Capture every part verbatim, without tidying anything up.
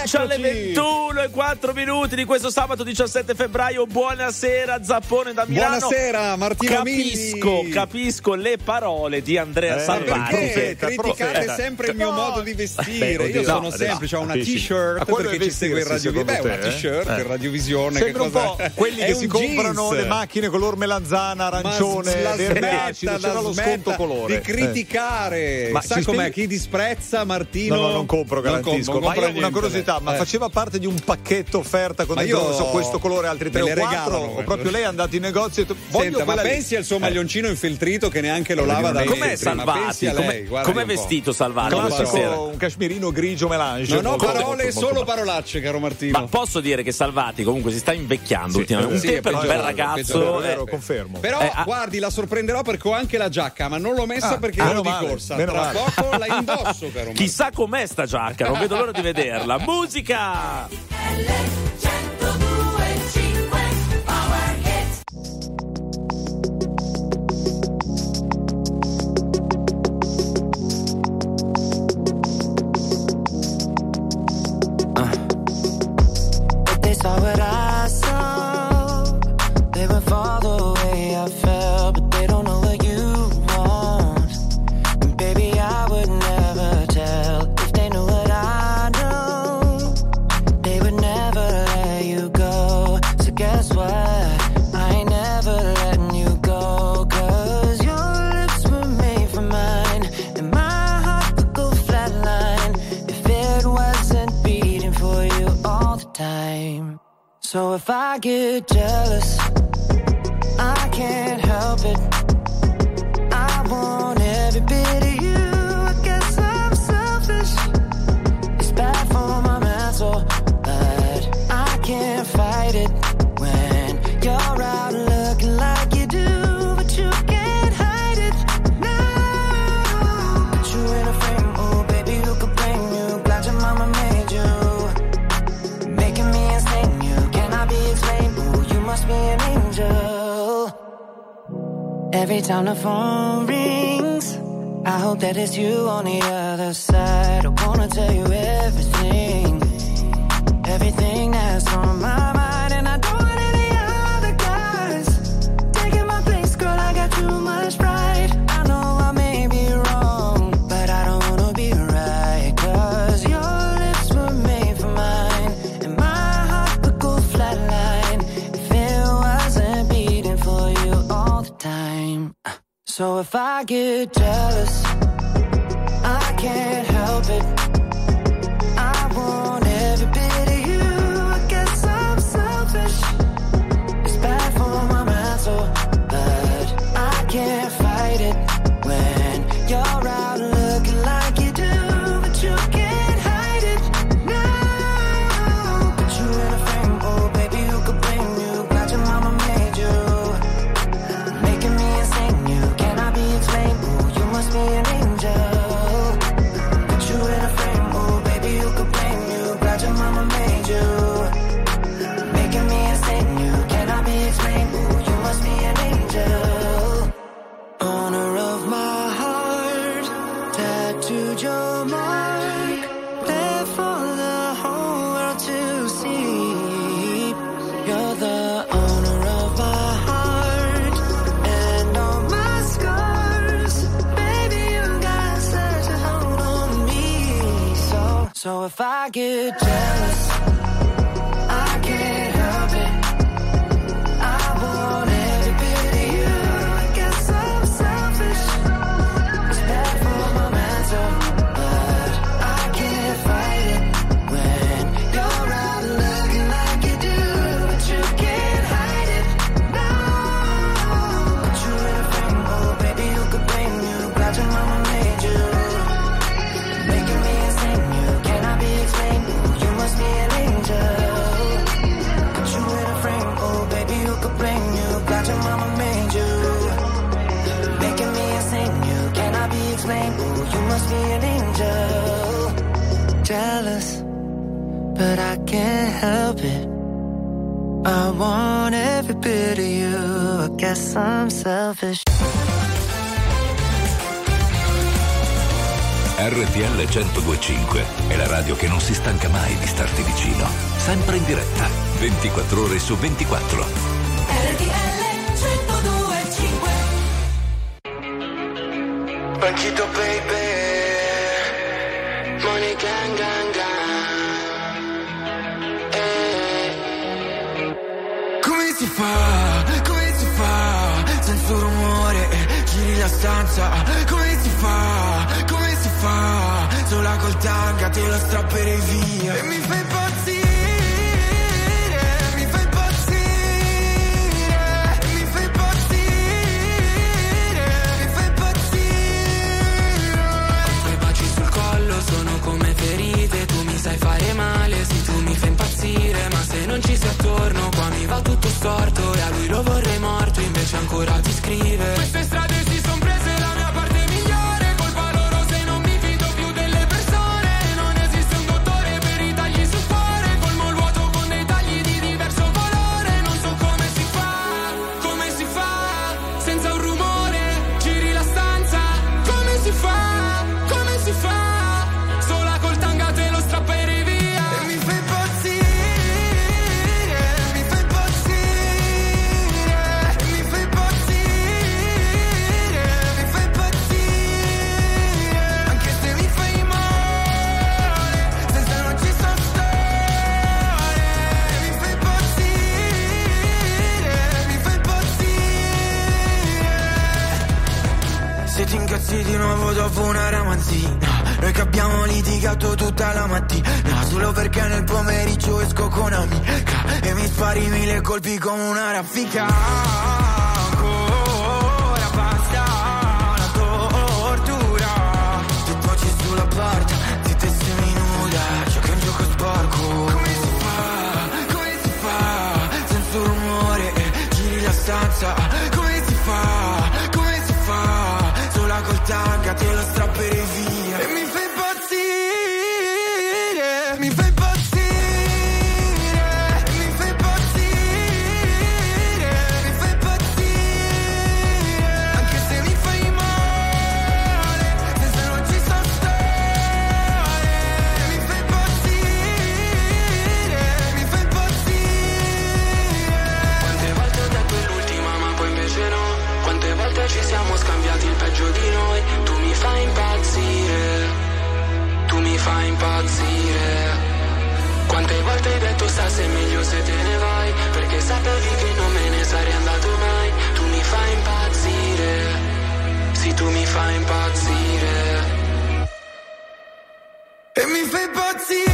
Eccoci alle ventuno e quattro minuti di questo sabato diciassette febbraio. Buonasera Zappone da Milano. Buonasera Martino Capisco, Milli. capisco le parole di Andrea eh, Salvati. Perché criticate sempre il mio no. modo di vestire? Beh, Io no, sono no, semplice, ho una capisci. t-shirt Ma perché ci segue in Radio Beh, una t-shirt eh? per Radiovisione. Sembra che un po' cosa... quelli è che un si comprano jeans. le macchine color melanzana, arancione, Ma verde smetta, acido, la c'era lo smetta sconto colore. di criticare. Eh. Ma Sa ci com'è? spieghi- Chi disprezza Martino? No, no, non compro, garantisco. Non compro, non ma io compra ho una niente, curiosità, lei. ma Eh. faceva parte di un pacchetto offerta con Ma dentro, io- non so, questo colore, altri tre me o le quattro? regalano, O proprio lei è andato in negozio e ha detto, voglio Senta, ma quella lì. pensi al suo maglioncino infeltrito che neanche lo lava da Com'è metri, ma Salvati? pensi a lei, Com'è, guardi com'è un po'. vestito Salvati questa sera? Classico, un cashmirino grigio melange. Non ho molto, parole, molto, molto solo bello. parolacce, caro Martino. Ma posso dire che Salvati comunque si sta invecchiando Sì, ultimamente. Un sì, tempo è era un bel peggiorato, ragazzo. Vero, eh, vero, confermo. Però Eh, ah. guardi, la sorprenderò perché ho anche la giacca, ma non l'ho messa Ah, perché ah, ero meno di male, corsa. meno Tra male. poco la indosso, caro Chissà com'è sta giacca, non vedo l'ora di vederla. Musica! They saw what I saw. They would fall the way I felt, but they don't know what you want. And baby, I would never tell if they knew what I know. They would never let you go. So guess what? I ain't never letting you go. 'Cause your lips were made for mine, and my heart would go flatline if it wasn't beating for you all the time. So if I get jealous, I can't help it. I want every bit of you. I guess I'm selfish. It's bad for my mental, but I can't fight it when you're out looking like you do, but you can't hide it. No, put you in a frame, oh baby, who could blame you? Glad your mama made you. Making me insane, you cannot be explained. Ooh, you must be an angel. Every time the phone rings, I hope that it's you on the other side. I wanna tell you everything, everything that's on my mind. And I don't want any other guys taking my place, girl, I got too much pride. I know I may be wrong, but I don't wanna be right. 'Cause your lips were made for mine, and my heart would go flatline if it wasn't beating for you all the time. So if I get jealous, I can't help it. I want every bit of you. I guess I'm selfish. It's bad for my mental, but I can't fight it when you're out looking like you do, but you can't hide it. No, put you in a frame, oh baby, who could blame you? Glad your mama made you. Making me insane, you cannot be explained. Ooh, you must be an angel. Put you in a frame, oh baby, who could blame you? Glad your mama made you. Making me insane, you cannot be explained. Ooh, you must be an angel. Owner of my heart, tattooed your mark, there for the whole world to see. You're the owner of my heart and all my scars. Baby, you got such a hold on me. So, so if I get jealous, I can't help it. I want every bit of you. I guess I'm selfish. It's bad for my mental, but I can't fight it when you're out looking like you do, but you can't hide it. No, put you in a frame, oh baby, who could blame you? Glad your mama made you. Making me insane, you cannot be explained. Ooh, you must be an angel. Put you in a frame, oh baby, who could blame you? Glad your mama made you. Making me insane, you cannot be explained. Ooh, you must be an angel. Jealous, but I can't help it. I want every bit of you. I guess I'm selfish. R T L centodue e cinque è la radio che non si stanca mai di starti vicino. Sempre in diretta, ventiquattro ore su ventiquattro. R T L centodue e cinque. Banchito baby, money gang gang gang. Eh. Come si fa, come si fa, senza un rumore, eh, giri la stanza. Come si fa, come si fa, sola col tanga te lo strapperei via. E mi fai impazzire, mi fai impazzire, mi fai impazzire, mi fai impazzire. I tuoi baci sul collo sono come ferite, tu mi sai fare male, sì tu mi fai impazzire, ma se non ci sei attorno qua mi va tutto storto e a lui lo vorrei morto, invece ancora ti scrive. Queste strade si son prese la mia parte migliore, colpa loro se non mi fido più delle persone, non esiste un dottore per i tagli sul cuore, colmo il vuoto con dei tagli di diverso valore, non so come si fa, come si fa, senza un rumore, giri la stanza, come si fa, come si fa, sola col tanga te lo strapperei via. E mi fai impazzire, mi fai impazzire, mi fai impazzire, mi fai impazzire, anche se mi fai male, senza non ci so stare, mi fai impazzire, mi fai impazzire. Se ti incazzi di nuovo dopo una ramanzina, noi che abbiamo litigato tutta la mattina, solo perché nel pomeriggio esco con amica e mi spari mille colpi come una raffica. Ancora basta la tortura, ti poggi sulla porta, zitta e seminuda, gioca un gioco sporco. Come si fa, come si fa, senza un rumore, eh, giri la stanza. Come si fa, come si fa, sola col tanga te lo strapperei via. E mi fai impazzire, mi fai impazzire, mi fai impazzire, mi fai impazzire, anche se mi fai male, senza non ci so stare, mi fai impazzire, mi fai impazzire. Quante volte ho detto è l'ultima ma poi invece no, quante volte ci siamo scambiati il peggio di noi, tu mi fai impazzire, tu mi fai impazzire. Quante volte hai detto sta se è meglio se te ne vai, perché sapevi che non me ne sarei andato mai, tu mi fai impazzire, sì tu mi fai impazzire. E mi fai impazzire,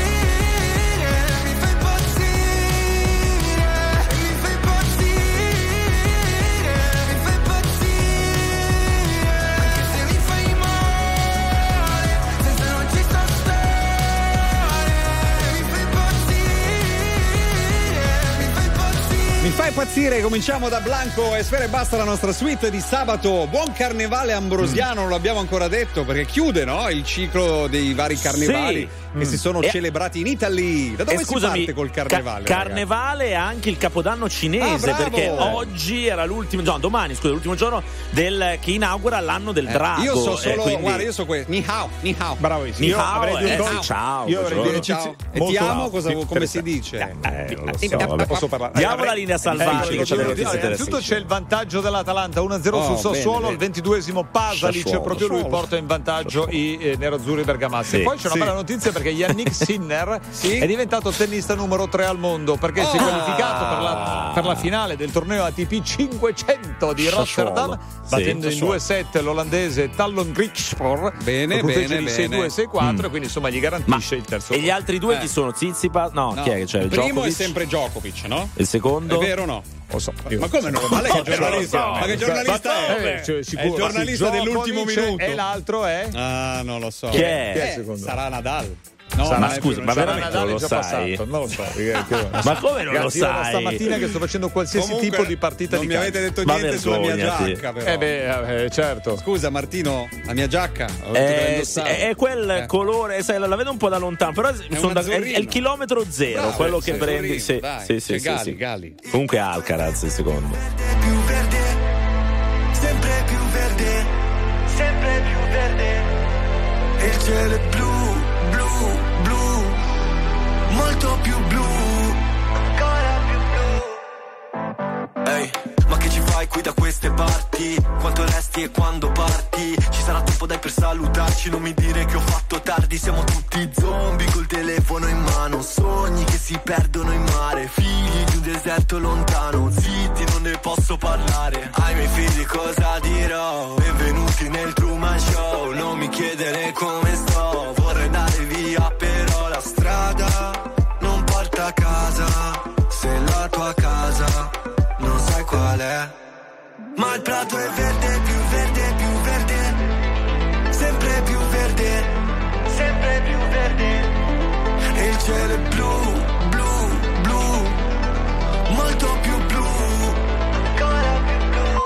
mi fai impazzire, mi fai impazzire, mi fai impazzire, anche se mi fai male, senza non ci so stare, mi fai impazzire, mi fai impazzire. Mi fa impazzire, cominciamo da Blanco e Sfera e Basta, la nostra suite di sabato. Buon carnevale ambrosiano, non l'abbiamo ancora detto perché chiude, no? Il ciclo dei vari carnevali Sì. che si sono E- celebrati in Italy. Da dove Eh, si parte col carnevale? ca- carnevale e anche il capodanno cinese, Ah, bravo! perché oggi era l'ultimo giorno, domani scusa, l'ultimo giorno del, che inaugura l'anno del drago. Io so eh, solo, quindi- guarda, io so questo. Ni hao, ni hao. Bravissimo. Ni Io hao, avrei due eh, cose- sì, ciao, Io avrei buongiorno. due Ciao. notizie E ti molto amo, rapido. cosa- come si Interessante. dice? Eh, non lo so, Eh, ne posso parlare. Diamo Avrei- la linea salvati, Eh, che c'è delle no, notizie innanzitutto interessanti. c'è il vantaggio dell'Atalanta uno a zero Oh, sul Sassuolo, bene, al ventiduesimo Pasalic, Sassuolo, proprio lui Sassuolo. porta in vantaggio i eh, nerazzurri bergamaschi. Sì, E poi c'è una sì. bella notizia perché Yannick Sinner Sì. è diventato tennista numero tre al mondo perché si è Oh. qualificato per la, per la finale del torneo A T P cinquecento di Sassuolo. Rotterdam, Sì, battendo in Sassuolo. due set l'olandese Talon Griekspoor. Bene, con punteggio bene, di sei due bene. sei quattro Mm. e quindi insomma gli garantisce il terzo. E gli altri due Eh. chi sono? Tsitsipas? No, No. chi è che c'è? Il primo Djokovic? è sempre Djokovic, no? Il secondo? È vero o no? Lo so, Ma come no? Ma lei che No, giornalista? no, Ma che no. giornalista Ma è? come? cioè, È sicuro. il giornalista Djokovic dell'ultimo minuto. E l'altro è? Ah, non lo so. Chi è? Chi è il secondo? Sarà Nadal. No, Sarà- Ma non è scusa, più- ma non sarà veramente Nadal lo è già sai? passato, non lo so. perché- che- Ma come non lo Ragazzi, io da sai? stamattina che sto facendo qualsiasi Comunque, tipo di partita non di mi calcio. avete detto Ma niente sulla mia vergognati. giacca, però. Eh beh, eh, certo. Scusa Martino, la mia giacca? Ho detto che la Eh, sì, indossavo. è quel Eh. colore, sai, la la vedo un po' da lontano, però sono un da- è, è azzurrino. il chilometro zero, Bravo, quello è che azzurrino, prendi. Sì, dai. sì, sì, C'è sì, Gali, sì. Gali. Comunque Alcaraz il secondo. Più verde, sempre più verde, sempre più verde. cielo è blu, blu, blu, molto più blu, ancora più blu. Ehi, ma che ci fai qui da queste parti? Quanto resti e quando parti? Ci sarà tempo dai per salutarci, non mi dire che ho fatto tardi. Siamo tutti zombie col telefono in mano, sogni che si perdono in mare, figli di un deserto lontano, zitti non ne posso parlare. Ai miei figli cosa dirò? Benvenuti nel Truman Show, non mi chiedere come sto, vorrei andare via però la strada non porta a casa. Se la tua casa non sai qual è, ma il prato è verde, più verde, più verde, sempre più verde, sempre più verde. E il cielo è blu, blu, blu, molto più blu, ancora più blu.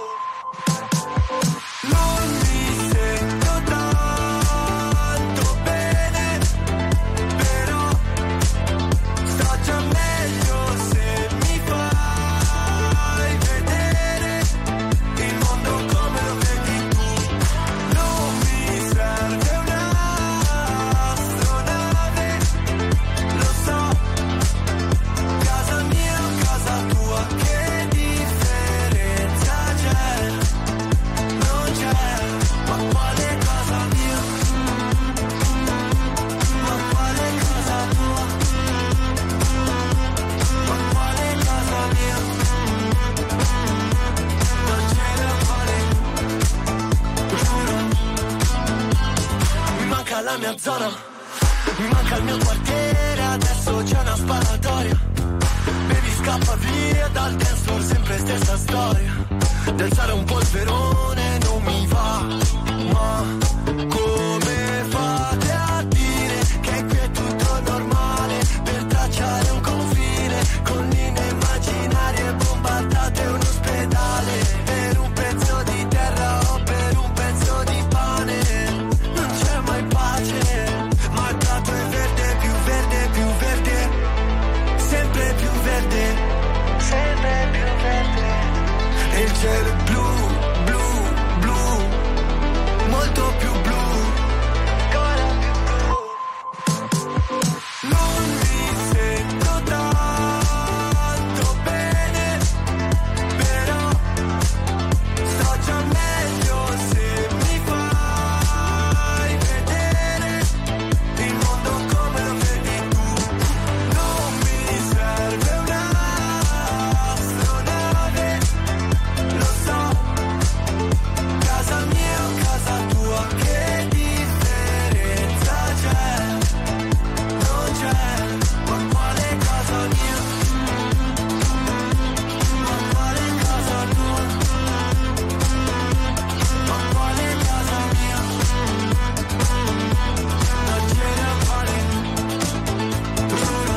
Non mi sento tanto bene, però sto già meglio se mi fai vedere il mondo come lo vedi tu. Non mi serve un'astronave, lo so, casa mia o casa tua, che differenza c'è? Non c'è, ma quale casa mia? Ma quale casa tua? Ma quale casa mia? Non ce ne fare, giuro. Mi manca la mia zona, mi manca il mio quartiere, adesso c'è una sparatoria. Baby scappa via dal dance floor, sempre stessa storia. D'alzare un polverone non mi va, ma come fate a dire che qui è tutto normale? Per tracciare un confine con linee immaginarie, bombardate un ospedale per un pezzo di terra o per un pezzo di pane. Non c'è mai pace, ma il prato è verde, più verde, più verde, sempre più verde, sempre più verde. E il cielo è blu, blu, blu, molto più blu, ancora più blu. Non mi sento tanto bene, però sto già meglio se mi fai vedere il mondo come lo vedi tu. Non mi serve un'astronave, lo so, casa mia o casa tua, che differenza c'è? Non c'è, ma quale casa mia? Ma quale casa tua? Ma quale casa mia? Non ce ne fare, giuro.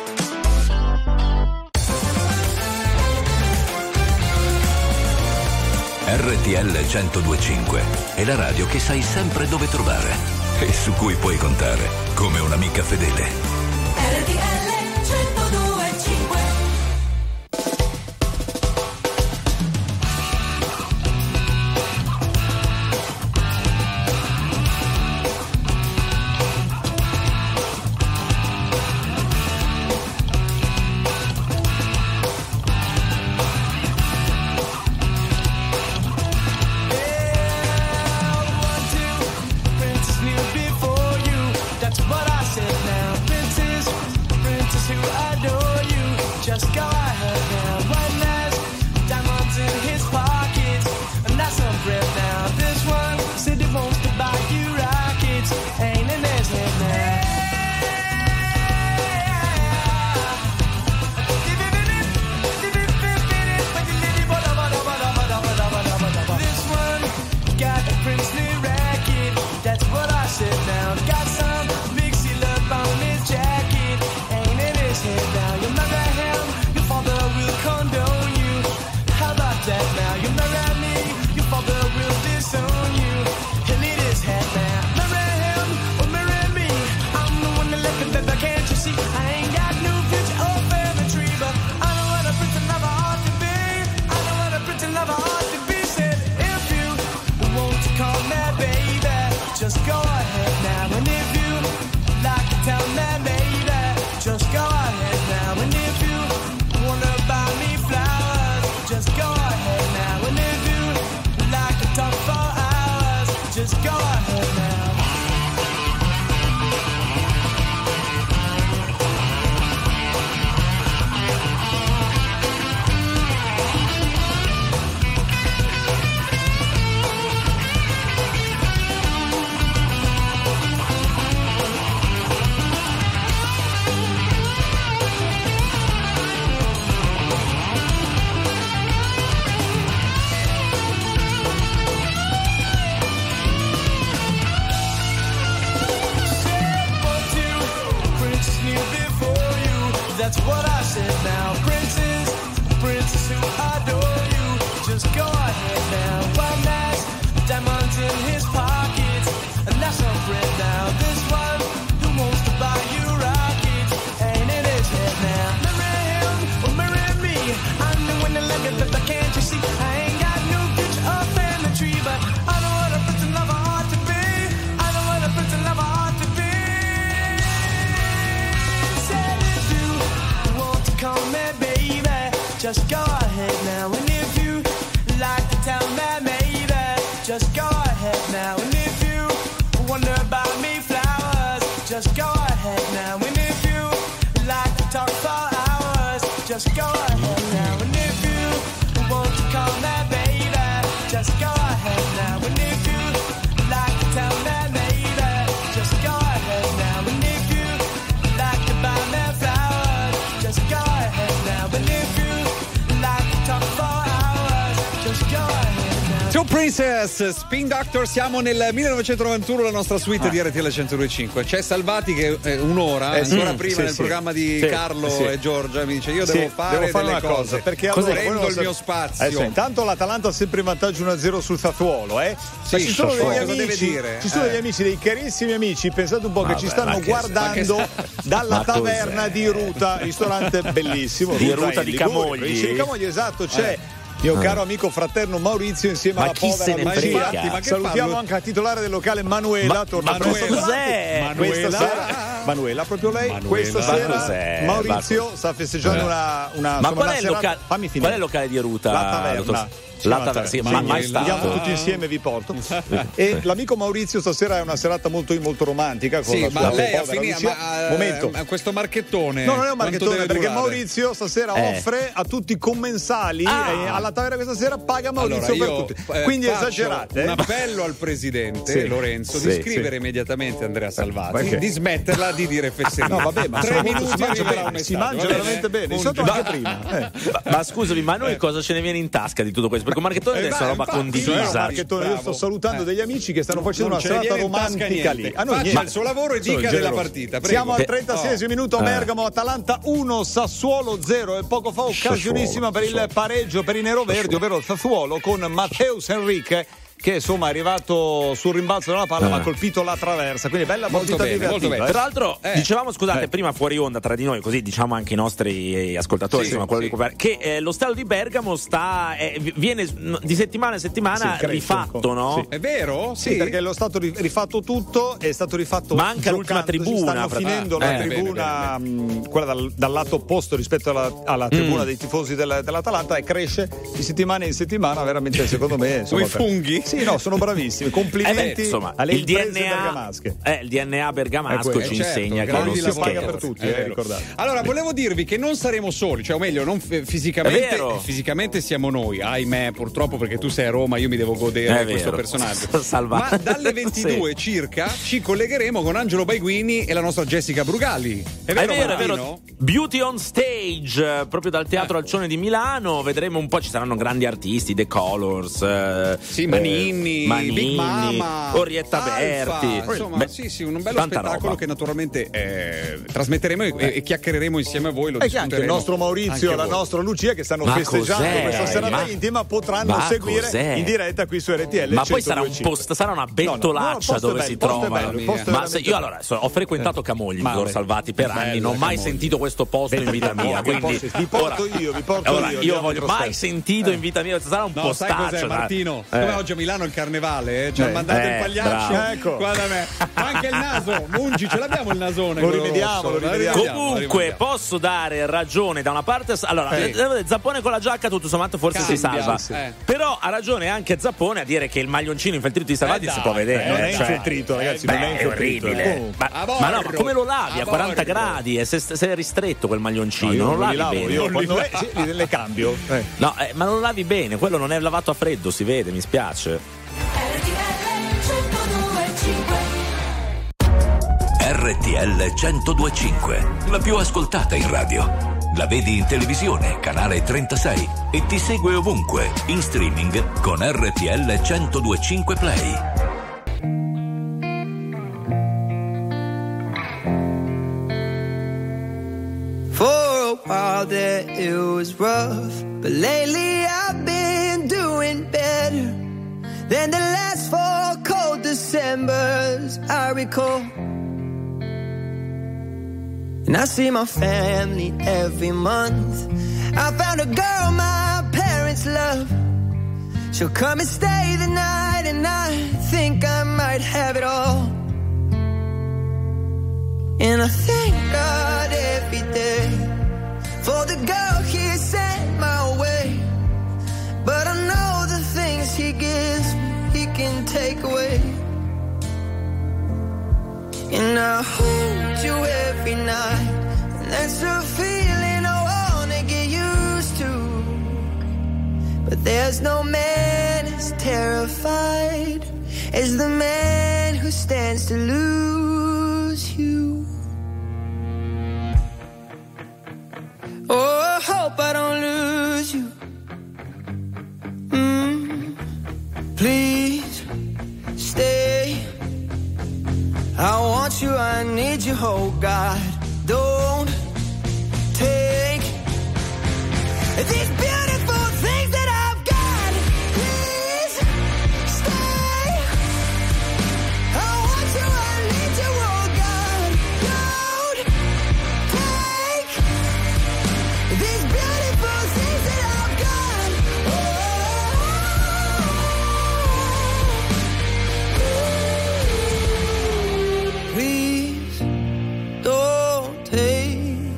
R T L centodue e cinque è la radio che sai sempre dove trovare e su cui puoi contare come un'amica fedele. R T L centodue e cinque. Princess kneel before you. That's what I said now. Princess ahead now. And if you like to talk for hours, just go ahead now. That's what I said now. Princes, princes who adore you, just go ahead now. One has diamonds in his pockets, and that's a friend now. This one who wants to buy you rockets ain't in his head now. Marry him or marry me, I'm the one that look at that, can't you see? I ain't got no future or family tree, but I know what a prince and lover ought to be. I know what a prince and lover ought to be. Said if you want to call me baby, just go ahead now. And if you like to tell me maybe, just go ahead now. And if you wonder about me flowers, just go ahead now. And if you like to talk for hours, just go ahead now. And if you want to call me baby, just go ahead now. And if you like to tell me maybe, just go ahead now. And if you like to buy me flowers, just go ahead now. But if you like to talk for hours, just go ahead now. Two Princess, Spin Doctor, siamo nel millenovecentonovantuno, la nostra suite ah. di R T L centodue e cinque. C'è Salvati che eh, un'ora, eh, ancora sì, prima sì, nel sì. programma di sì, Carlo sì. e Giorgia mi dice io sì, devo fare, devo fare delle una cose, cosa, perché allora prendo il mio spazio. Eh, sì, intanto l'Atalanta ha sempre in vantaggio uno a zero sul Sassuolo, eh? Sì, Ma ci sono Sassuolo, degli cosa amici, deve dire? ci sono eh. degli amici, dei carissimi amici, pensate un po' Vabbè, che ci stanno che, guardando dalla ma taverna cos'è? di Ruta, ristorante bellissimo, Di Ruta, Ruta in di Liguria. Camogli. Di Camogli, esatto, c'è Eh. mio caro amico fraterno Maurizio insieme Ma alla chi povera se ne Lucia. frega? Infatti, ma che Salutiamo fanno? anche la titolare del locale Manuela. Ma- torna Manuela. presto. Cos'è? Questa Manuela? sera, Manuela, proprio lei. Manuela. Questa Ma sera cos'è? Maurizio Ma- sta festeggiando Eh. una, una, Ma insomma, qual una è, il serata. locale, Fammi finire. qual è il locale di Ruta? La taverna. dottor- Sì, La ma taverna, sì, sì, ma mai andiamo stato. tutti insieme, vi porto. E l'amico Maurizio stasera è una serata molto, molto romantica con Sì, la sua ma lei a povera finire, Lucia. ma, eh, Momento. ma questo marchettone. No, non è un quanto marchettone deve perché durare? Maurizio stasera Eh. offre a tutti i commensali Ah. e alla taverna questa sera paga Maurizio Allora, per io, tutti. eh, Quindi faccio esagerate. un eh. appello al presidente Sì. Lorenzo Sì, di scrivere sì. immediatamente Andrea Salvati Perché? di smetterla di dire fesserie. No, vabbè, ma tre sono- minuti si mangia arriverà bene, un si messaggio, mangia va veramente bene, di Punto. solito anche Ma- prima. Eh. Ma, ma scusami, ma a noi cosa ce ne viene in tasca di tutto questo? Perché un marchettone Eh, adesso è beh, roba infatti, condivisa. Cioè, marchettone, io sto salutando Eh. degli amici che stanno facendo Non una ce ne serata viene in tasca romantica niente. lì. A noi Faccia niente. il suo lavoro e Sono dica della generosi. partita, prego. Siamo al Che- trentaseiesimo minuto, Eh. Bergamo, Atalanta uno, Sassuolo zero e poco fa occasionissima per il pareggio per i neroverdi, ovvero il Sassuolo con Matteus Enrique che insomma è arrivato sul rimbalzo della palla Eh. ma ha colpito la traversa, quindi bella Molto partita bene, molto divertita. bene. Tra l'altro, Eh. dicevamo, scusate, Eh. prima fuori onda tra di noi, così diciamo anche i nostri ascoltatori, Sì, insomma, quello sì. di cui- che eh, lo stadio di Bergamo sta eh, viene di settimana in settimana Sì, cresce rifatto, un po'. no? Sì. È vero? Sì, perché è stato ri- rifatto tutto, è stato rifatto Manca l'ultima giocando, tribuna, stanno fra- finendo ah, la eh, tribuna, mh, quella dal, dal lato opposto rispetto alla, alla tribuna Mm. dei tifosi del- dell'Atalanta e cresce di settimana in settimana, veramente secondo me insomma, Come i funghi? Sì, no, sono bravissimi. Eh Complimenti beh, insomma, alle il imprese D N A, bergamasche. eh, il D N A bergamasco Eh, ci certo, insegna che grandi non si Maurizio paga scherza. per tutti, È eh, vero. ricordate. Allora, volevo dirvi che non saremo soli, cioè, o meglio, non f- fisicamente, È vero. fisicamente siamo noi, ahimè, purtroppo, perché tu sei a Roma, io mi devo È godere questo vero. personaggio. Salva- Ma dalle ventidue circa ci collegheremo con Angelo Baiguini e la nostra Jessica Brugalli. È vero, È vero, è Martino? vero. Beauty on Stage, eh, proprio dal Teatro Alcione di Milano. Vedremo un po', ci saranno grandi artisti, The Colors, eh, Sì, Manini, eh, Manini, Big Mama, Orietta Alfa, Berti. insomma, Beh, sì, sì, un bello tanta spettacolo roba. che naturalmente eh, trasmetteremo e, e chiacchiereremo insieme a voi. Lo E che anche il discuteremo nostro Maurizio e anche la voi. nostra Lucia che stanno Ma festeggiando cos'è? questa serata Ma- intima potranno ma seguire cos'è? in diretta qui su R T L Ma poi sarà un centodue e cinque. post, sarà una No, no, no, il bettolaccia posto è dove bello, si il posto è trovano. bello, il posto è Ma veramente se io allora so, ho frequentato Camogli, Ma Loro vabbè, Salvati per è anni, bella non ho mai Camogli. sentito questo posto in vita mia. Vi Quindi posso- vi porto ora- io, vi porto allora, io, io andiamo voglio in mai trasferta. sentito in vita mia, sarà un No, sai postaccio. cos'è, dai. Martino? Eh. Come oggi a Milano Milano il carnevale, eh? Ci ha Eh, mandato eh, il pagliaccio. bravo. Ecco. Guarda me. Ma anche il naso. Mungi, ce l'abbiamo il nasone. Lo quello rivediamo, rosso. lo rivediamo. Comunque lo posso dare ragione da una parte. Allora, Eh. eh, Zappone con la giacca tutto sommato forse Cambia, si salva. sì. Eh. Però ha ragione anche Zappone a dire che il maglioncino infiltrito di Savati Eh, si dai, può vedere. Eh, non è cioè- infiltrito, ragazzi, Beh, non è è infiltrito. orribile. eh. Ma, A ma no, ma bordo. come lo lavi A a quaranta bordo. gradi? E se, se è ristretto quel maglioncino, No, io non lo non lavi li lavo, bene. io Non quando li è, sì, li- le cambio. Eh. No, eh, ma non lo lavi bene, quello non è lavato a freddo, si vede, mi spiace. R T L centodue e cinque. R T L centodue e cinque, la più ascoltata in radio. La vedi in televisione, canale trentasei, e ti segue ovunque, in streaming con R T L centodue e cinque Play. For a while there it was rough, but lately I've been doing better than the last four cold Decembers I recall. And I see my family every month. I found a girl my parents love. She'll come and stay the night, and I think I might have it all. And I thank God every day for the girl He sent my way. But I know the things He gives me, He can take away. And I hold you every night, and that's a feeling I wanna get used to. But there's no man as terrified as the man who stands to lose you. Oh, I hope I don't lose you. Mm, please stay. I want you, I need you, oh God. Don't take these beautiful things that I've got. Please stay. I want you, I need you, oh God. Don't take these beautiful things that I've got. Oh, please don't take.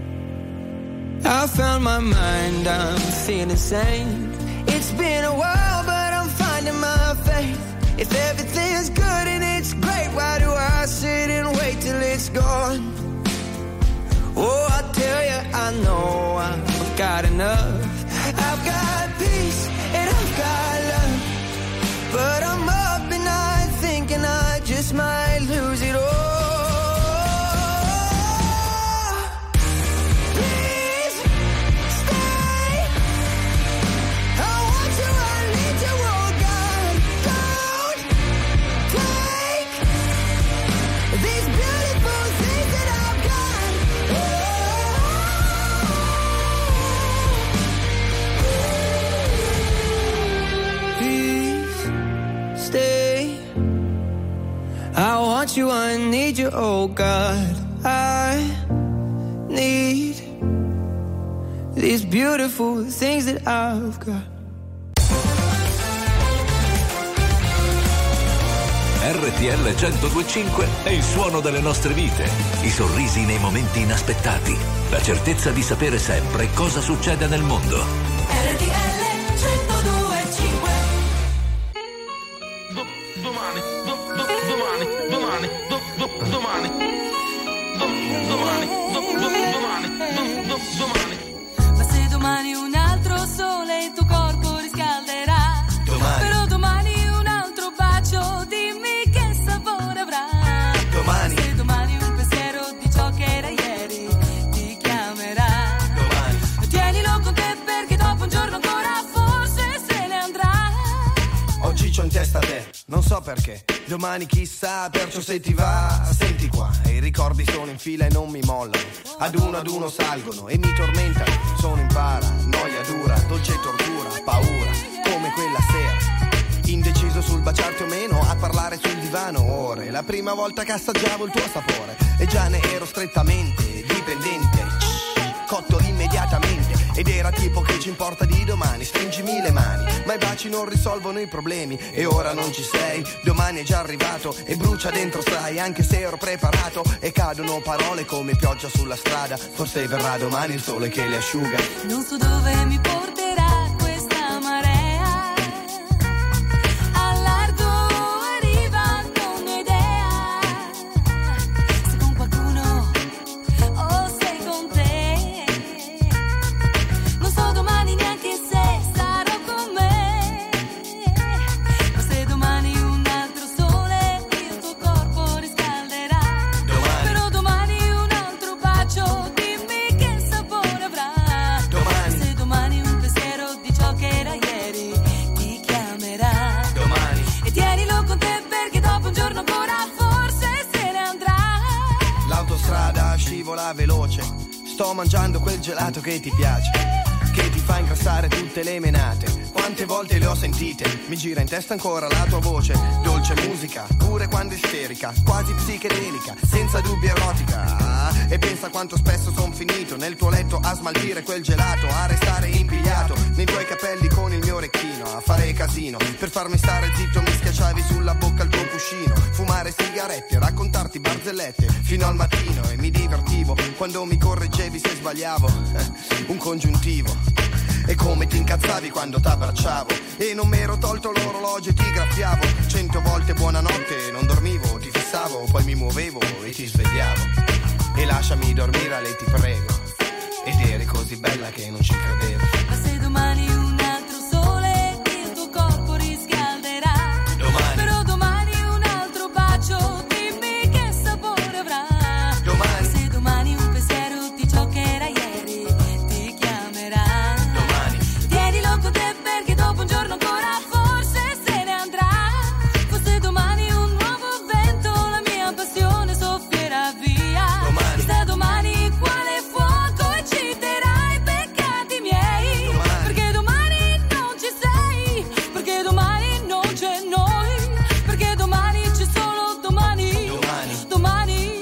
I found my mind, I'm feeling sane. It's been a while, but I'm finding my faith. If everything's good and it's great, why do I sit and wait till it's gone? Oh, I tell you, I know I've got enough. I've got peace and I've got love. But I'm up at night thinking I just might lose it all. Please stay. I want you, I need you, oh God. Don't take these beautiful things that I've got. Please stay. I want you, I need you, oh God. I need these beautiful things that I've got. R T L centodue e cinque è il suono delle nostre vite, i sorrisi nei momenti inaspettati, la certezza di sapere sempre cosa succede nel mondo. R T L centodue e cinque. Domani, do- do- domani, domani, do- do- domani, do- domani, do- do- domani, do- do- domani. Ma se domani un altro sole il tuo corpo riscalderà, Domani. però domani un altro bacio, dimmi che sapore avrà. Domani. Se domani un pensiero di ciò che era ieri ti chiamerà, Domani. tienilo con te perché dopo un giorno ancora forse se ne andrà. Oggi c'ho in testa te, non so perché. Domani chissà, perciò se ti va, senti qua. E i ricordi sono in fila e non mi mollano. Ad uno ad uno salgono e mi tormentano. Sono in para, noia dura, dolce tortura, paura, come quella sera. Indeciso sul baciarti o meno, a parlare sul divano ore. La prima volta che assaggiavo il tuo sapore e già ne ero strettamente dipendente. Cotto immediatamente ed era tipo che ci importa di domani. Stringimi le mani, ma i baci non risolvono i problemi. E ora non ci sei, domani è già arrivato e brucia dentro sai, anche se ero preparato. E cadono parole come pioggia sulla strada, forse verrà domani il sole che le asciuga. Non so dove mi porterà questa marea, al largo arriva, non ho idea, se con qualcuno o se con te. Non so domani neanche se sarò con me, ma se domani un altro sole il tuo corpo riscalderà, domani. Però domani un altro bacio, dimmi che sapore avrà, domani. Se domani un pensiero di ciò che era ieri ti chiamerà, domani. E tienilo con te perché dopo un giorno ancora forse se ne andrà. L'autostrada scivola veloce, sto mangiando quel gelato che ti piace, che ti fa ingrassare tutte le menate. Quante volte le ho sentite, mi gira in testa ancora la tua voce. Dolce musica, pure quando isterica, quasi psichedelica, senza dubbio erotica. E pensa quanto spesso son finito nel tuo letto a smaltire quel gelato, a restare impigliato nei tuoi capelli con il mio orecchino, a fare casino per farmi stare zitto. Mi schiacciavi sulla bocca il tuo cuscino, fumare sigarette, raccontarti barzellette fino al mattino. E mi divertivo quando mi correggevi se sbagliavo un congiuntivo. E come ti incazzavi quando t'abbracciavo e non m'ero tolto l'orologio e ti graffiavo. Cento volte buonanotte, non dormivo, ti fissavo, poi mi muovevo e ti svegliavo. E lasciami dormire, lei ti prego, ed eri così bella che non ci credevo. Ma se domani un altro sole il tuo corpo riscalderà, domani. Però domani un altro bacio, dimmi che sapore avrà, domani. Se domani un pensiero di ciò che era ieri ti chiamerà, domani. Tienilo con te perché dopo un giorno ancora forse se ne andrà. Forse domani un nuovo vento la mia passione soffierà via, domani. Chissà domani quale fuoco ecciterà i peccati miei, domani. Perché domani non ci sei, perché domani non c'è noi, perché domani c'è solo domani, domani, domani.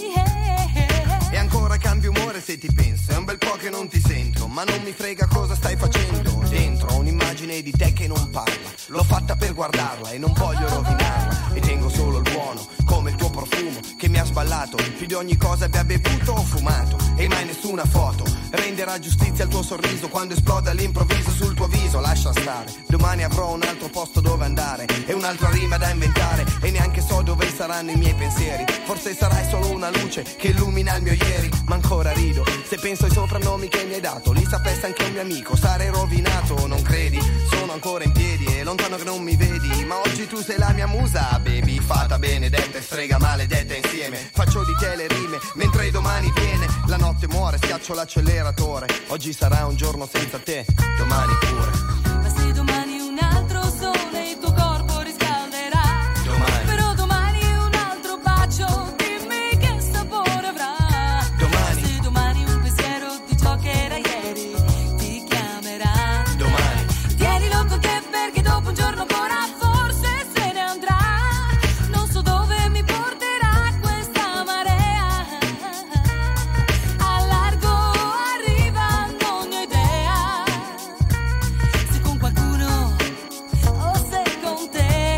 E ancora cambio umore se ti penso, è un bel po' che non ti sento, ma non mi frega cosa stai facendo. Dentro ho un'immagine di te che non parla, l'ho fatta per guardarla e non voglio rovinarla. E tengo solo il buono, come il tuo profumo che mi ha sballato più di ogni cosa abbia bevuto o fumato. E mai nessuna foto renderà giustizia al tuo sorriso quando esploda all'improvviso sul tuo viso. Lascia stare, domani avrò un altro posto dove andare e un'altra rima da inventare, e neanche so dove saranno i miei pensieri. Forse sarai solo una luce che illumina il mio ieri, ma ancora rido se penso ai soprannomi che mi hai dato. Li sapesse anche un mio amico, sarei rovinato, non credi? Sono ancora in piedi e lontano che non mi vedi, ma oggi tu sei la mia musa, baby. Fata benedetta e strega maledetta insieme, faccio di te le rime mentre domani viene. La notte muore, schiaccio l'acceleratore, oggi sarà un giorno senza te, domani pure. Ma se domani un altro sole il tuo corpo riscalderà, domani. Però domani un altro bacio, dimmi che sapore avrà, domani. Se domani un pensiero di ciò che era ieri ti chiamerà, domani. Tienilo con te perché dopo un giorno ancora forse se ne andrà. Non so dove mi porterà questa marea, al largo arriva, non ne ho idea, se con qualcuno o se con te.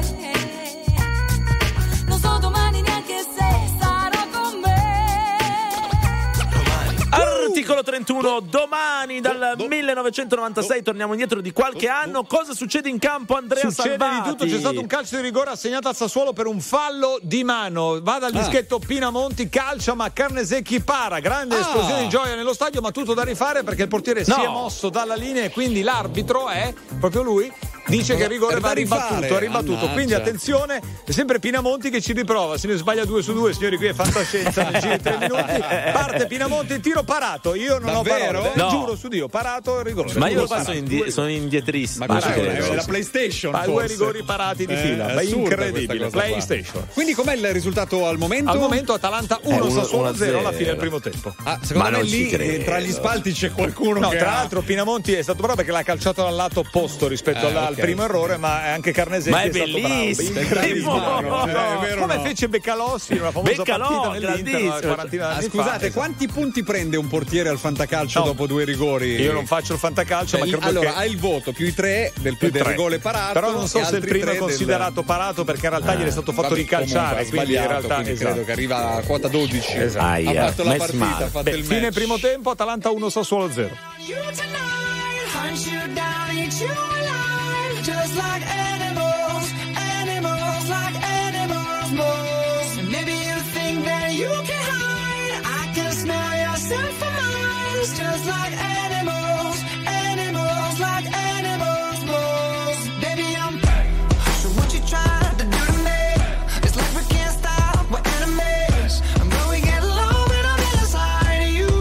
Non so domani neanche se sarò con me. Articolo trentuno, domani dal millenovecentonovantasei, torniamo indietro di qualche anno. Cosa succede in campo, Andrea Succede Salvati? di tutto, c'è stato un calcio di rigore assegnato al Sassuolo per un fallo di mano. Va dal dischetto Pinamonti, calcia ma Carnesecchi para. Grande Ah. esplosione di gioia nello stadio, ma tutto da rifare perché il portiere No. si è mosso dalla linea e quindi l'arbitro è proprio lui. Dice che il rigore È da va ribattuto, rifare. ribattuto. Mannaggia. Quindi attenzione, è sempre Pinamonti che ci riprova. Se ne sbaglia due su due, signori, qui è fantascienza nel giro di tre minuti. Parte Pinamonti, tiro parato. Io non Davvero? ho parole, eh, No. giuro su Dio, parato il rigore. Ma io lo Due passo parati, indie- due sono indietrissimo. Ma non ci cos'è? credo. È la PlayStation, Ma due forse? rigori parati di Eh, fila, è ma assurda incredibile. questa cosa qua. PlayStation. Quindi com'è il risultato al momento? Al momento Atalanta Eh, uno, uno- Sassuolo zero alla uno a fine del zero. primo tempo. Ah, secondo Ma me non ci lì credo. eh, tra gli spalti c'è qualcuno No, che tra ha- l'altro Pinamonti è stato bravo perché l'ha calciato dal lato opposto rispetto Eh, al, al al primo errore, ma anche Carnesecchi ma è, è stato bellissimo, bravo. Bellissimo. no, no, È vero, come no. fece Beccalossi in una famosa Beccalò, partita nell'Inter una quarantina Ah, d'anni scusate, fa. quanti punti prende un portiere al fantacalcio No. dopo due rigori? Io non faccio il fantacalcio, ma Eh, credo allora, che hai il voto più i tre del, più del tre. rigore parato. Però non so e se il altri primo tre è del- considerato parato, perché in realtà gli è stato fatto Vabbè, ricalciare, comunque, ha quindi in sbagliato, realtà quindi esatto. credo che arriva a quota dodici. Esatto. Aia, Ha fatto la messi partita, male. ha fatto Beh, il fine match. primo tempo, Atalanta uno, Sassuolo zero. You tonight, hunt you down, eat you alive, just like animals, animals like animals, moles. And maybe you think that you can hide, I can smell yourself for miles, just like animals, animals like animals, moles. Baby, I'm so what you trying to do to me? It's like we can't stop, we're enemies. And when we get low, when I'm inside of you.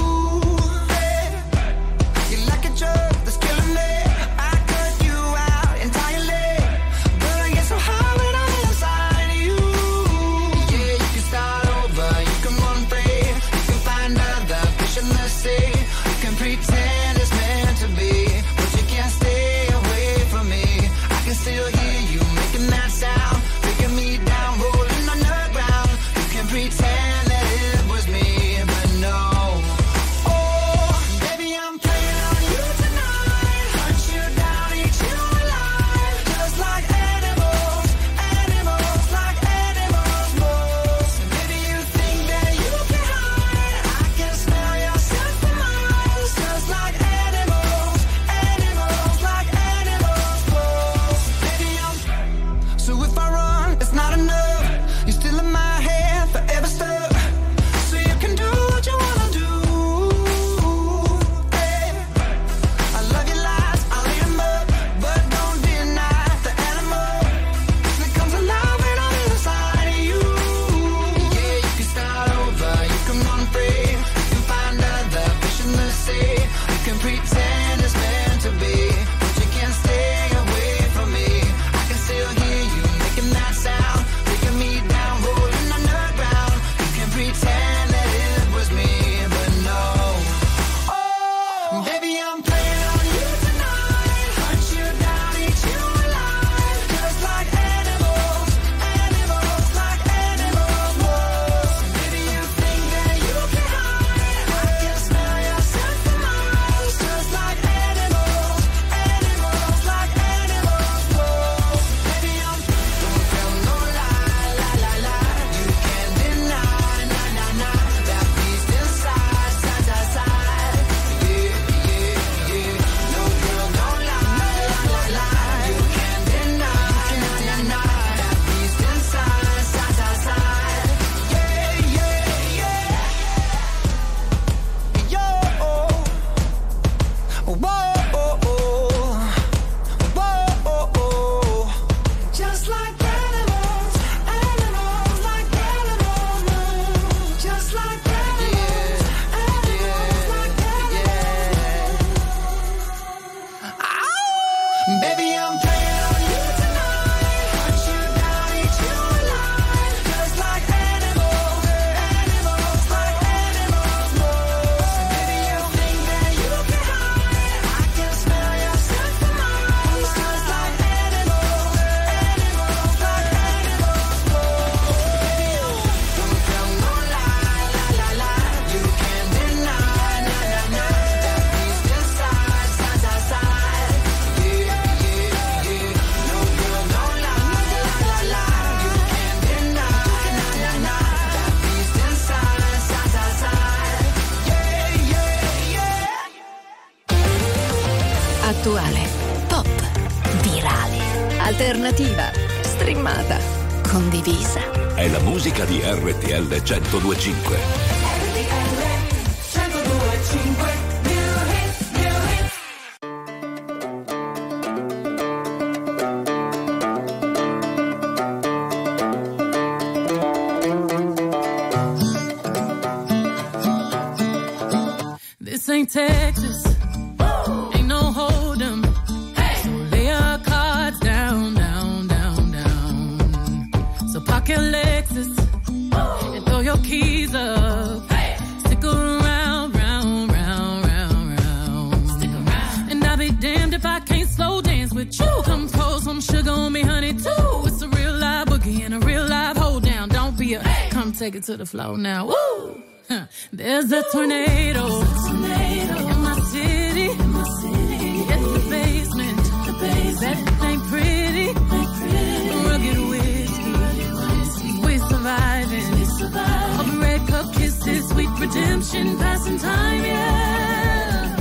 You're like a drug that's killing me. I cut you out entirely, but I get so high when I'm inside of you. Yeah, you can start over, you can run free, you can find other fish in the sea. You can pretend it's meant to be, but you can't stay away from me. I can still hear you making that sound, breaking me down, rolling on the ground. You can pretend that it was me, but no. Oh, baby, I'm playing on you tonight. Hunt you down, eat you alive, just like animals, animals like animals, moles. And maybe you think that you can hide, I can smell yourself for miles, just like animals, animals like animals, moles. Baby, I'm so if I run, it's not enough. You're still in my head, forever stuck. So you can do what you wanna do. Hey, I love your lies, I'll eat 'em up, but don't deny the animal that comes alive when I'm inside of you. Yeah, you can start over, you can run free, you can find other fish in the sea. You can pretend it's meant to be, but you can't stay away from me. I can still hear you making that sound, taking me down, rolling on the ground. You can pretend that it was me, but no. Oh, baby, I'm playing on you tonight. Hunt you down, eat you alive, just like animals, animals like animals, moles. Maybe you think that you can hide, I can smell yourself for miles, just like animals, animals like animals, moles. Baby, I'm don't tell no lie, lie, lie, lie. You can't deny, nah, nah, nah, that beast inside, side, side, side. Yeah, yeah, yeah. No girl, don't lie, lie, lie, lie. You can't deny, nah, nah, nah, that beast inside, side, side, side. Yeah, yeah, yeah. Yo, whoa, whoa, whoa. Just like animals, animals like animals, just like animals, animals like animals. Ow! Baby, I'm playing on you tonight. Hunt you down, eat you alive, just like animals, animals like animals, moles. Baby, you think that you can hide, I can smell yourself for miles, just like animals, animals like animals, moles. Baby, don't tell no lie, lie, lie, lie. You can't deny, nah, nah, nah, that beast inside, side, side, side. Yeah, yeah, yeah. No girl, don't lie, lie, lie, lie. You can't deny, nah, nah, nah, that beast inside, side, side, side. Yeah, yeah, yeah. Attuale, pop, virale, alternativa, streamata, condivisa. È la musica di R T L centodue e cinque. centodue e cinque New Hit, New Hit. This ain't Texas. Ain't no hold 'em. So lay your cards down, down, down, down. So park your Lexus and throw your keys up. Stick around, round, round, round, round. And I'll be damned if I can't slow dance with you. take it to the floor now. Woo! Huh. There's a tornado, tornado in my city. In my city. It's the basement. The basement. That ain't pretty. Ain't pretty. Rugged whiskey. We surviving. We surviving. All the red cup kisses, sweet redemption, passing time, yeah.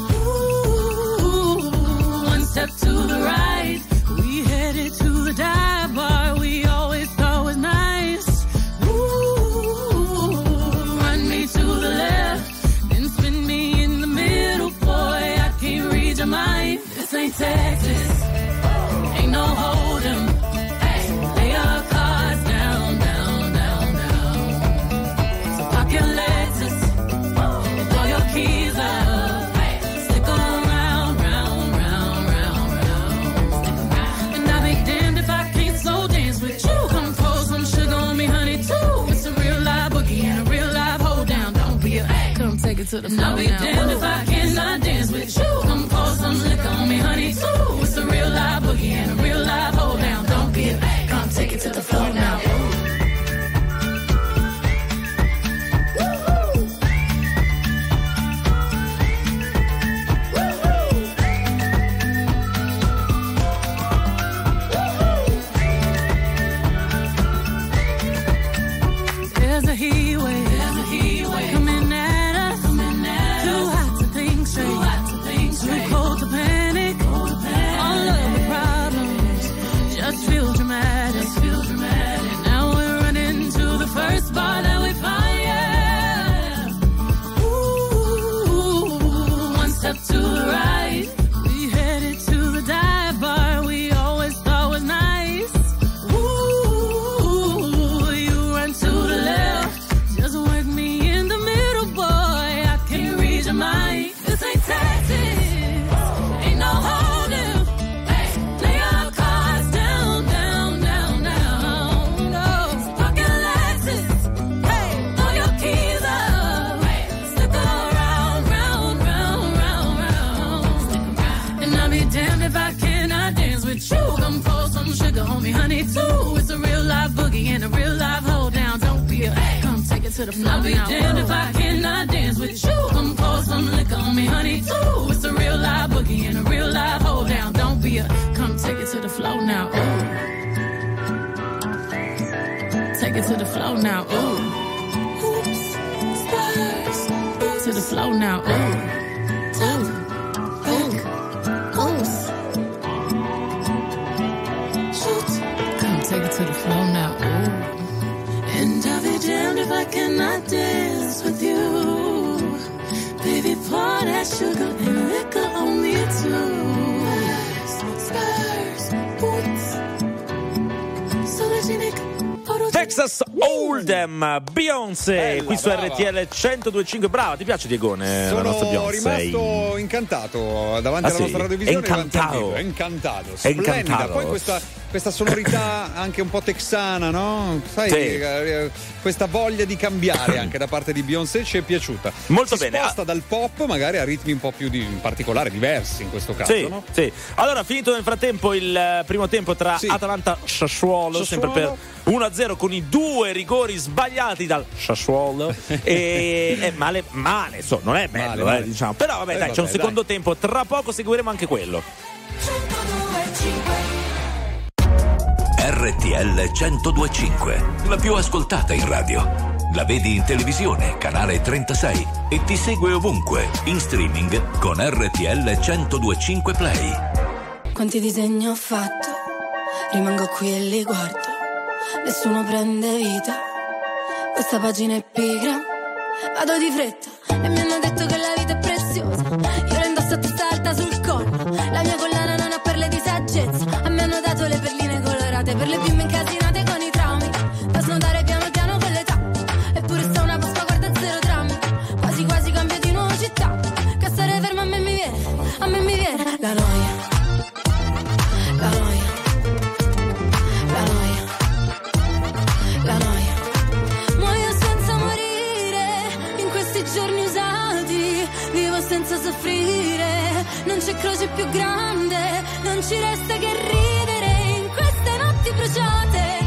Ooh, one step to the right. We headed to the dive bar we always thought was nice. Ooh, run me to the left, then spin me in the middle, boy. I can't read your mind. This ain't Texas, ain't no hold'em. Hey, lay your cards down, down, down, down. So park your Lexus, and throw your keys up. Hey, stick 'em round, round, round, round, round. And I'll be damned if I can't slow dance with you. Come pour some sugar on me, honey, too. It's a real live boogie and a real live hold down. Don't be a hey, come take it to the floor. I'll be damned if I cannot dance with you. Come pour some liquor on me, honey, too. It's a real live boogie and a real live hold down. Don't be a hey, come take it to the floor now. There's a heat wave, there's a heat wave coming at us, coming at too us. Hot to think straight, too hot to think straight, too cold to panic, cold to panic. All of the problems just feel dramatic, just feel dramatic. Now we're running to the first bar that we find, yeah. Ooh, one step to the right, we headed to the dive bar we always thought was nice. Ooh, you run to the left, just work me in the middle, boy. I can't read your mind. This ain't Texas, ain't no hold'em. Hey, lay your cards down, down, down, down. No, so park your Lexus. Hey, throw your keys up. Hey, stick around, round, round, round, round. Stick around. And I'll be damned if I cannot dance with you. Come pour some sugar on me, honey, too. It's a real live boogie and a real live hold down. Don't be a hey, come take it to the floor. I'll be damned if I cannot dance with you. Come pour some liquor on me, honey, too. It's a real live boogie and a real live hold down. Don't be a come take it to the floor now. Ooh. Take it to the floor now. Ooh. Oops, stars. To the floor now. Ooh. Ooh. Ooh. Oops. Shoot. Come take it to the floor now. Ooh. And I'll be damned if I cannot dance with you. Baby, pour that sugar and liquor on me too. Spurs, boots, sole genic. Texas Hold'em, Beyoncé, Bella, qui su brava. R T L centodue e cinque. Brava, ti piace Diegone? La nostra Sono Beyoncé. rimasto incantato davanti Ah, alla sì? nostra radiovisione. Incantato. davanti al vivo. Incantato, splendida. Incantato. Poi questa, questa sonorità anche un po' texana, no? Sai, Sì. eh, questa voglia di cambiare anche da parte di Beyoncé ci è piaciuta. Molto si bene. sposta dal pop magari a ritmi un po' più di, in particolare diversi in questo caso, Sì, no? sì. Allora, finito nel frattempo il eh, primo tempo tra Sì. Atalanta e Sassuolo, Sassuolo. sempre per uno a zero con i due rigori sbagliati dal Sassuolo. e è male, male, insomma, non è bello, Male, eh, male. diciamo. Però vabbè, Eh, dai, c'è un vabbè, secondo tempo, tra poco seguiremo anche quello. R T L centodue e cinque, la più ascoltata in radio. La vedi in televisione, canale trentasei, e ti segue ovunque, in streaming con R T L centodue e cinque Play. Quanti disegni ho fatto, rimango qui e li guardo, nessuno prende vita, questa pagina è pigra, vado di fretta e mi hanno detto che la vita è preziosa, io la indosso a testa alta sul collo, la mia collana non ha perle di saggezza, a me hanno dato le perline colorate per le bimbe incasinate con i traumi, da snodare piano piano con l'età, eppure sta una Pasqua guarda zero drammi, quasi quasi cambio di nuovo città, che stare fermo a me mi viene, a me mi viene la noia. La noia, la noia, la noia. Muoio senza morire, in questi giorni usati, vivo senza soffrire, non c'è croce più grande, non ci resta che ridere in queste notti bruciate.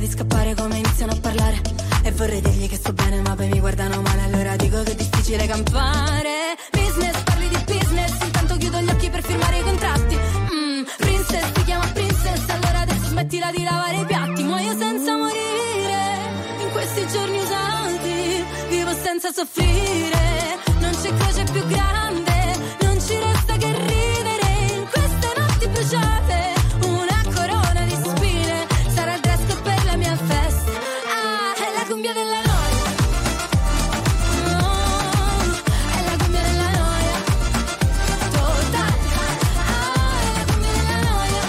di scappare come iniziano a parlare. E vorrei dirgli che sto bene ma poi mi guardano male. Allora dico che è difficile campare. Business, parli di business, intanto chiudo gli occhi per firmare i contratti. mm, Princess, ti chiama princess, allora adesso smettila di lavare i piatti. Muoio senza morire, in questi giorni usati, vivo senza soffrire. Non c'è croce più grande, non ci resta che ridere. In queste notti bruciate, una corona di spine sarà il dress code per la mia festa. Ah, è la cumbia della noia. Oh, è la cumbia della noia. Totale. Ah, è la cumbia della noia.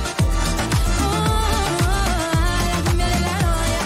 Oh, è la cumbia della noia.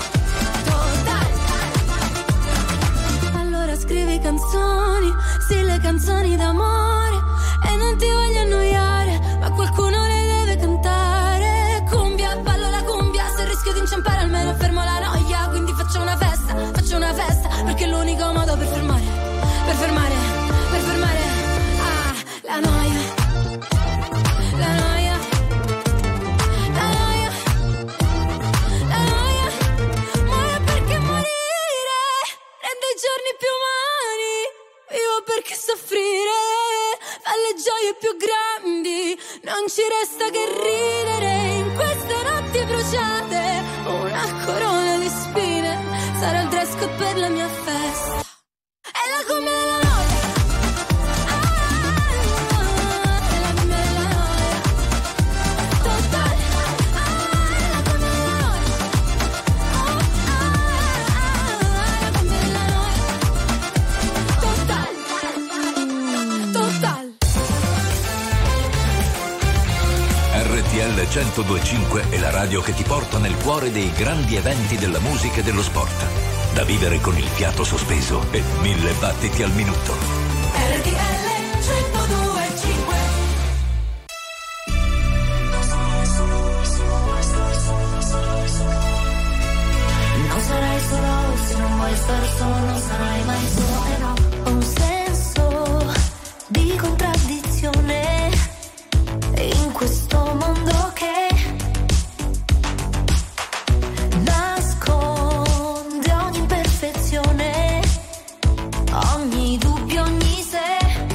Totale. Allora scrivi canzoni, sì, le canzoni d'amore, e non ti voglio annoiare, ma qualcuno le deve cantare. Cumbia, ballo la cumbia, se rischio di inciampare almeno fermo la noia. Quindi faccio una festa, faccio una festa, perché è l'unico modo per fermare, per fermare, per fermare, ah, la noia, la noia, la noia, la noia. Muore perché morire rende i giorni più umani, vivo perché soffrire fa le gioie più grandi. Non ci resta che ridere in queste notti bruciate, una corona di spine sarà il dress code per la mia festa. È la cumbia della noia. Ah, è la cumbia della noia. Totale. Ah, è la cumbia della noia. Oh, ah, è la cumbia della noia. Totale. Totale. R T L centodue e cinque è la radio che ti porta nel cuore dei grandi eventi della musica e dello sport. Da vivere con il fiato sospeso e mille battiti al minuto. R T L centodue e cinque. Non sarai solo se non vuoi star solo, non sarai mai solo, e no. Ho un senso di contraddizione in questo mondo che nasconde ogni imperfezione, ogni dubbio, ogni se.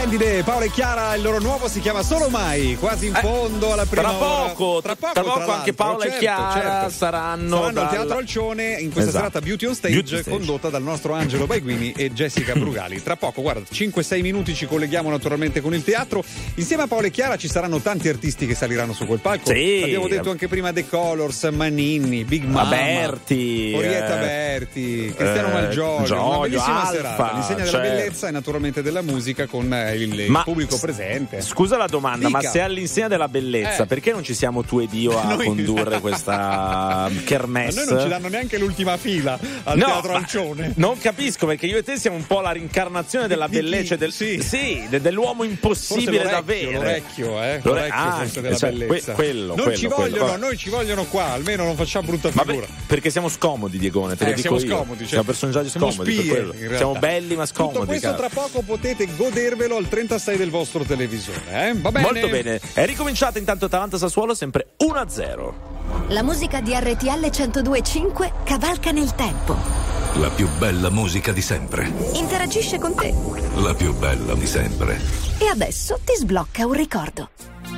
Splendide, Paola e Chiara, il loro nuovo si chiama Solo Mai, quasi in fondo alla prima tra ora. poco, Tra poco, tra poco tra anche l'altro, Paola certo, e Chiara certo. saranno, saranno dal... al Teatro Alcione in questa Esatto. serata Beauty on Stage, Beauty Stage. condotta dal nostro Angelo Baiguini e Jessica Brugali. Tra poco, guarda, cinque sei minuti ci colleghiamo naturalmente con il teatro. Insieme a Paola e Chiara ci saranno tanti artisti che saliranno su quel palco. Sì. Abbiamo detto anche prima The Colors, Maninni, Big Mama, Berti, Orietta eh, Berti, Cristiano eh, Malgioglio, Gioglio, una bellissima Alfa, serata, l'insegna della certo. bellezza e naturalmente della musica con eh, il, il Ma pubblico presente. Scusa la domanda, Dica. ma se all'insegna della bellezza, Eh. perché non ci siamo tu ed io a Noi- condurre questa Ma kermesse? noi non ci danno neanche l'ultima fila al No, Teatro ma Alcione. Non capisco, perché io e te siamo un po' la rincarnazione della Di chi? bellezza del, Sì. sì, de- dell'uomo Forse impossibile da l'orecchio, avere. l'orecchio, eh? L'ore- L'orecchio ah, forse della cioè, bellezza. que- quello, non quello, ci quello, vogliono, vabbè. noi ci vogliono qua, almeno non facciamo brutta Vabbè, figura. perché siamo scomodi, Diegone, te lo Eh, dico siamo io. scomodi, Siamo certo. personaggi Siamo scomodi, spie, per quello. in realtà. Siamo belli ma scomodi. Tutto questo cazzo. tra poco potete godervelo al trentasei del vostro televisore, eh? Va bene? Molto bene. È ricominciata intanto Atalanta Sassuolo sempre uno a zero. La musica di R T L centodue e cinque cavalca nel tempo. La più bella musica di sempre. Interagisce con te. La più bella di sempre. E adesso ti sblocca un ricordo.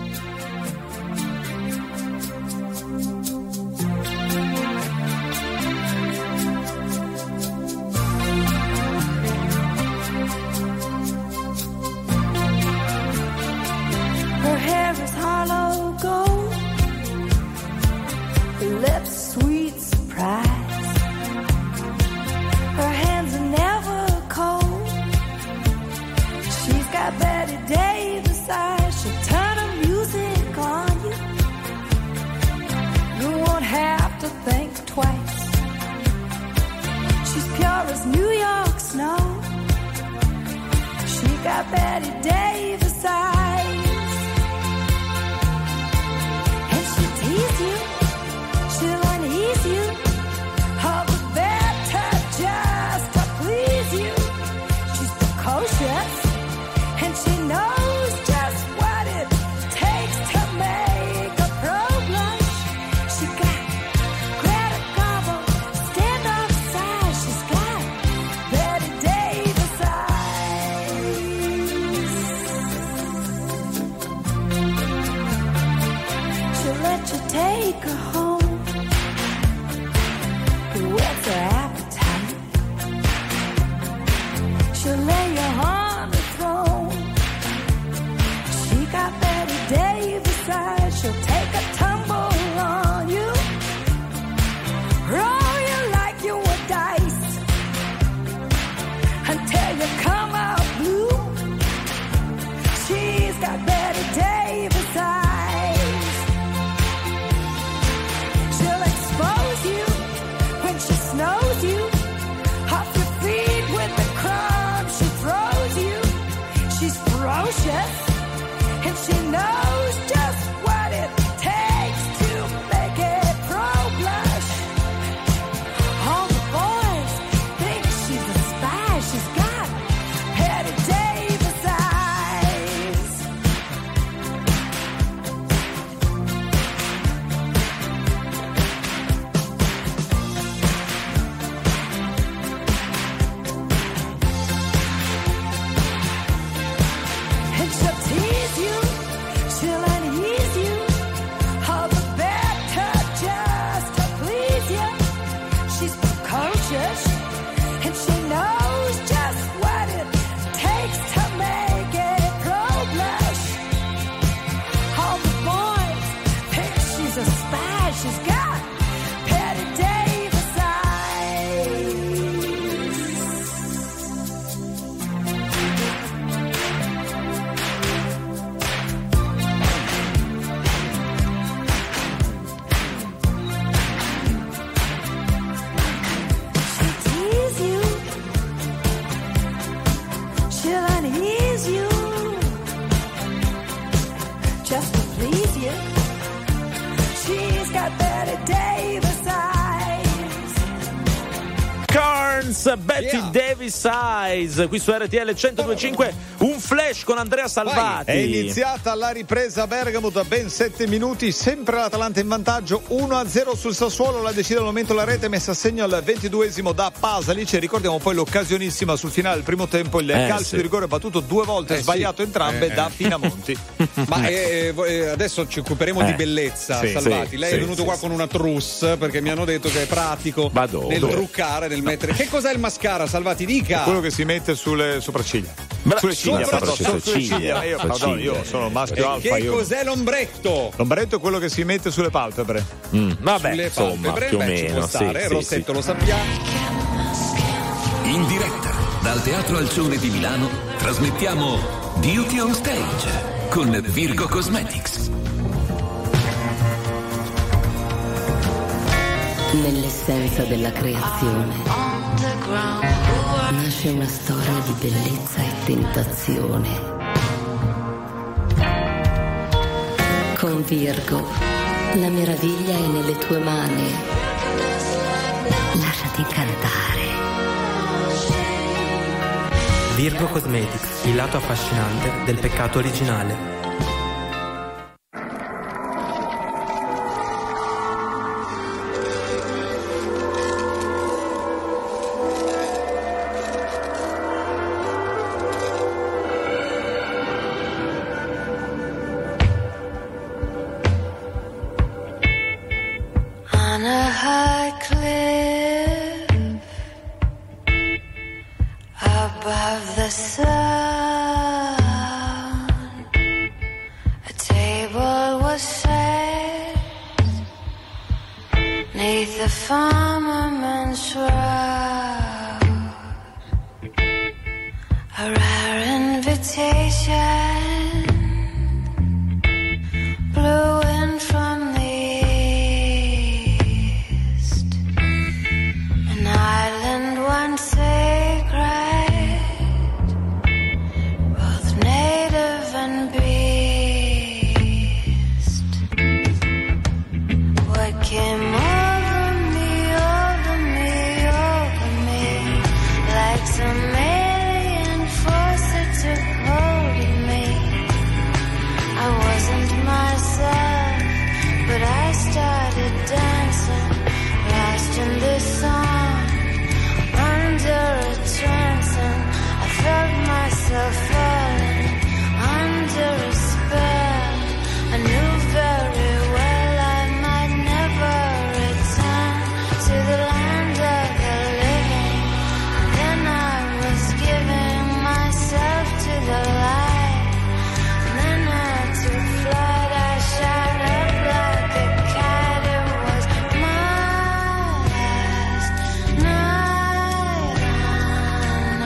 Her hair is hollow gold, her lips sweet surprise. Her hands are never cold. She's got Betty Davis eyes. She'll turn her music on you. You won't have to think twice. She's pure as New York snow. She got Betty Davis eyes. And she'll tease you, she'll unease you, all the better just to please you. She's precocious, and she knows just what it takes to make a pro blush. She got Greta Garbo, stand up side. She's got Betty Davis eyes. She'll let you take her home. What's her appetite? She'll lay you on the throne. She got Betty Davis eyes. She'll take a tumble on you, roll you like you were dice until you come out blue. She's got Betty Davis eyes. She'll expose you when she snows you off your feet with the crumbs she throws you. She's ferocious, and she knows just what it takes to make it pro blush. All the boys think she's a spy. She's got Betty Davis eyes. And she'll tease you, she'll unease you, all the better just to please you. She's precocious, and she knows just what it takes to make it pro blush. All the boys think she's a spy. She's got Betty Davis eyes. She'll tease you, Burns, Betty Yeah. Davis Eyes, qui su R T L centodue e cinque, un flash con Andrea Salvati. È iniziata la ripresa a Bergamo da ben sette minuti, sempre l'Atalanta in vantaggio, uno a zero sul Sassuolo, la decide al momento la rete messa a segno al ventiduesimo da Pasalic, e ricordiamo poi l'occasionissima sul finale del primo tempo, il Eh, calcio sì. di rigore battuto due volte, Eh, sbagliato sì. entrambe Eh, da eh. Pinamonti. Ma eh, eh, adesso ci occuperemo Eh. di bellezza, Sì, Salvati. sì, Lei sì, è venuto sì, qua sì. con una trousse perché mi hanno detto che è pratico Ma dove? nel Dove? truccare, nel mettere. Che cos'è il mascara, Salvati? Dica! Quello che si mette sulle sopracciglia. Bra- sulle ciglia, sopra- pardon, sulle sulle ciglia. ciglia. Io, Sulle pardon, ciglia. io sono maschio E alfa. che Io. cos'è l'ombretto? L'ombretto è quello che si mette sulle palpebre. Mm, vabbè, Sulle insomma, palpebre? più o Beh, ci può meno. stare, sì, il sì, rossetto sì. lo sappiamo. In diretta dal Teatro Alcione di Milano trasmettiamo Beauty on Stage con Virgo Cosmetics. Nell'essenza della creazione nasce una storia di bellezza e tentazione. Con Virgo, la meraviglia è nelle tue mani. Lasciati incantare. Virgo Cosmetics, il lato affascinante del peccato originale. On a high cliff above the sun, a table was set neath the firmament's shroud, a rare invitation blew in from the east, an island once sacred, both native and beast. What came over me, over me, over me, like some alien force that took hold of me. I wasn't myself, but I started dancing, lost in this song, under a trance, and I felt myself falling under a spell. I knew very well I might never return to the land of the living. Then I was giving myself to the light. Then I took flight, I shot up like a cat. It was my last night on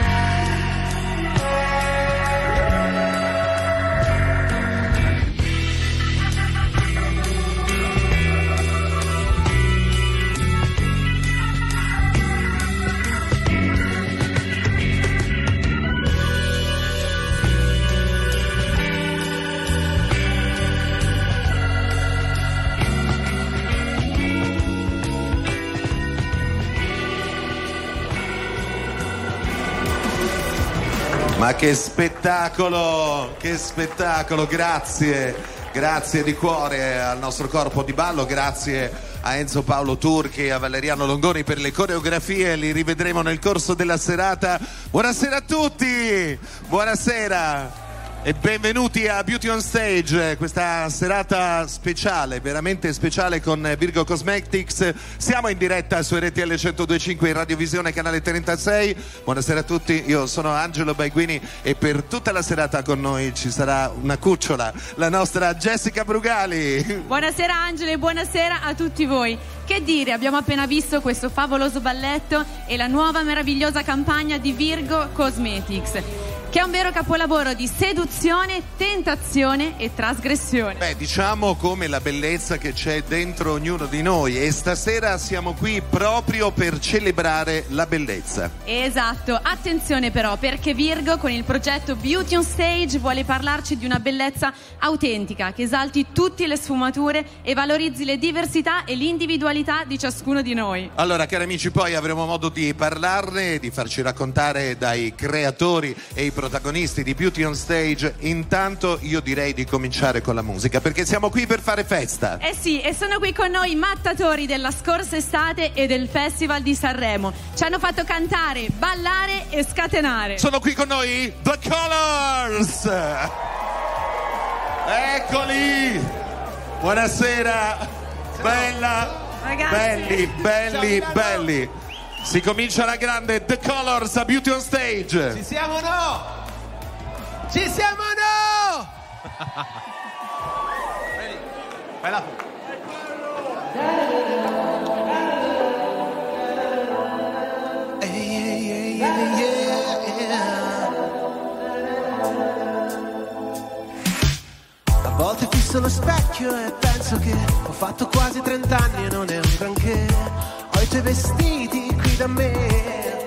Ma che spettacolo, che spettacolo, grazie, grazie di cuore al nostro corpo di ballo, grazie a Enzo Paolo Turchi e a Valeriano Longoni per le coreografie, li rivedremo nel corso della serata. Buonasera a tutti, buonasera e benvenuti a Beauty on Stage, questa serata speciale, veramente speciale con Virgo Cosmetics. Siamo in diretta su R T L centodue e cinque in radiovisione canale trentasei. Buonasera a tutti, io sono Angelo Baiguini e per tutta la serata con noi ci sarà una cucciola, la nostra Jessica Brugali. Buonasera Angelo e buonasera a tutti voi. Che dire, abbiamo appena visto questo favoloso balletto e la nuova meravigliosa campagna di Virgo Cosmetics. che è un vero capolavoro di seduzione, tentazione e trasgressione. Beh, diciamo come la bellezza che c'è dentro ognuno di noi, e stasera siamo qui proprio per celebrare la bellezza. Esatto, attenzione però, perché Virgo con il progetto Beauty on Stage vuole parlarci di una bellezza autentica che esalti tutte le sfumature e valorizzi le diversità e l'individualità di ciascuno di noi. Allora, cari amici, poi avremo modo di parlarne, di farci raccontare dai creatori e i protagonisti di Beauty on Stage. Intanto io direi di cominciare con la musica, perché siamo qui per fare festa. Eh sì, e sono qui con noi i mattatori della scorsa estate e del Festival di Sanremo. Ci hanno fatto cantare, ballare e scatenare. Sono qui con noi The Colors. Eccoli. Buonasera. Bella. Ragazzi. Belli, belli, belli. Si comincia alla grande. The Colors a Beauty on Stage. Ci siamo o no? Ci siamo o no? Vai là. A volte fisso lo specchio e penso che ho fatto quasi trent'anni e non è un granché. Ho i tuoi vestiti qui da me.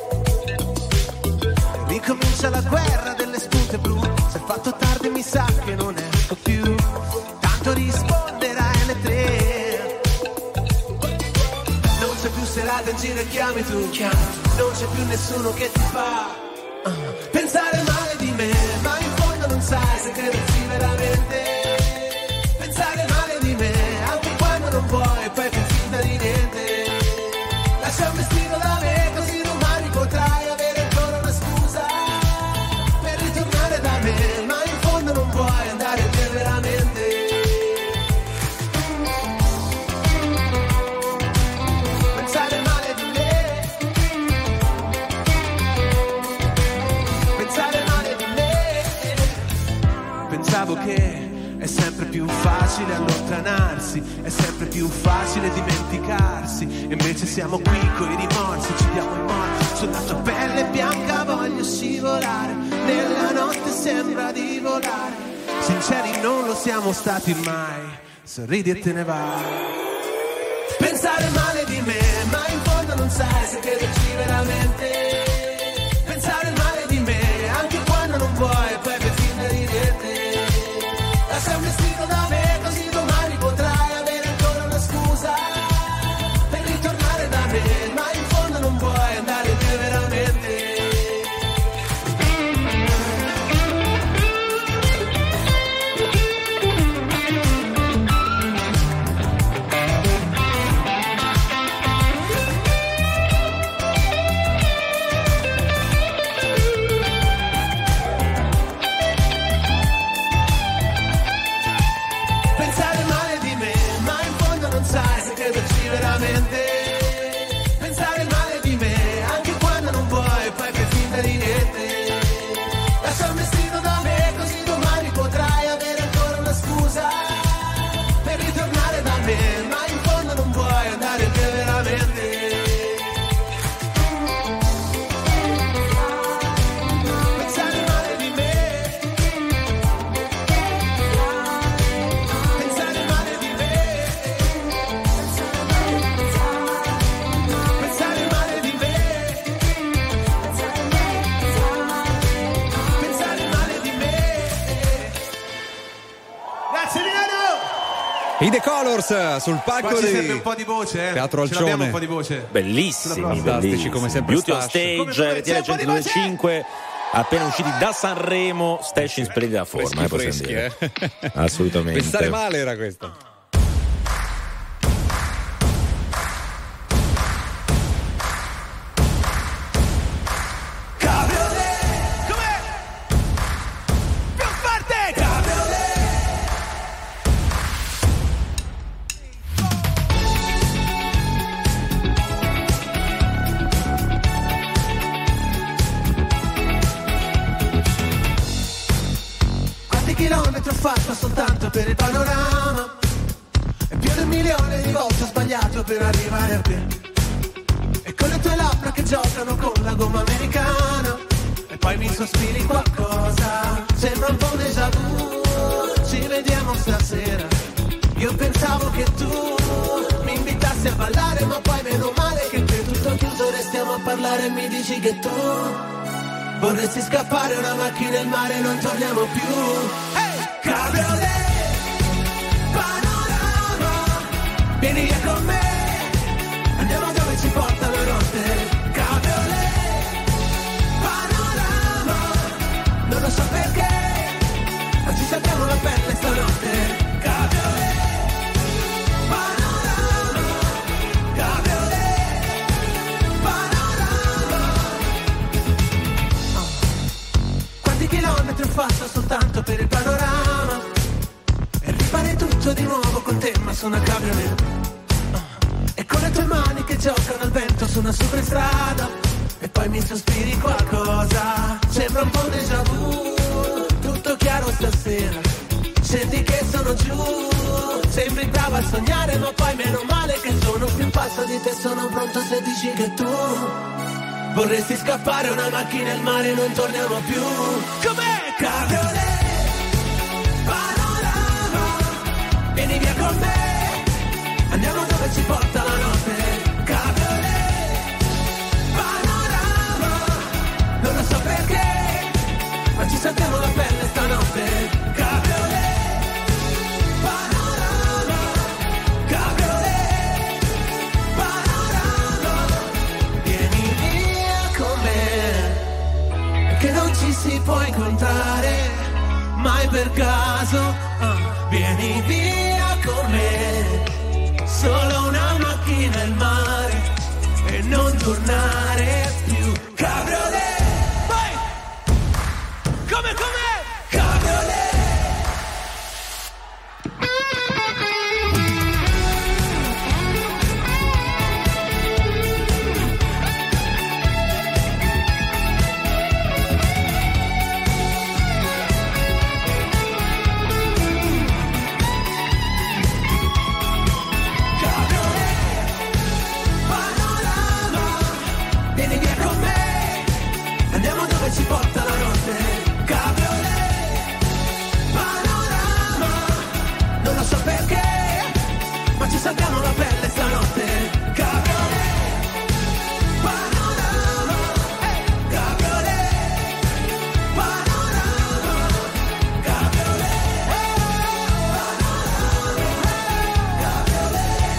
Ricomincia la guerra delle spunte blu. Se è fatto tardi mi sa che non esco più. Tanto risponderai alle tre. Non c'è più serata in giro e chiami tu. Non c'è più nessuno che ti fa uh, pensare male di me. Ma in fondo non sai se crederci veramente. Pensare male di me anche quando non vuoi, poi fai finta di niente. Lascia un vestito da me così domani potrai avere ancora una scusa per ritornare da me. Ma in fondo non puoi andare via veramente. Pensare male di me. Pensare male di me. Pensavo che è sempre più facile allontanarsi, è sempre più facile dimenticarsi. E invece siamo qui coi rimorsi, ci diamo i morti. Sulla tua pelle bianca voglio scivolare, nella notte sembra di volare. Sinceri non lo siamo stati mai, sorridi e te ne vai. Pensare male di me, ma in fondo non sai se crederci veramente. Pensare male di me, anche quando non vuoi, poi per finta di niente. Lascia un vestito da me così domani potrai avere ancora una scusa per ritornare da me. Ma in fondo non puoi andare via veramente. Pensare male di me, ma in fondo non sai se crederci veramente. Pensare male di me, anche quando non vuoi, poi fai finta di niente. Lascia un vestito da me, così domani potrai avere ancora una scusa per ritornare da me. Ma in fondo non vuoi andare via veramente. Pensare male di me. Pensare male di me. Pensare male di me. Pensare male di me. Grazie Milano. I The Colors sul palco Qua ci di serve un po' di voce, eh. Teatro Ce l'abbiamo Alcione. un po' di voce. Bellissimi, Fantastici, bellissimi. come sempre Beauty on Stash. Stage, Come- come- R T L c'è un po' di centodue e cinque, appena usciti da Sanremo, Stash in splendida forma, eh, possiamo Freschi, dire. eh. Assolutamente. Pensare male era questo. Cabriolet, com'è? Più forte! Cabriolet. Quanti chilometri ho fatto soltanto per il panorama? E più di un milione di volte ho sbagliato per arrivare a te. E con le tue labbra che giocano con la gomma americana. E poi mi sospiri qualcosa, sembra un po' déjà vu, ci vediamo stasera. Io pensavo che tu mi invitassi a ballare, ma poi meno male che qui è tutto chiuso, restiamo a parlare e mi dici che tu vorresti scappare, una macchina e il mare, non torniamo più. Hey! Cabriolet, panorama, vieni via con me, andiamo dove ci porta la notte. Cabriolet, panorama, non lo so perché, ma ci saltiamo la pelle stanotte. Cabriolet, panorama, cabriolet, panorama. Oh. Quanti chilometri ho fatto soltanto per il panorama, e rifare tutto di nuovo con te, ma su una cabriolet. Oh. E con le tue mani che giocano al vento su una superstrada, e poi mi sospiri qualcosa, sembra un po' un déjà vu, tutto chiaro stasera. Senti che sono giù, sembri brava a sognare, ma poi meno male che sono più in passo di te, sono pronto se dici che tu vorresti scappare, una macchina e il mare, non torniamo più. Com'è? Cabriolet, panorama, vieni via con me, andiamo dove ci porta la notte. Cabriolet, panorama, non lo so perché, ma ci saltiamo la pelle stanotte. Cabriolet, che non ci si può incontrare mai per caso, uh, vieni via con me, solo una macchina e il mare, e non tornare più. Cabriolet, vai! Come, come? Cabriolet! Ci porta la notte. Cabriolet, panorama, non lo so perché, ma ci saltiamo la pelle stanotte. Cabriolet, panorama, hey. Cabriolet, panorama, cabriolet, panorama, cabriolet,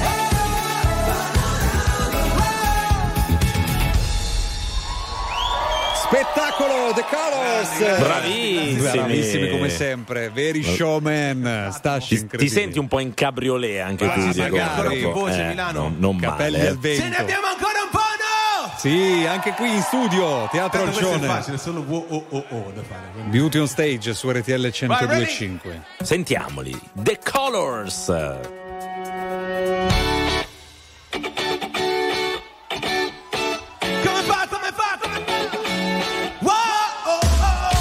panorama. Spettacolo The Colors, bravissimi, bravissimi come sempre, veri showman. Stash ti, incredibile. ti senti un po' in cabriolet anche Ah, tu, Diego? magari. Ecco, Voce eh, Milano. non, non Capelli male, al eh. vento. Ce ne abbiamo ancora un po', no? Sì, anche qui in studio, Teatro Tanto questo è Alcione. facile, solo wo o o o da fare. quindi. Beauty on Stage su R T L centodue e cinque. Sentiamoli, The Colors. Come fa, come fa, come fa? Wow, oh, oh.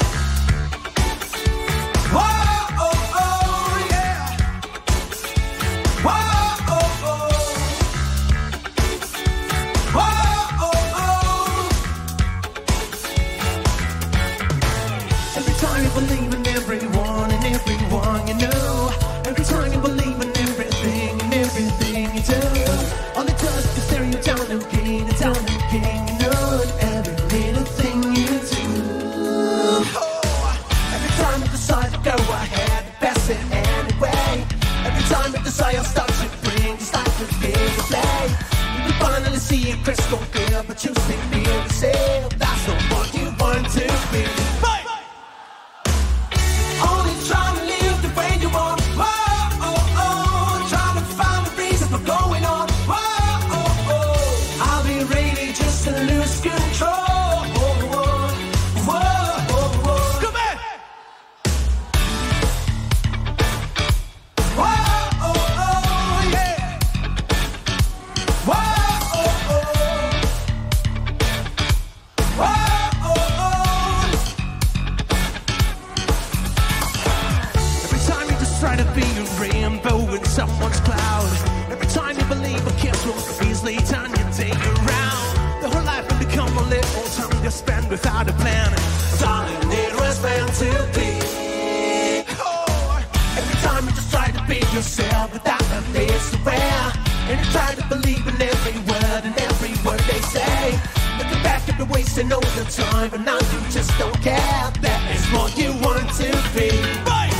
Wow, oh, oh, yeah. Wow, oh, oh. Wow, oh, oh. Every time you believe in everyone and everyone you know, every time you believe in everything and everything you do, all it does is stare you down again and down again, you know, every little thing you do. Oh, every time you decide to go ahead, best it anyway. Every time you decide I'll start to bring this life to be a play. You can finally see it crystal clear, but you still feel the same. That's not what you want to be. Bye. Only trying to live the way you want. Whoa, oh, oh. Trying to find the reasons for going on. Whoa, oh, oh. I'll be ready just to lose control. Whoa, whoa, whoa, whoa. Come here. Whoa, oh, oh, yeah. Whoa, oh, oh. to spend without a plan. Darling, it was meant to be. Oh, every time you just try to be yourself without a face to wear, and you try to believe in every word and every word they say. Looking back at the wasting all the time, but now you just don't care. That is what you want to be. Right.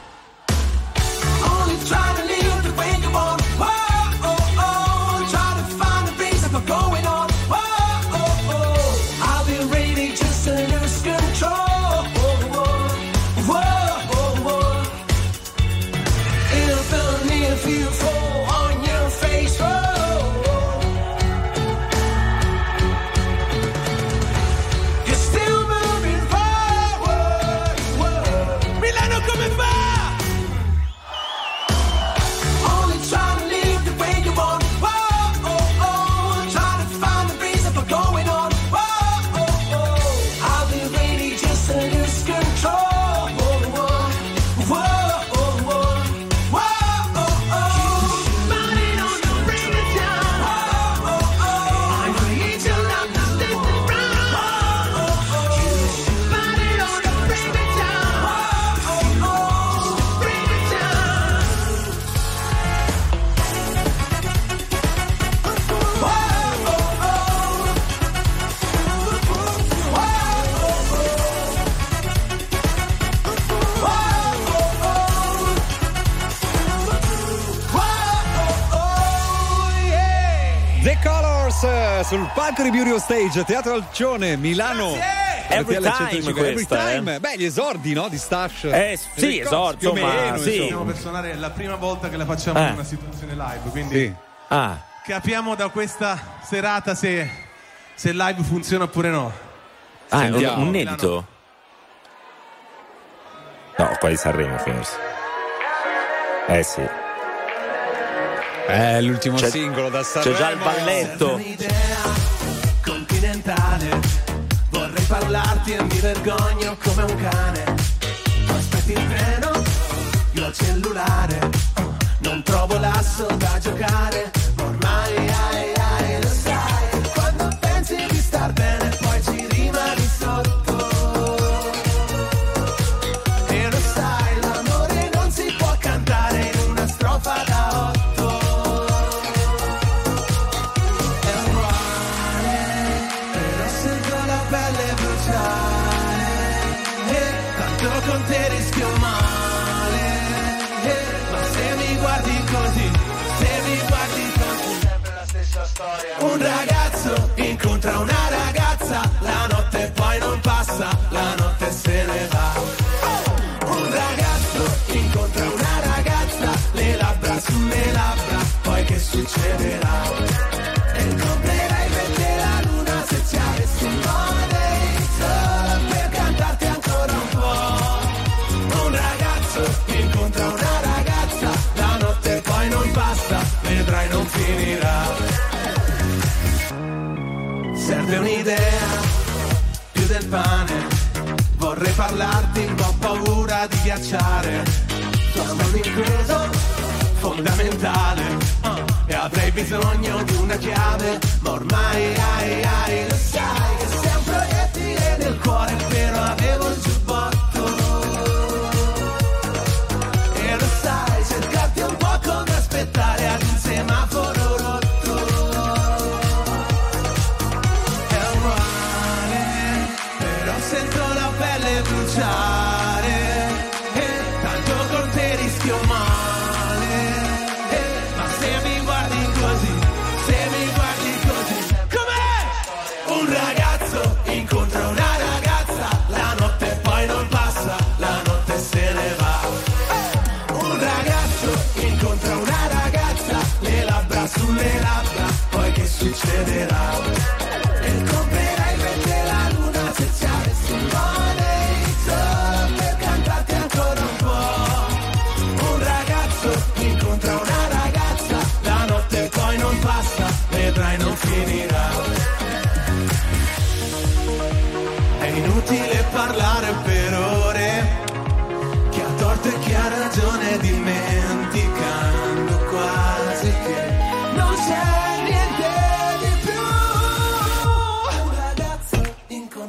Only try to live the way you want. Whoa, oh, oh. Try to find a reason for going on. Whoa, oh, oh. I'll be ready just to lose control. Whoa, whoa, whoa. Even if you fall on your face, whoa. Sul palco di Burio Stage, Teatro Alcione, Milano. Every R T L time centocinque. questa, Every time. eh. Beh, gli esordi, no? Di Stash. Eh, sì, esordi, più o insomma, meno, sì. Stiamo per suonare la prima volta che la facciamo Eh. in una situazione live, quindi Sì. Ah, capiamo da questa serata se, se il live funziona oppure no. ah è un, Sentiamo. un inedito? No, qua di Sanremo forse. Eh sì. Eh, l'ultimo C'è- singolo da C'è Sanremo. già il balletto. Un'idea continentale, vorrei parlarti e mi vergogno come un cane. Aspetti il treno, io al cellulare, non trovo l'asso da giocare. Ormai ai, ai, lo sai, quando pensi di star bene poi ci rimani sotto. E lo sai, l'amore non si può cantare in una strofa da otto. È uguale, però sento la pelle bruciare, e tanto con te rischio male, e ma se mi guardi così, se mi guardi così, sempre la stessa storia. Un ragazzo incontra una ragazza, la notte poi non passa, la notte se ne va. Un ragazzo incontra una ragazza, le labbra sulle labbra, poi che succederà? E comprerei per te la luna se ci avessi un money, solo per cantarti ancora un po'. Un ragazzo incontra una ragazza, la notte poi non passa, vedrai non finirà. Serve un'idea, più del pane, vorrei parlarti, un po' paura di ghiacciare. Sono un incredo fondamentale, uh, e avrei bisogno di una chiave, ma ormai ai, ai, lo sai che sei un proiettile nel cuore, però avevo il giubbotto. E lo sai, cercarti un po' come aspettare ad un semaforo rotto. È uguale, però sento la pelle bruciare, e tanto con te rischio male, e ma se mi guardi così, se mi guardi così, com'è? Un ragazzo incontra una ragazza, la notte poi non passa, la notte se ne va. Un ragazzo incontra una ragazza, le labbra sulle labbra, poi che succederà? E comprerai per te la luna se ci avessi un money, solo per cantarti ancora un po'. Un ragazzo incontra una ragazza, la notte poi non passa, vedrai non finirà. È inutile parlare per ore, chi ha torto e chi ha ragione, dimenticando quasi che non c'è niente di più. Un ragazzo incontra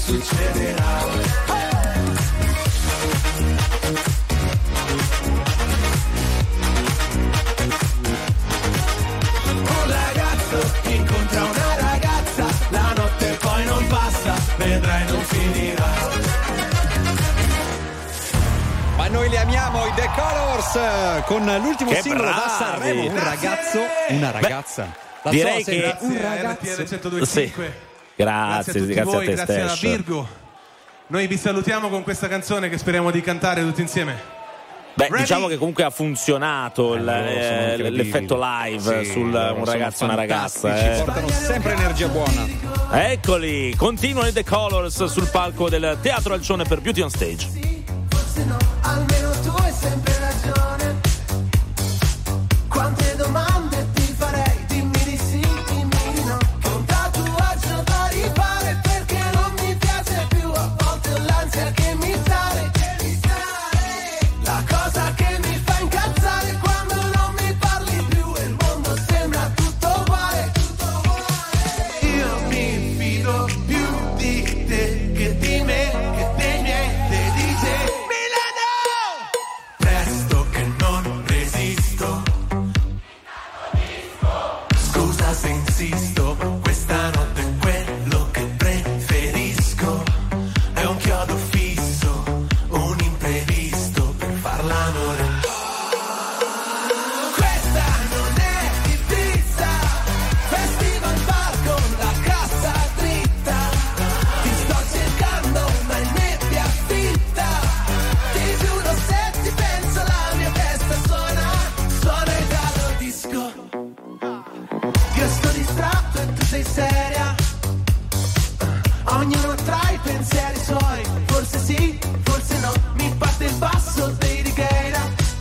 succederà. Un ragazzo incontra una ragazza, la notte poi non passa, vedrai non finirà. Ma noi li amiamo, i The Colors, eh, con l'ultimo Che singolo da bravi! Sanremo, un ragazzo, una ragazza. La direi so, che- sembra un Grazie a ragazzo. R T L centodue e Sì. cinque. Grazie, Grazie a tutti grazie voi, a te, grazie alla Stash. Virgo. Noi vi salutiamo con questa canzone che speriamo di cantare tutti insieme. Beh, Ready? diciamo che comunque ha funzionato il- loro sono eh, incredibili. l'effetto live Sì, sul loro un sono ragazzo e una ragazza. fantastici, eh. portano sempre energia buona. Eccoli, continuano i The Colors sul palco del Teatro Alcione per Beauty on Stage. Forse no, almeno tu hai sempre ragione. Quante domande ti farei, dimmi di sì, dimmi di no. Che un tatuaggio da rifare perché non mi piace più. A volte ho l'ansia che mi sale. La cosa che mi fa incazzare quando non mi parli più e il mondo sembra tutto uguale. Io mi fido più di te che di me, che dei miei, dei D J. Milano! Presto che non resisto. Scusa se insisto, questa notte è quello che preferisco. È un chiodo fisso, un imprevisto per far l'amore. Questa non è Ibiza, festival bar con la cassa dritta. Ti sto cercando ma in nebbia fitta. Ti giuro se ti penso la mia testa suona, suona il gallo disco. Io sto distratto e tu sei seria. Ognuno tra i pensieri suoi, forse sì, forse no. Mi parte il basso dei Righeira.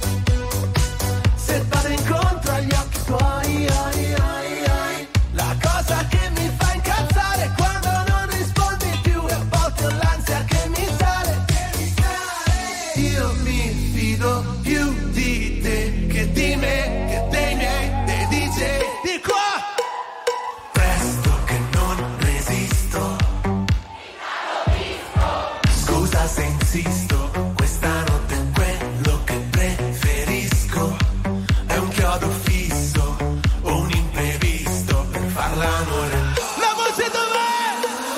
Se vado incontro agli occhi tuoi, oi, oi, oi. La cosa che mi fa incazzare è quando non rispondi più e a volte ho l'ansia che mi sale. Io mi fido più di te che di me, che dei miei, dei D J. Di qua! Presto che non resisto. Scusa se insisto, questa notte è quello che preferisco. È un chiodo fisso, un imprevisto per far l'amore. La voce dov'è?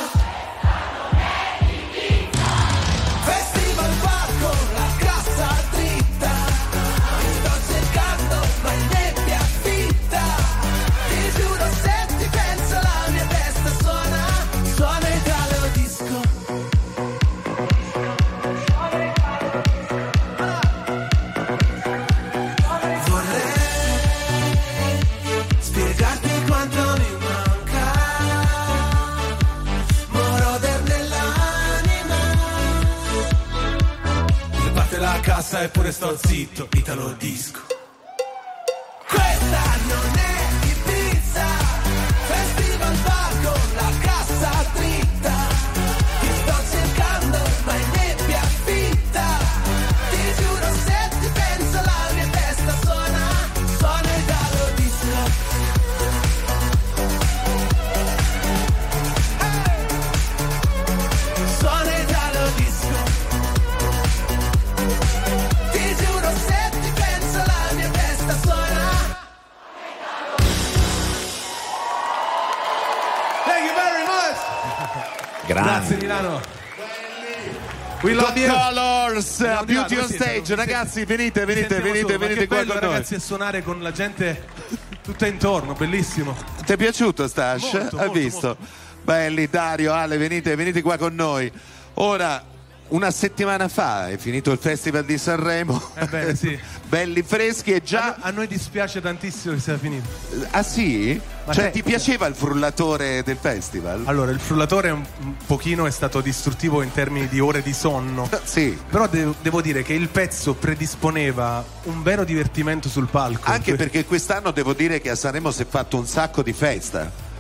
Festival bar con la cassa dritta. Ti sto cercando ma in nebbia fitta. Ti giuro se ti penso la mia testa suona, suona il gallo disco. Vorrei spiegarti quanto mi manca, moroder nell'anima. Riparte la cassa eppure sto zitto, Italo disco. Questa non è Ibiza, festival bar con la cassa dritta. Ti sto cercando ma in nebbia fitta. Ti giuro se ti penso la mia testa suona, suona il gallo disco. Suona il gallo disco. Ti giuro se ti penso la mia testa suona. Thank you very much. Grande. Grazie Milano. We love The you. Colors, Siamo Beauty arrivati, on sì, stage, siamo- ragazzi, venite, Mi venite, sentiamo venite, solo, ma venite che qua bello, con noi. ragazzi, a suonare con la gente tutta intorno, bellissimo. Ti è piaciuto Stash? Molto, Hai molto, visto? Belli, Dario, Ale, venite, venite qua con noi. Ora, una settimana fa è finito il Festival di Sanremo. Ebbene, sì. Belli freschi e già. A, a noi dispiace tantissimo che sia finito. Ah sì? Ma Cioè te- ti piaceva il frullatore del festival? Allora, il frullatore un, un pochino è stato distruttivo in termini di ore di sonno. Sì. Però de- devo dire che il pezzo predisponeva un vero divertimento sul palco. Anche perché quest'anno devo dire che a Sanremo si è fatto un sacco di festa.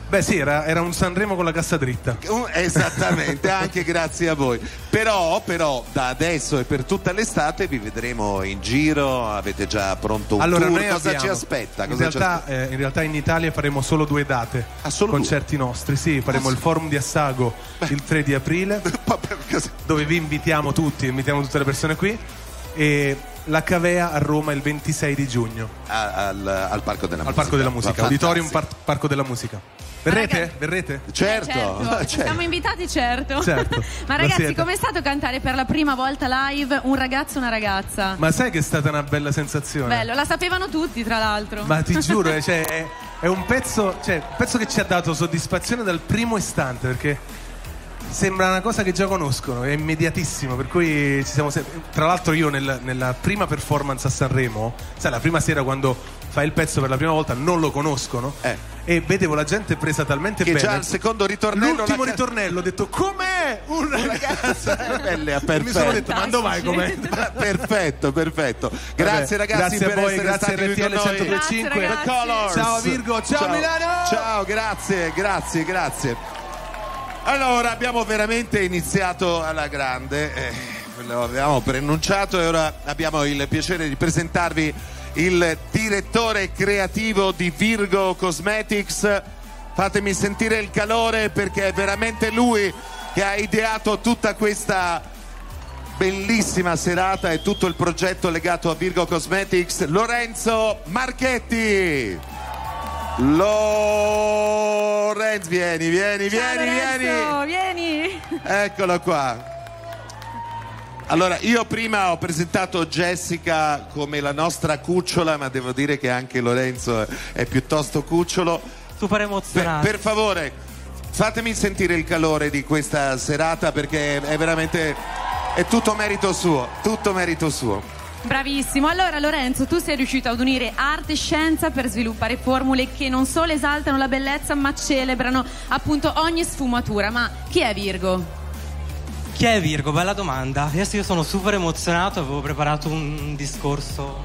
Beh sì, era, era un Sanremo con la cassa dritta. Uh, esattamente, anche grazie a voi. Però, però, da adesso e per tutta l'estate vi vedremo in giro, avete già pronto un allora, tour, noi cosa abbiamo, ci aspetta? In Cosa realtà, ci aspetta? eh, in realtà in Italia faremo solo due date, solo concerti due? nostri, sì, faremo Ah, il forum di Assago il tre di aprile, dove vi invitiamo tutti, invitiamo tutte le persone qui, e la Cavea a Roma il ventisei di giugno. A, al, al Parco della al Musica. Parco della Musica, Fantastico. Auditorium Par- Parco della Musica. Verrete? Verrete? Certo, certo. certo. Siamo invitati, certo. Certo. Ma Lo ragazzi, siete. com'è stato cantare per la prima volta live un ragazzo e una ragazza? Ma sai che è stata una bella sensazione? Bello, la sapevano tutti, tra l'altro. Ma ti giuro, eh, cioè, è, è un pezzo, cioè, un pezzo che ci ha dato soddisfazione dal primo istante, perché sembra una cosa che già conoscono, è immediatissimo, per cui ci siamo se- tra l'altro io nel- nella prima performance a Sanremo, sai, la prima sera quando fai il pezzo per la prima volta non lo conoscono, e vedevo la gente presa talmente Che bene. già al secondo ritornello l'ultimo la- ritornello ho detto com'è un ragazzo. Bella, E mi sono detto ma dov'è com'è? Perfetto, perfetto. Grazie Vabbè, ragazzi grazie a per voi, essere grazie stati a qui R T L con noi. centodue e cinque. The Colors. Ciao Virgo, ciao Milano. Ciao, grazie, grazie, grazie. Allora, abbiamo veramente iniziato alla grande, eh, lo avevamo preannunciato e ora abbiamo il piacere di presentarvi il direttore creativo di Virgo Cosmetics. Fatemi sentire il calore perché è veramente lui che ha ideato tutta questa bellissima serata e tutto il progetto legato a Virgo Cosmetics, Lorenzo Marchetti. Lorenzo, vieni, vieni, Ciao, vieni, Lorenzo, vieni. vieni. Eccolo qua. Allora, io prima ho presentato Jessica come la nostra cucciola, ma devo dire che anche Lorenzo è piuttosto cucciolo. Super emozionato. Per, per favore, fatemi sentire il calore di questa serata perché è veramente è tutto merito suo, tutto merito suo. Bravissimo. Allora Lorenzo, tu sei riuscito ad unire arte e scienza per sviluppare formule che non solo esaltano la bellezza ma celebrano appunto ogni sfumatura. Ma chi è Virgo? Chi è Virgo? Bella domanda. Adesso io sono super emozionato, avevo preparato un discorso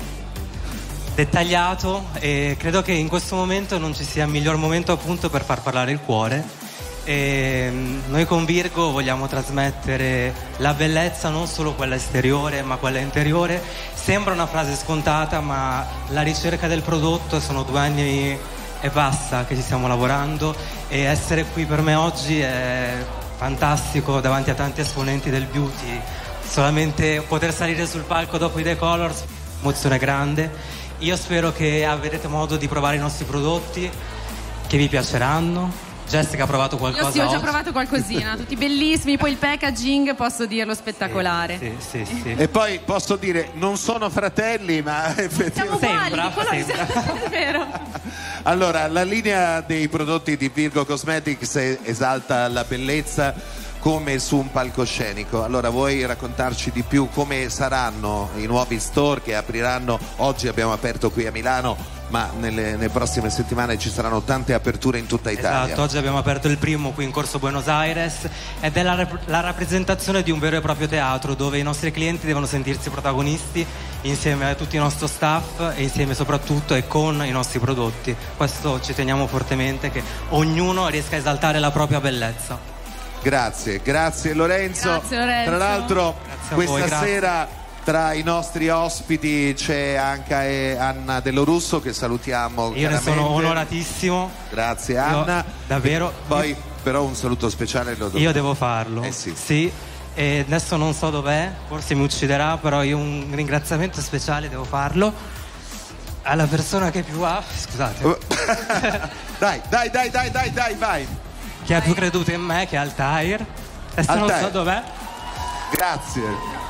dettagliato e credo che in questo momento non ci sia miglior momento appunto per far parlare il cuore. E noi con Virgo vogliamo trasmettere la bellezza, non solo quella esteriore ma quella interiore. Sembra una frase scontata, ma la ricerca del prodotto sono due anni e basta che ci stiamo lavorando, e essere qui per me oggi è fantastico davanti a tanti esponenti del beauty. Solamente poter salire sul palco dopo i The Colors, emozione grande. Io spero che avrete modo di provare i nostri prodotti, che vi piaceranno. Jessica ha provato qualcosa Io sì, ho già oggi? provato qualcosina, tutti bellissimi, poi il packaging posso dirlo spettacolare. Sì, sì, sì. E poi posso dire, non sono fratelli, ma Siamo uguali, di colore, è vero. Allora, la linea dei prodotti di Virgo Cosmetics es- esalta la bellezza come su un palcoscenico. Allora, vuoi raccontarci di più come saranno i nuovi store che apriranno? Oggi abbiamo aperto qui a Milano, ma nelle, nelle prossime settimane ci saranno tante aperture in tutta Italia. Esatto, oggi abbiamo aperto il primo qui in Corso Buenos Aires ed è la, rap- la rappresentazione di un vero e proprio teatro dove i nostri clienti devono sentirsi protagonisti insieme a tutto il nostro staff e insieme soprattutto e con i nostri prodotti. Questo ci teniamo fortemente, che ognuno riesca a esaltare la propria bellezza. Grazie, grazie Lorenzo. Grazie, Lorenzo. Tra l'altro, Grazie a questa voi, grazie. sera tra i nostri ospiti c'è anche Anna Dello Russo, che salutiamo. Io ne sono chiaramente. onoratissimo. Grazie Io, Anna. davvero. E poi però un saluto speciale lo Io devo farlo. Eh sì. Sì. E adesso non so dov'è, forse mi ucciderà, però io un ringraziamento speciale devo farlo alla persona che più ha, scusate, dai, dai, dai, dai, dai, dai, vai. che ha più creduto in me, che è Altair. Adesso non Altair. so dov'è. Grazie.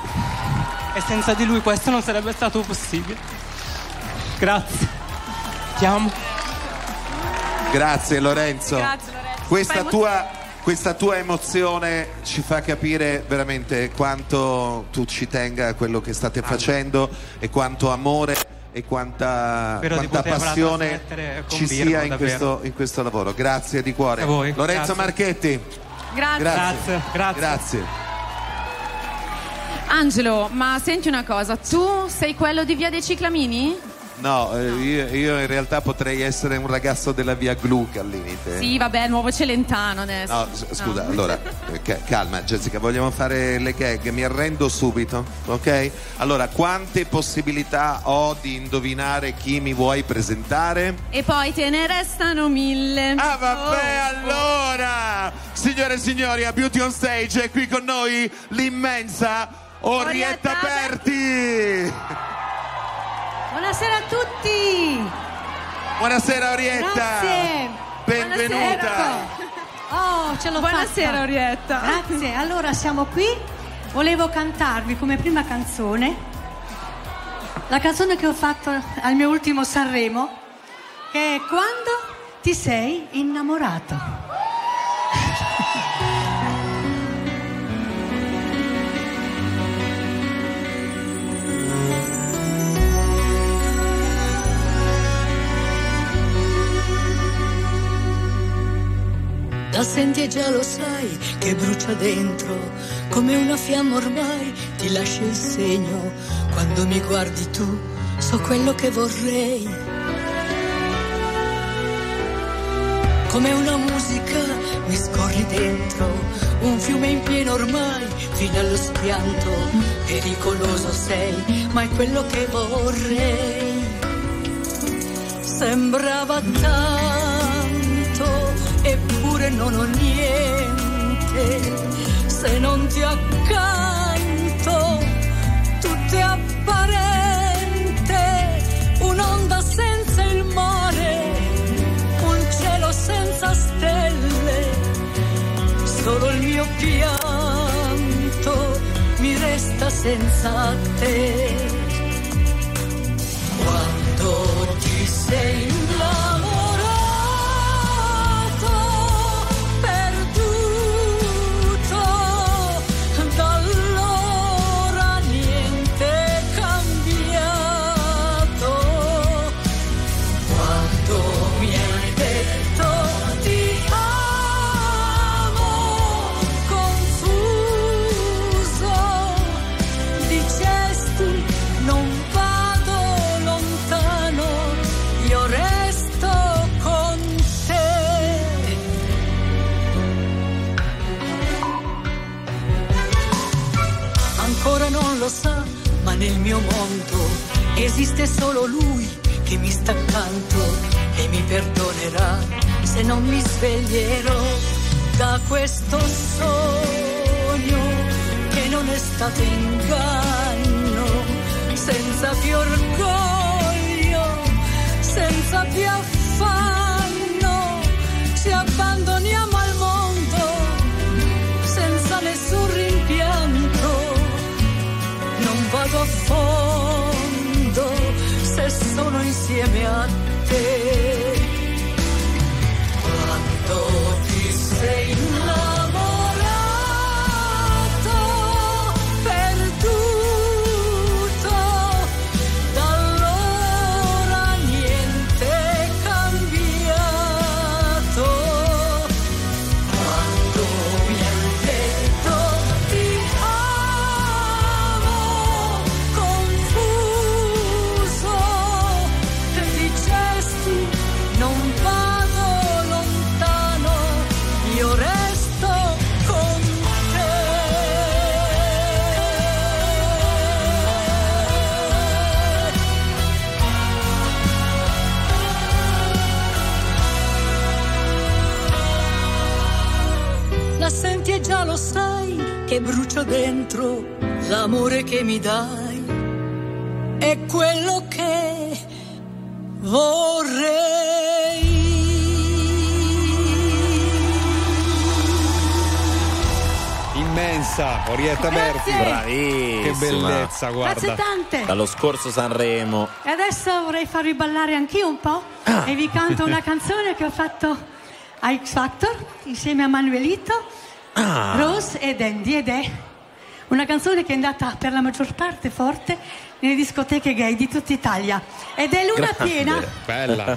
E senza di lui questo non sarebbe stato possibile. Grazie. Ti amo. Grazie Lorenzo. Grazie, Lorenzo. Questa Fai- tua, questa tua emozione ci fa capire veramente quanto tu ci tenga a quello che state facendo e quanto amore e quanta, Spero di quanta poterla passione trasmettere con ci Virgo, sia in davvero. questo, in questo lavoro. Grazie di cuore. A voi. Lorenzo Grazie. Marchetti. Grazie. Grazie, grazie. Grazie. Angelo, ma senti una cosa, tu sei quello di Via dei Ciclamini? No, eh, io, io in realtà potrei essere un ragazzo della via Gluck al limite. Sì, vabbè, nuovo Celentano adesso. No, s- scusa, No. allora, eh, ca- calma Jessica, vogliamo fare le gag, mi arrendo subito, ok? Allora, quante possibilità ho di indovinare chi mi vuoi presentare? E poi te ne restano mille. Ah, vabbè, Oh. allora! Signore e signori, a Beauty on Stage è qui con noi l'immensa Orietta Orietta Berti! Buonasera a tutti. Buonasera Orietta! Grazie. Benvenuta! Oh, ce l'ho Buonasera, fatta. Orietta. Grazie. Allora siamo qui. Volevo cantarvi come prima canzone la canzone che ho fatto al mio ultimo Sanremo, che è Quando ti sei innamorato. La senti e già lo sai che brucia dentro, come una fiamma ormai ti lascia il segno. Quando mi guardi tu, so quello che vorrei. Come una musica mi scorri dentro, un fiume in pieno ormai, fino allo schianto. Pericoloso sei, ma è quello che vorrei. Sembrava tanto, eppure non ho niente. Se non ti accanto, tutto è apparente. Un'onda senza il mare, un cielo senza stelle. Solo il mio pianto mi resta senza te. Quando ti sei innamorato, perduto, da allora niente è cambiato. Quando mi hai detto ti amo, confuso, dicesti non vado lontano, io resto con te. Ancora non lo sa, ma nel mio mondo esiste solo lui che mi sta accanto e mi perdonerà se non mi sveglierò da questo sogno che non è stato inganno. Senza più orgoglio, senza più affanno, ci abbandoniamo al mondo senza nessun rimpianto. Non vado a fondo se sono insieme a te. Quando ti sei innamorato, perduto, da allora niente è cambiato. Quando mi hai detto ti amo, confuso, dicesti non vado lontano, io resto con te. La senti e già lo sai che brucio dentro, l'amore che mi dai è quello che vorrei. Immensa Orietta Grazie. Berti. Bravissima. Che bellezza, guarda. Grazie tante. Dallo scorso Sanremo. E adesso vorrei farvi ballare anch'io un po' e vi canto una canzone che ho fatto a X Factor insieme a Manuelito, Ah. Rose ed Andy, ed è una canzone che è andata per la maggior parte forte nelle discoteche gay di tutta Italia ed è Luna Grande. piena. Bella.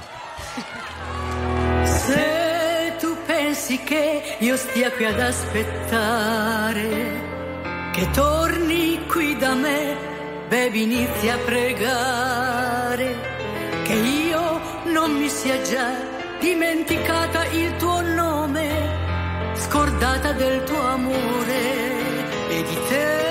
Se tu pensi che io stia qui ad aspettare che torni qui da me, baby, inizi a pregare che io non mi sia già dimenticata il tuo nome, scordata del tuo amore e di te.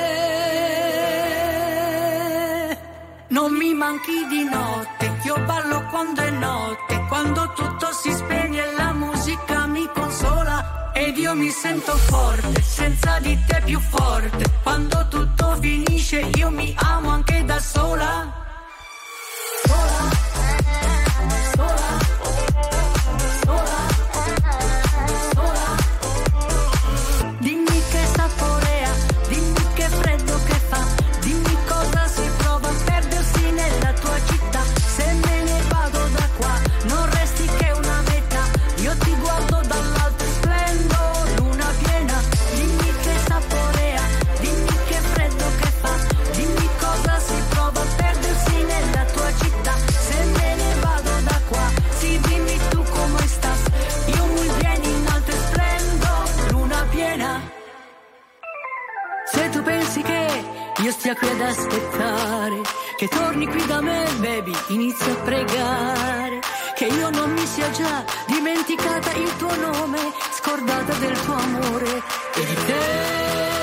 Non mi manchi di notte, io ballo quando è notte, quando tutto si spegne e la musica mi consola. Ed io mi sento forte, senza di te più forte. Quando tutto finisce io mi amo anche da sola. Sola, sola, sola, sola. Dimmi che saporea, dimmi che freddo che fa, dimmi cosa si prova a perdersi nella tua città. Se me ne vado da qua, non resti che una metà, io ti guardo dall'alto e splendo, luna piena. Dimmi che saporea, dimmi che freddo che fa, dimmi cosa si prova a perdersi nella tua città. Se me ne vado da qua, sì dimmi tu come stas, io muy bien in alto e splendo, luna piena. Se tu pensi che io stia qui ad aspettare che torni qui da me, baby, inizio a pregare che io non mi sia già dimenticata il tuo nome, scordata del tuo amore e di te.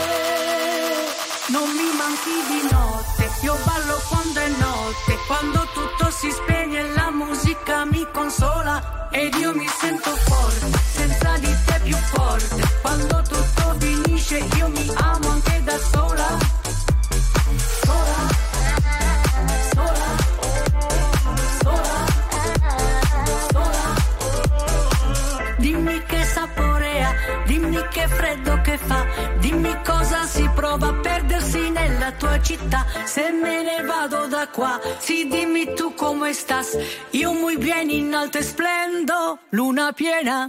Non mi manchi di notte, io ballo quando è notte, quando tutto si spegne e la musica mi consola. Ed io mi sento forte, senza di te più forte. Quando tutto finisce io mi amo anche da sola. Sola, sola, sola, sola. Dimmi che saporea, dimmi che freddo che fa, dimmi cosa si prova a perdersi nella tua città. Se me ne vado da qua, sì dimmi tu come stas, io muy bien in alto e splendo, luna piena.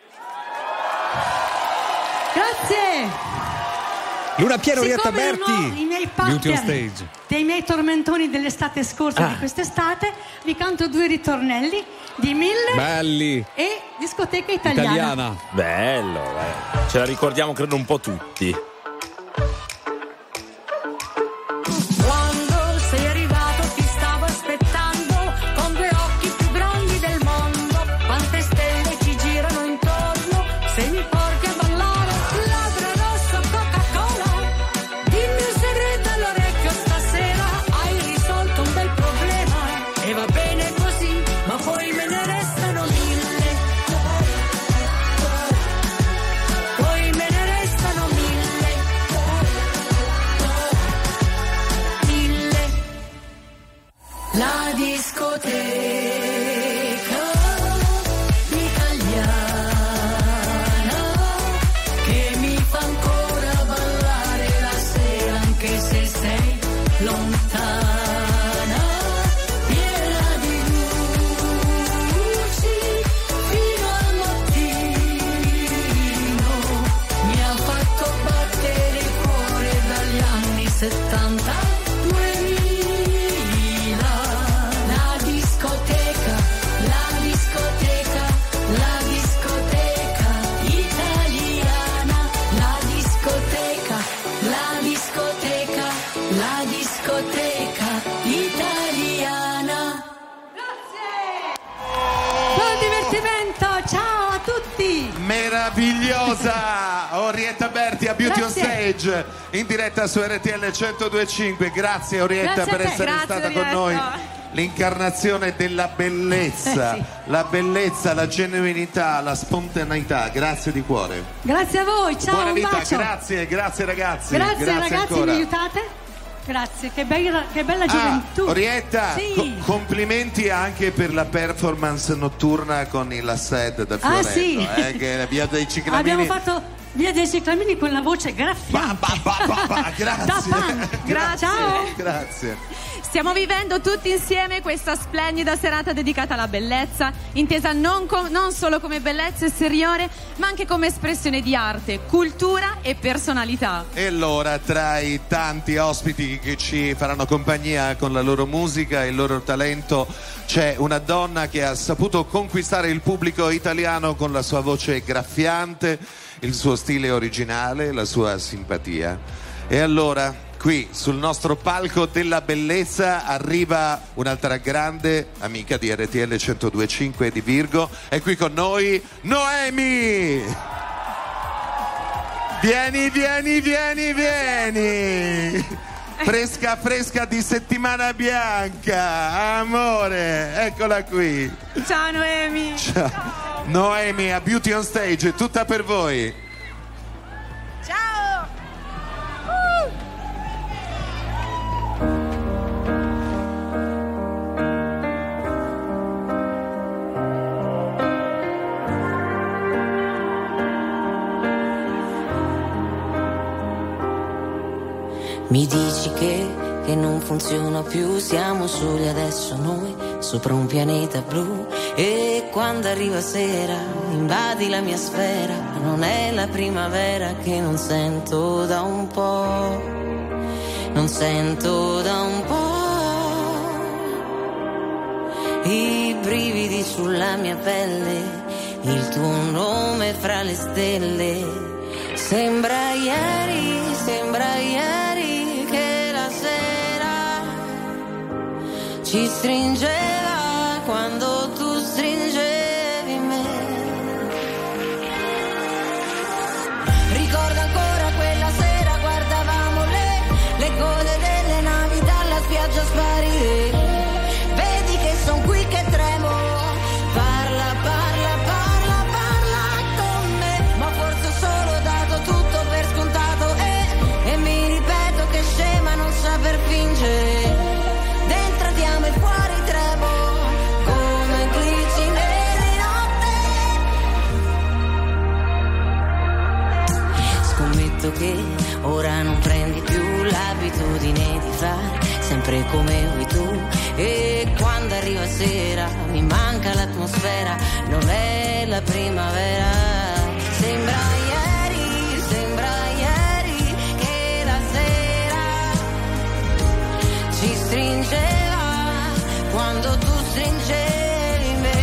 Grazie. Luna piena, Orietta Siccome Berti. erano i miei Beauty on partner Stage. dei miei tormentoni dell'estate scorsa, Ah. di quest'estate, vi canto due ritornelli di Mille Belli. e discoteca italiana. Italiana. Bello, eh. Ce la ricordiamo credo un po' tutti. Quando sei arrivato ti stavo aspettando con due occhi più grandi del mondo. Quante stelle ci girano intorno, se mi porti a ballare labbra rosso Coca-Cola. Dimmi un segreto all'orecchio stasera, hai risolto un bel problema e va bene così, ma poi me ne restano mille. Poi me ne restano mille. Mille. La discoteca italiana che mi fa ancora ballare la sera anche se sei lontana, piena di luci fino al mattino, mi ha fatto battere il cuore dagli anni settanta. La discoteca, la discoteca, la discoteca italiana, la discoteca, la discoteca, la discoteca italiana. Buon divertimento, ciao a tutti. Meravigliosa Orietta Berti a Beauty Grazie. on Stage in diretta su R T L centodue e cinque. Grazie Orietta Grazie a per te. essere Grazie, stata con Orietta. noi. L'incarnazione della bellezza, Eh, sì. la bellezza, la genuinità, la spontaneità. Grazie di cuore. Grazie a voi, ciao, Buona un vita, bacio. grazie, grazie ragazzi. Grazie, ragazzi, ancora. mi aiutate? Grazie, che bella, che bella Ah, gioventù. Orietta, Sì. co- complimenti anche per la performance notturna con il Lassed da Ah, Fioretto, sì. eh, che la via dei Ciclamini. Abbiamo fatto Via dei Ciclamini con la voce graffiante. grazie. Da fan. Grazie. Ciao. Grazie. Stiamo vivendo tutti insieme questa splendida serata dedicata alla bellezza, intesa non, com- non solo come bellezza esteriore, ma anche come espressione di arte, cultura e personalità. E allora, tra i tanti ospiti che ci faranno compagnia con la loro musica e il loro talento, c'è una donna che ha saputo conquistare il pubblico italiano con la sua voce graffiante, il suo stile originale, la sua simpatia. E allora qui sul nostro palco della bellezza arriva un'altra grande amica di R T L centodue e cinque e di Virgo. È qui con noi Noemi! Vieni, vieni, vieni, vieni! Fresca, fresca di settimana bianca, amore, eccola qui. Ciao Noemi. Ciao. Ciao. Noemi a Beauty on Stage, tutta per voi. Ciao. Uh. Mi dici che, che non funziona più, siamo soli adesso noi, sopra un pianeta blu. E quando arriva sera, invadi la mia sfera, non è la primavera che non sento da un po', non sento da un po'. I brividi sulla mia pelle, il tuo nome fra le stelle, sembra ieri, sembra ieri che la sera ci stringeva quando tu stringevi me. Ricordo ancora quella sera, guardavamo le, le code delle navi dalla spiaggia sparire. Vedi che son qui che tremo, parla, parla, parla, parla con me, ma forse ho solo dato tutto per scontato e, e mi ripeto che scema non saper fingere. Dentro ti amo e fuori tremo, come glitch neri notte. Scommetto che ora non prendi più l'abitudine di fare sempre come vuoi tu. E quando arriva sera mi manca l'atmosfera, non è la primavera. Sembra ieri, sembra ieri che la sera ci stringeva quando tu stringevi me.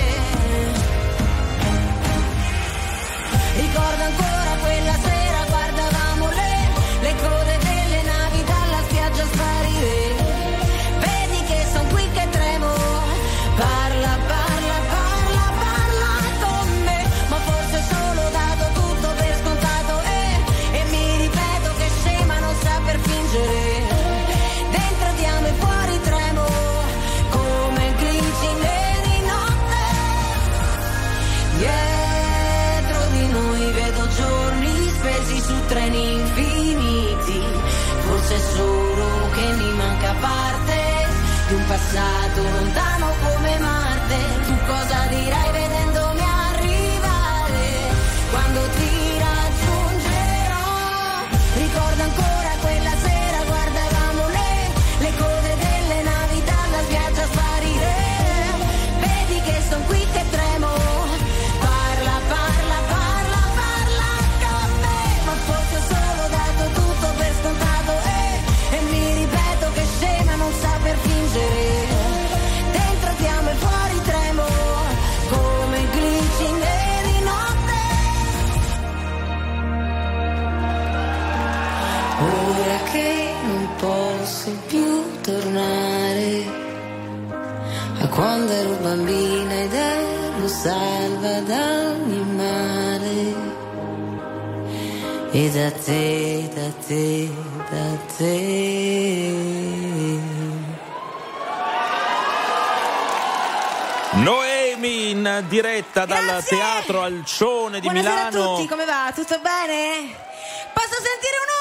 Ricordo ancora quella sera, guardavamo le, le code delle navi dalla spiaggia sparire. Vedi che son qui che tremo, parla, parla, parla, parla con me, ma forse ho solo dato tutto per scontato e, e mi ripeto che scema non saper fingere. Dentro ti amo e fuori tremo, come glitch neri notte. Dietro di noi vedo giorni spesi su treni infiniti, forse è solo che mi manca parte di un passato lontano come Marte. Tu cosa dirai vedendomi arrivare quando ti raggiungerò? Ricordo ancora quella sera, guardavamo le, le code delle navi dalla spiaggia sparire. Vedi che son qui che tremo, parla, parla, parla, parla con me, ma forse ho solo dato tutto per scontato e, e mi ripeto che scema non saper fingere. Dentro ti amo e fuori tremo, come glitch neri notte. Ora che non posso più tornare a quando ero bambina ed ero salva da ogni male. E da te, da te, da te. Noemi in diretta dal Grazie. Teatro Alcione di Buonasera Milano. a tutti, come va? Tutto bene? Posso sentire un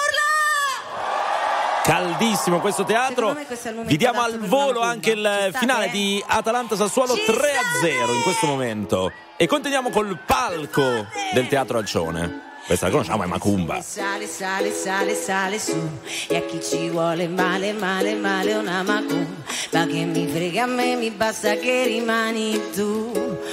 Caldissimo questo teatro. Secondo me questo è il momento Vi diamo adatto al per volo una anche bomba. il Ci finale state? di Atalanta Sassuolo Ci tre a zero in questo momento. E continuiamo col palco del Teatro Alcione. Questa la conosciamo, è Macumba. Sale, sale, sale, sale su. E a chi ci vuole male, male, male una macumba. Ma che mi frega a me, mi basta che rimani tu.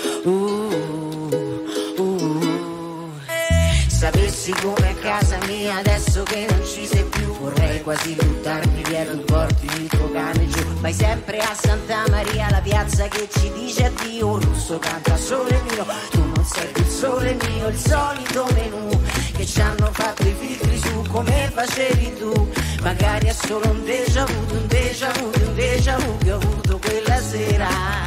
Uh, uh. Sapessi come a casa mia adesso che non ci sei più, vorrei quasi buttarmi via, tu porti il tuo cane giù. Vai sempre a Santa Maria, la piazza che ci dice addio. Russo canta sole mio, tu non sei più il sole mio, il solito menù che ci hanno fatto i filtri su come facevi tu. magari è solo un déjà vu, un déjà vu, un déjà vu che ho avuto quella sera.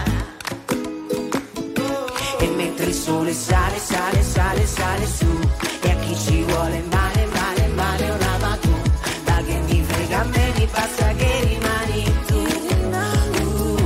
E mentre il sole sale, sale, sale, sale su, e a chi ci vuole male, male, male una ma tu, da che mi frega a me, mi basta che rimani tu. Uh,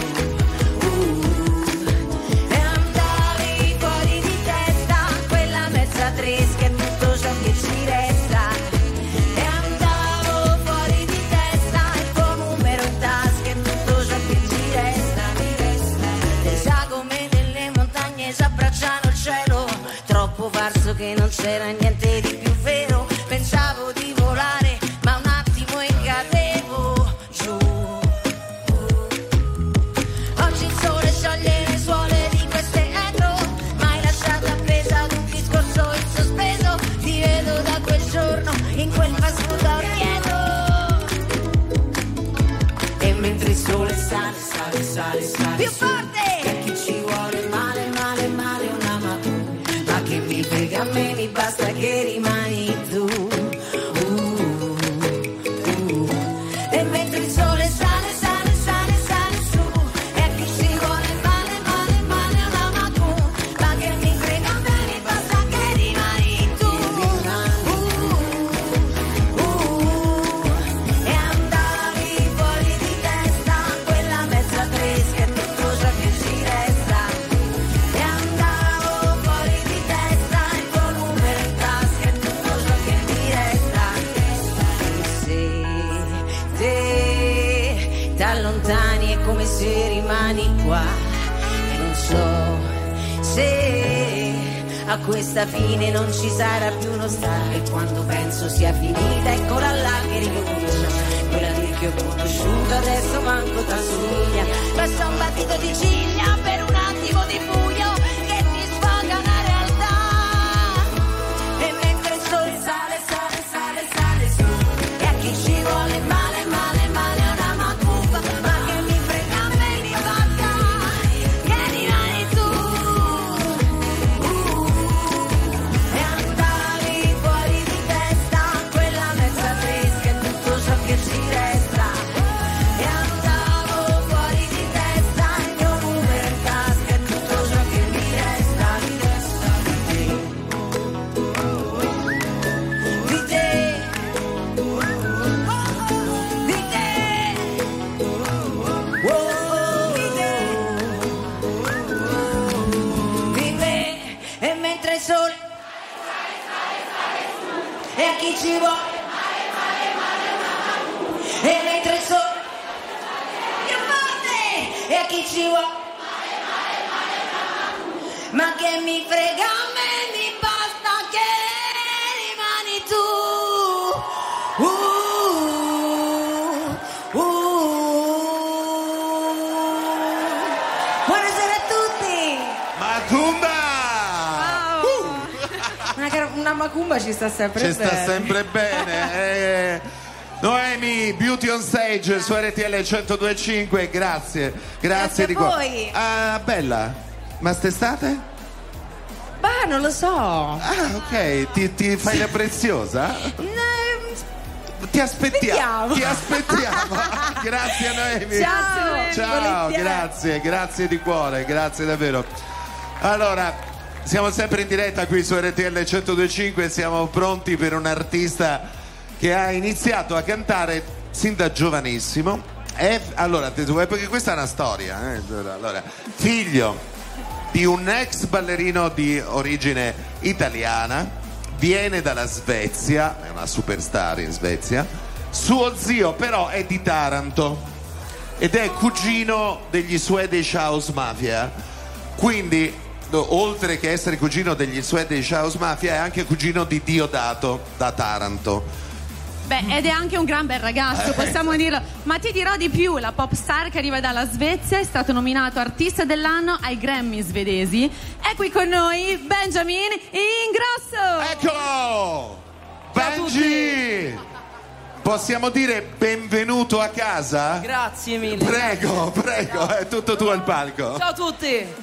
uh. E andavi fuori di testa, quella mezza tresca e tutto ciò che ci resta. E andavo fuori di testa, il tuo numero in tasca e tutto ciò che ci resta, mi resta. Le sagome delle montagne s'abbracciano al cielo, troppo falso che non c'era niente di più vero. Pensavo di volare, ma un attimo e cadevo giù. Oggi il sole scioglie le suole di queste etro, ma hai lasciato appesa ad un discorso in sospeso. Ti vedo da quel giorno in quel fast food a Orvieto. E mentre il sole sale, sale, sale, sale più forte, e a chi ci vuole male, male, male una ma tu, ma che mi frega a me, mi basta che rimani tu. Uh, uh. E mentre il sole sale, sale, sale, sale su, e a chi ci vuole male, male, male una ma tu, ma che mi frega a me, mi basta che rimani tu. Uh, uh. E andavi fuori di testa, quella mezza tresca e tutto ciò che ci resta. E andavo fuori di testa, il tuo numero in tasca e tutto ciò che mi resta. E se te t'allontani è come se rimani qua, e non so se a questa fine non ci sarà più uno stare. E quando penso sia finita, eccola là che ricomincia, quella lì che ho conosciuto adesso manco t'assomiglia. Basta un battito di ciglia per un attimo di buio che ti sfoga una realtà. E mentre il sole sale, sale, sale, sale su, e a chi ci vuole male, male, male una macumba, ma che mi frega a me, mi basta che rimani tu. Uh, e andavi fuori di testa, quella mezza tresca e tutto ciò che ci resta. E andavo fuori di testa, il mio numero in tasca e tutto ciò che mi resta, mi resta di te. Di te. Di te. Oh, di te. Di te. E mentre il sole e a chi ci vuole, e mentre il sole più forte, e a chi ci vuole, ma che mi frega a me, mi basta che rimani tu. Uh, uh. Buonasera a tutti. Macumba! Una, una macumba ci sta sempre Ci bene. sta sempre bene. Eh, Noemi, Beauty on Stage su R T L centodue e cinque, grazie. Grazie, Grazie di a cuore. voi. Ah, bella, ma st'estate? Bah, non lo so. Ah, ok, ti, ti fai la preziosa? Ti aspettiamo, Vediamo. ti aspettiamo. Grazie Noemi. Ciao, Noemi. Ciao, Volentieri. grazie, grazie di cuore, grazie davvero. Allora, siamo sempre in diretta qui su R T L centodue e cinque, siamo pronti per un artista che ha iniziato a cantare sin da giovanissimo. E, allora, te- perché questa è una storia, eh? Allora, figlio di un ex ballerino di origine italiana, viene dalla Svezia, è una superstar in Svezia. Suo zio però è di Taranto ed è cugino degli Swedish House Mafia, quindi no, oltre che essere cugino degli Swedish House Mafia è anche cugino di Diodato da Taranto. Beh, ed è anche un gran bel ragazzo, possiamo dirlo. Ma ti dirò di più, la pop star che arriva dalla Svezia è stato nominato artista dell'anno ai Grammy svedesi. È qui con noi Benjamin Ingrosso. Eccolo! Benji! Possiamo dire benvenuto a casa? Grazie mille. Prego, prego, è tutto tuo il palco. Ciao a tutti.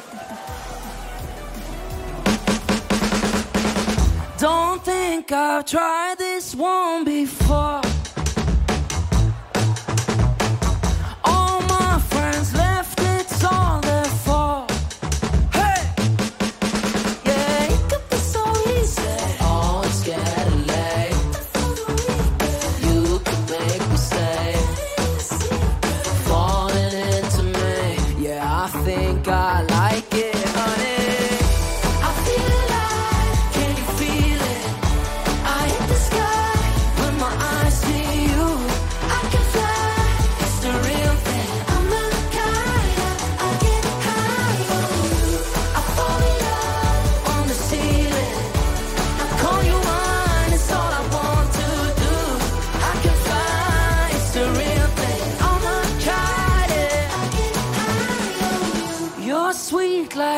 Don't think I've tried this one before.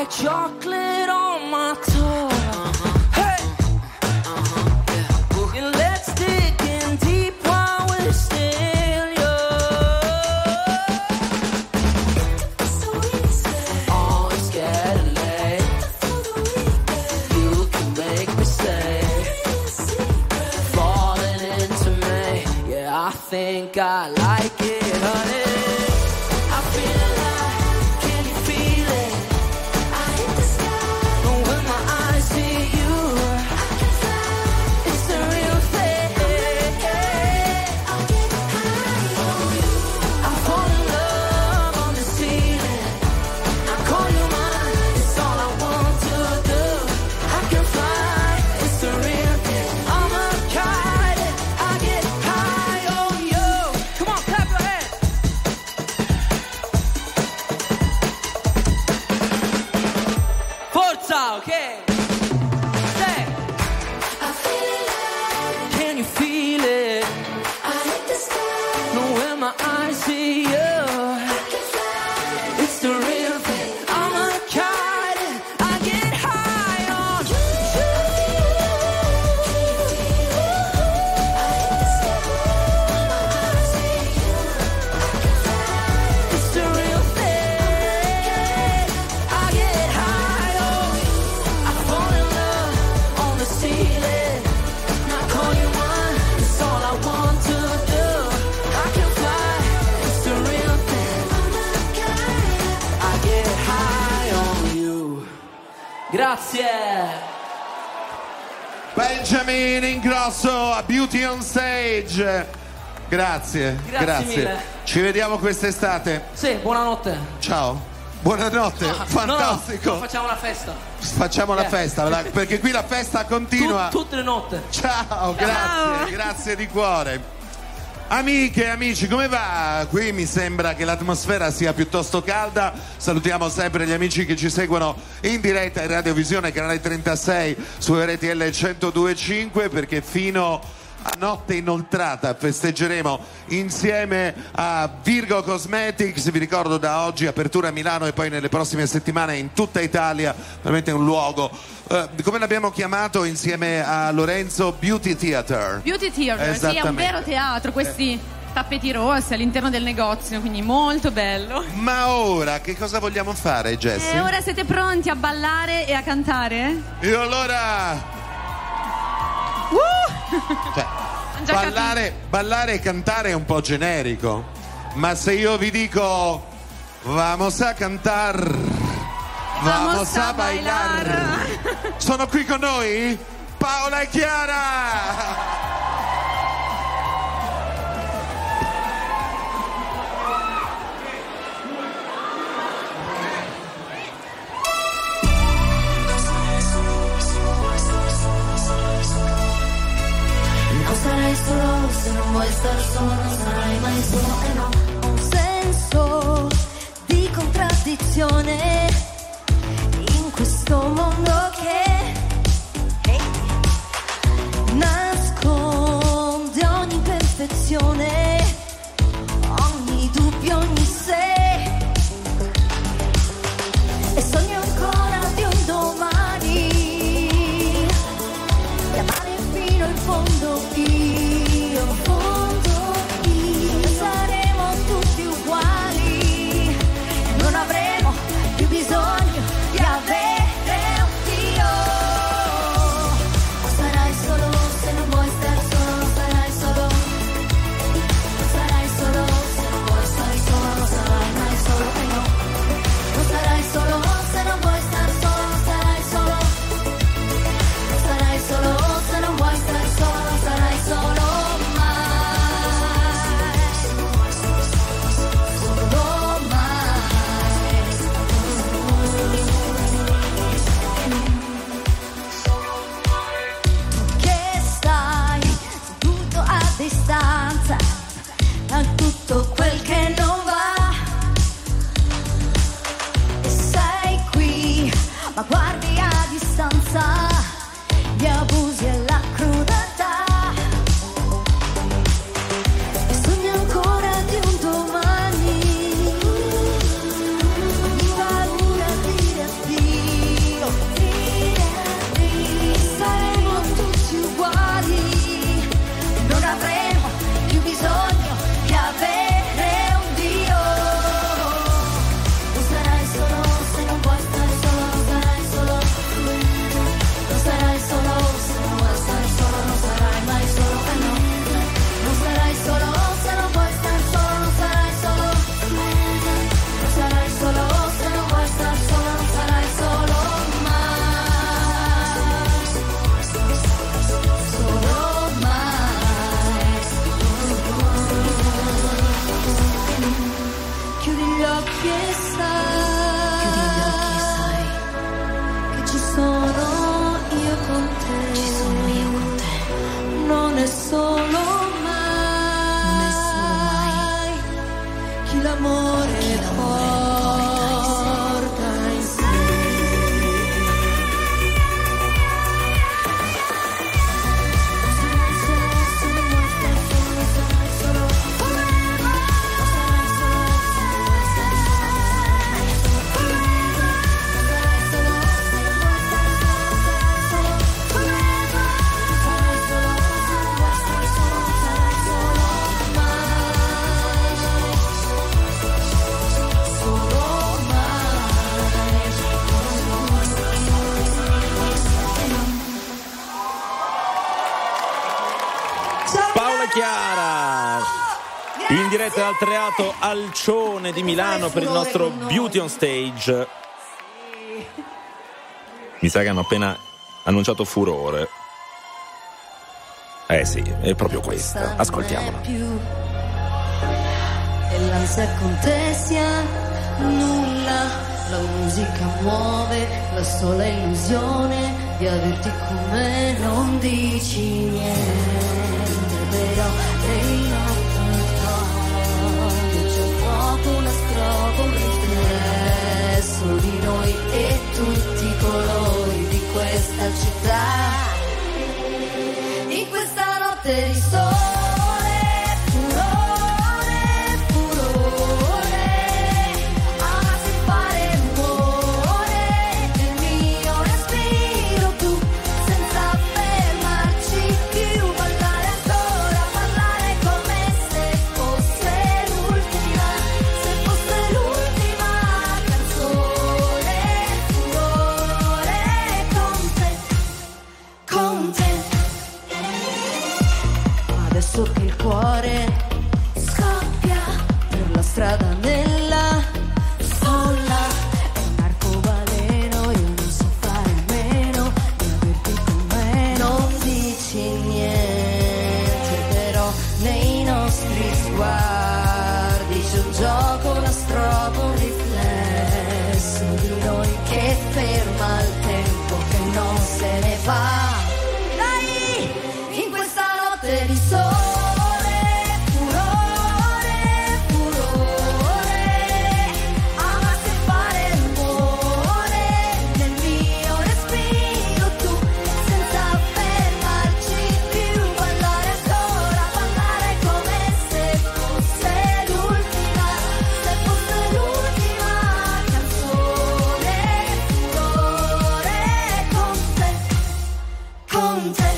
chocolate on my tongue. Hey, and let's dig in deep while we're still young. Always getting late. You can make me stay. Falling into me. Yeah, I think I like it, honey. I feel alive. Can you feel it? I hit the sky. When my eyes see you, I can fly. It's the real thing. I'll get high on you. I fall in love on the ceiling. I call you mine. It's all I want to do. I can fly. It's the real thing. I'm a kite. I get high on you. Come on, clap your hands. Forza, ok? Say. I feel it. Can you feel it? I hit the sky. No, when my eyes see you, I can fly. It's the real thing. I'm a kite. I get high on you. It's the real thing. I get high on you. I fall in love on the ceiling. I call you mine. It's all I want to do. I can fly. It's the real thing. I get high on you. Grazie. Benjamin Ingrosso a Beauty on Stage. Grazie, Grazie grazie. mille. Ci vediamo quest'estate. Sì, buonanotte. Ciao. Buonanotte, No, fantastico. no, no, facciamo la festa. Facciamo la Eh. festa, la- perché qui la festa continua. Tu- tutte le notte. Ciao, grazie, grazie di cuore. Amiche e amici, come va? Qui mi sembra che l'atmosfera sia piuttosto calda. Salutiamo sempre gli amici che ci seguono in diretta in radiovisione, canale trentasei su R T L centodue e cinque, perché fino a notte inoltrata festeggeremo insieme a Virgo Cosmetics. Vi ricordo, da oggi apertura a Milano e poi nelle prossime settimane in tutta Italia, veramente un luogo, eh, come l'abbiamo chiamato insieme a Lorenzo, Beauty Theater. Beauty Theater, sì, è un Esattamente. vero teatro, questi tappeti rossi all'interno del negozio, quindi molto bello. Ma ora che cosa vogliamo fare, Jessie? E ora siete pronti a ballare e a cantare? E allora cioè, Già ballare, ballare e cantare è un po' generico, ma se io vi dico vamos a cantar, vamos, Vamos a, a bailar. bailar. Sono qui con noi Paola e Chiara. Non sarai solo se non vuoi star solo, non sarai mai solo, e no. Un senso di contraddizione in questo mondo che nasconde ogni imperfezione, ogni dubbio, ogni sé. E sogno ancora di un domani, di amare fino in fondo io, in fondo io. Saremo tutti uguali, non avremo più bisogno di avere un Dio. Chiara. In diretta dal Teatro Alcione di Milano per il nostro Beauty on Stage. Mi sa che hanno appena annunciato Furore. Eh sì, è proprio questa. Ascoltiamola. E l'ansia con te sia nulla. La musica muove la sola illusione di averti con me. Non dici niente, però lei c'è un fuoco, una strofa, un riflesso di noi e tutti i colori di questa città. In questa notte di sole. Adesso che il cuore scoppia per la strada nella folla, è un arcobaleno, io non so fare a meno di averti con me. Non dici niente, però nei nostri sguardi c'è un gioco, una strofa, un riflesso di noi che ferma il tempo che non se ne va. Di sole, furore, furore, amarsi e fare rumore nel mio respiro, tu senza fermarci più, ballare ancora, ballare come se fosse l'ultima, se fosse l'ultima canzone, furore con te, con te.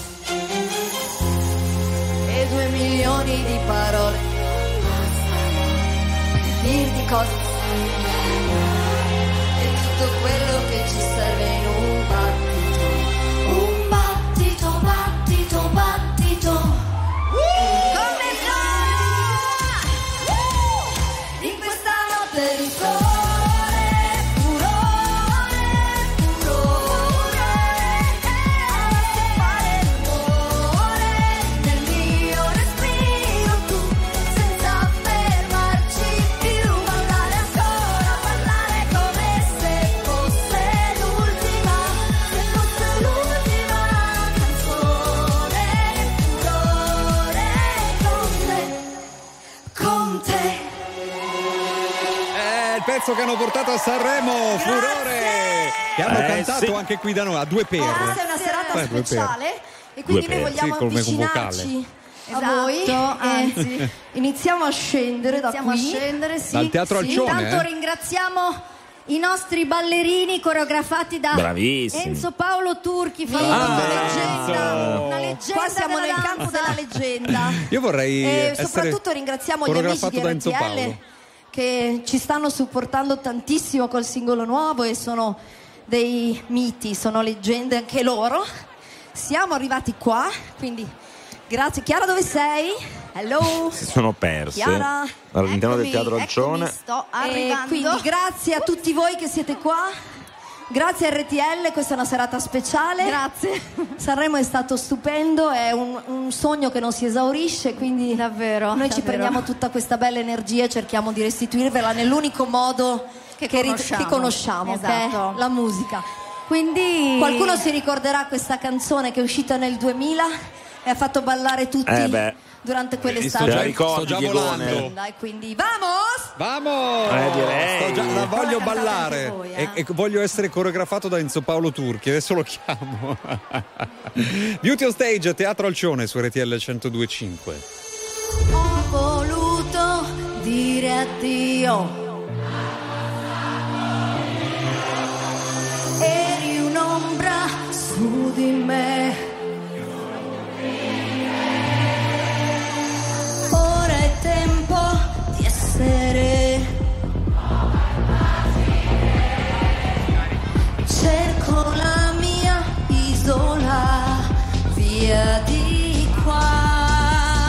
Due milioni di parole per dirti cosa e tutto quello che ci serve in un battito, un battito, battito, battito. Come sola in questa notte di sole, furore, furore, amarsi e fare rumore nel mio respiro, tu senza fermarci più, ballare ancora, ballare come se fosse l'ultima, se fosse l'ultima canzone, furore con te, con te. È il pezzo che hanno portato a Sanremo, Furore, che hanno Eh, cantato sì. anche qui da noi a due per. Questa è una serata Eh, due per. speciale e quindi Due noi per. vogliamo Sì, come con avvicinarci Esatto, a voi e anzi. iniziamo a scendere da Iniziamo qui. a scendere, sì. Dal Teatro Sì. Alcione, Intanto eh? ringraziamo i nostri ballerini coreografati da Bravissimi. Enzo Paolo Turchi, fa Ah, una leggenda, Enzo. una leggenda. Qua siamo della nel danza. campo della leggenda. Io vorrei E essere soprattutto ringraziamo gli amici coreografato di da Enzo R T L Paolo. che ci stanno supportando tantissimo col singolo nuovo e sono dei miti, sono leggende anche loro. Siamo arrivati qua, quindi grazie. Chiara, dove sei? Hello. Si sono perse Chiara, all'interno del eccomi, Teatro Alcione. eccomi, sto arrivando. E quindi grazie a tutti voi che siete qua. Grazie a R T L, questa è una serata speciale. Grazie. Sanremo è stato stupendo, è un, un sogno che non si esaurisce, quindi Davvero, noi ci davvero. prendiamo tutta questa bella energia e cerchiamo di restituirvela nell'unico modo Che che, rit- conosciamo. che conosciamo, Esatto. che è la musica. Quindi Qualcuno si ricorderà questa canzone che è uscita nel duemila e ha fatto ballare tutti Eh beh. durante Sto quell'estate. già, ricordi, sto già Diegone. volando. E quindi vamos! Vamos! Eh, direi. Sto già- la voglio cantate ballare anche voi, eh. e, e voglio essere coreografato da Enzo Paolo Turchi. Adesso lo chiamo. Beauty on Stage, Teatro Alcione su R T L centodue e cinque. Ho voluto dire addio. Eri un'ombra su di me. Ora è tempo di essere. Cerco la mia isola, via di qua.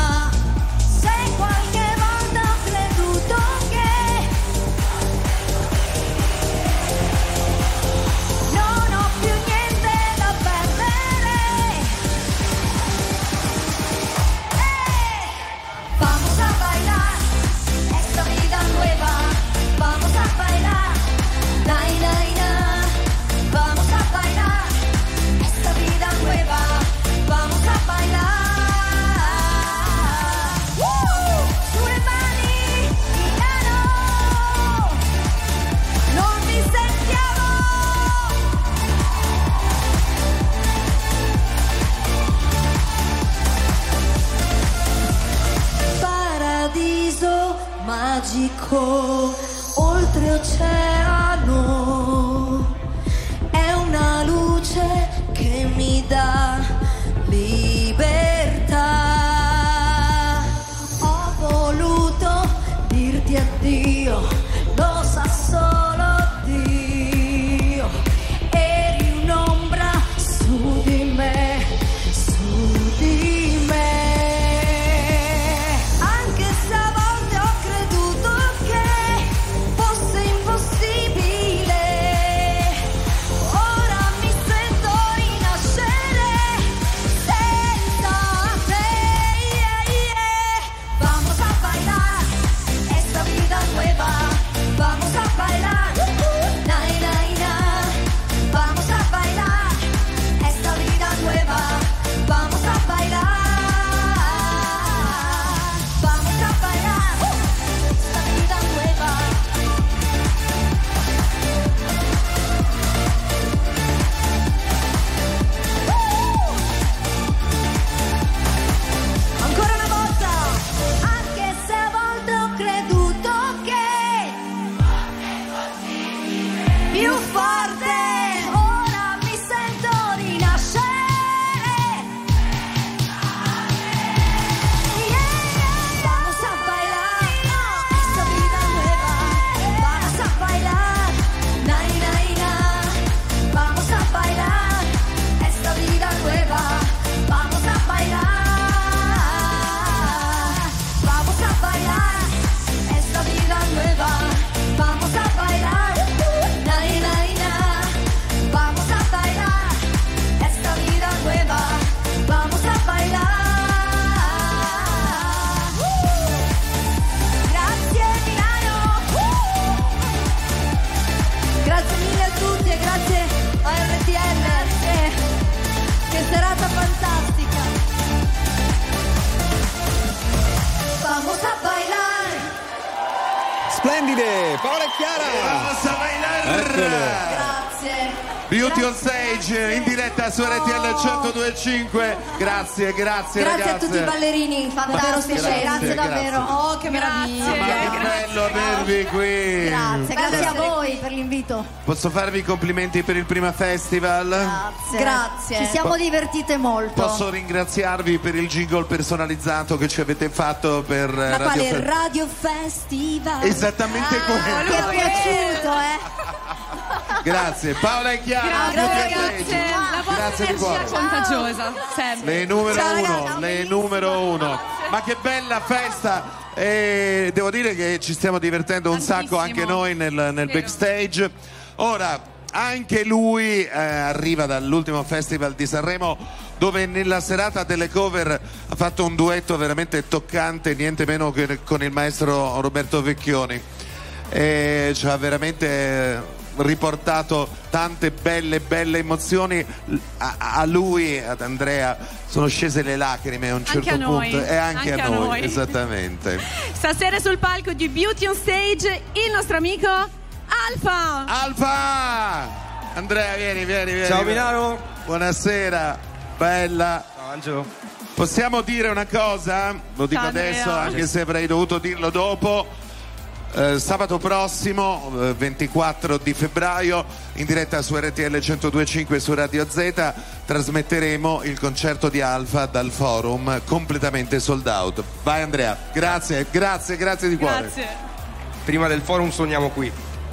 Davide, Paola e Chiara. Vamos a bailar. Grazie. Beauty on Stage in diretta su R T L centodue e cinque. Grazie, grazie, Grazie ragazze. a tutti i ballerini, davvero piacere, grazie davvero. Oh, che meraviglia. Ma che bello avervi qui. Grazie, grazie a voi per l'invito. Posso farvi i complimenti per il prima festival? Grazie. Grazie. Ci siamo Po- divertite molto. Posso ringraziarvi per il jingle personalizzato che ci avete fatto per Ma Radio quale Fe- Radio Festival? Esattamente ah, quello. Ti è piaciuto, eh? Grazie, Paola e Chiara. Grazie, Beauty on grazie. Stage. La vostra Grazie di energia cuore. contagiosa, sempre. Le numero Ciao, uno, ragazzi. le numero uno. Ma che bella festa! E devo dire che ci stiamo divertendo un sacco anche noi nel, nel backstage. Ora, anche lui eh, arriva dall'ultimo festival di Sanremo, dove nella serata delle cover ha fatto un duetto veramente toccante, niente meno che con il maestro Roberto Vecchioni. E ci ha veramente riportato tante belle belle emozioni. A, a lui, ad Andrea, sono scese le lacrime a un certo Anche a noi, punto e anche, anche a a noi, noi. esattamente. Stasera sul palco di Beauty on Stage il nostro amico Alfa. Alfa! Andrea, vieni, vieni, vieni. Ciao, Milano. Buonasera, bella. Ciao Angelo. Possiamo dire una cosa? Lo dico Ciao, adesso, Andrea. anche se avrei dovuto dirlo dopo. Eh, sabato prossimo, eh, ventiquattro di febbraio, in diretta su R T L centodue e cinque e su Radio Z, trasmetteremo il concerto di Alfa dal forum completamente sold out. Vai Andrea, grazie, grazie, grazie di cuore. Grazie. Prima del forum suoniamo qui.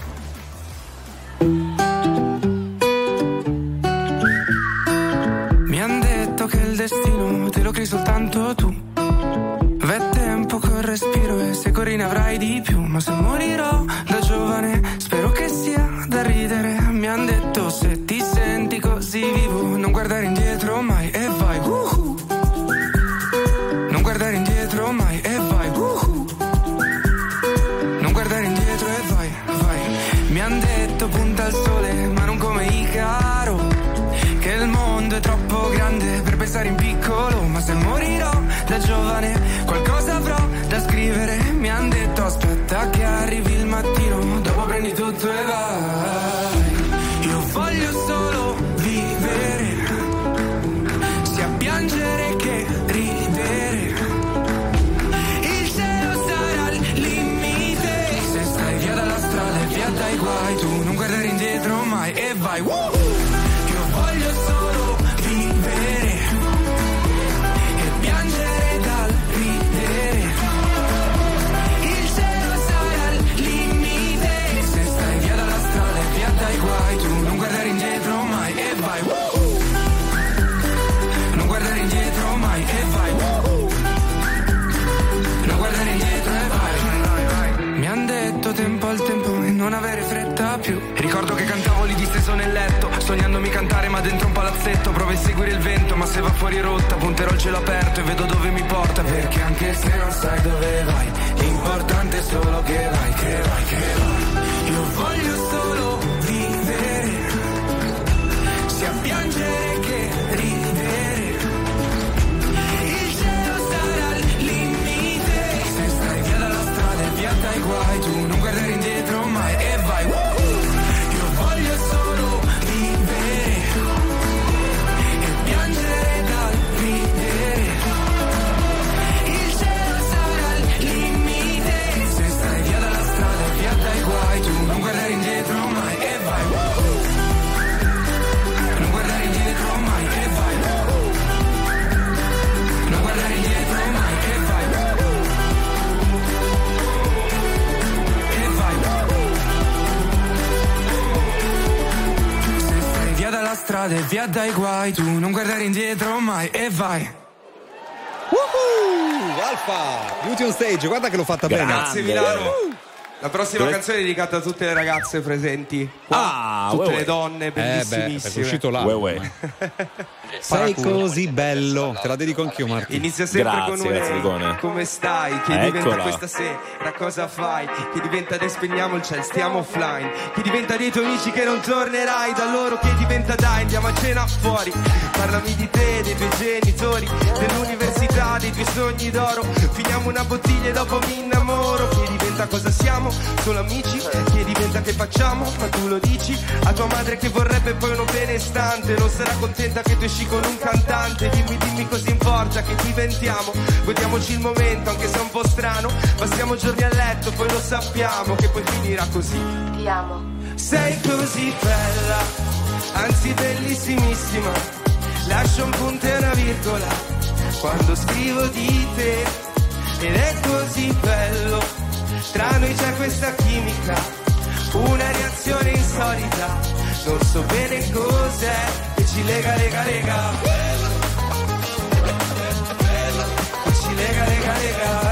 Mi han detto che il destino te lo crei soltanto tu. V'è tempo col respiro e se corri ne avrai di più. Ma se morirò da giovane spero che sia da ridere. Mi han detto se ti senti così vivo non guardare indietro mai e vai uhu. Non guardare indietro mai e vai uhu. Non guardare indietro e vai, vai. Mi han detto punta al sole ma non come Icaro, che il mondo è troppo grande per pensare in piccolo. Ma se morirò da giovane qualcosa avrò da scrivere. Mi han detto aspetta che arrivi il mattino, dopo prendi tutto e vai. Io voglio solo vivere, sia piangere che ridere. Il cielo sarà il limite, se stai via dalla strada e via dai guai. Tu non guardare indietro mai e vai. Woohoo! Io voglio solo vivere e piangere dal ridere. Il cielo sarà il limite, se stai via dalla strada e via dai guai. Tu non guardare indietro mai e vai. Woohoo! Non guardare indietro mai e vai. Woohoo! Non guardare indietro e vai. Mi han detto tempo al tempo e non avere fretta più. Ricordo che cantavo lì disteso nel letto, sognandomi cantare ma dentro un palazzetto. Provo a seguire il vento ma se va fuori rotta punterò il cielo aperto e vedo dove mi porta. Perché anche se non sai dove vai, l'importante è solo che vai, che vai, che vai. Io voglio solo vivere, sia piangere che ridere. Il cielo sarà il limite, se stai via dalla strada e via dai guai. Tu non guardare indietro mai e vai. Woohoo! Io voglio solo vivere e piangere dal ridere. Il cielo sarà il limite, se stai via dalla strada e via dai guai. Tu non guardare indietro mai e vai. Woohoo! Non guardare indietro mai e vai. Woohoo! Non guardare indietro mai e vai. Woohoo! E vai. Se stai via dalla strada e via dai guai. Tu non guardare indietro mai e vai. Woohoo! Alfa, Beauty on Stage, guarda che l'ho fatta bene. Grazie Milano. La prossima Dove- canzone è dedicata a tutte le ragazze presenti qua, Ah, tutte uè, le uè. donne Eh beh, bellissimissime. perché è uscito là. Uè, uè. Sei Paraculo. così bello, te la dedico anch'io Marco. Inizia sempre Grazie, con Gazzicone. un come stai, che Eccola. diventa questa sera, cosa fai, che diventa adesso spegniamo il cielo, stiamo offline, che diventa dei tuoi amici che non tornerai, da loro che diventa dai, andiamo a cena fuori, parlami di te, dei tuoi genitori, dell'università, dei tuoi sogni d'oro, finiamo una bottiglia e dopo mi innamoro, che diventa diventa cosa siamo, solo amici, che diventa che facciamo, ma tu lo dici a tua madre che vorrebbe poi uno benestante, non sarà contenta che tu esci con un cantante, dimmi dimmi cosa importa che diventiamo, godiamoci il momento anche se è un po' strano, passiamo giorni a letto poi lo sappiamo che poi finirà così. Ti amo. Sei così bella, anzi bellissimissima, lascio un punto e una virgola quando scrivo di te, ed è così bello, tra noi c'è questa chimica, una reazione insolita, non so bene cos'è che ci lega, lega, lega, che ci lega, lega, lega,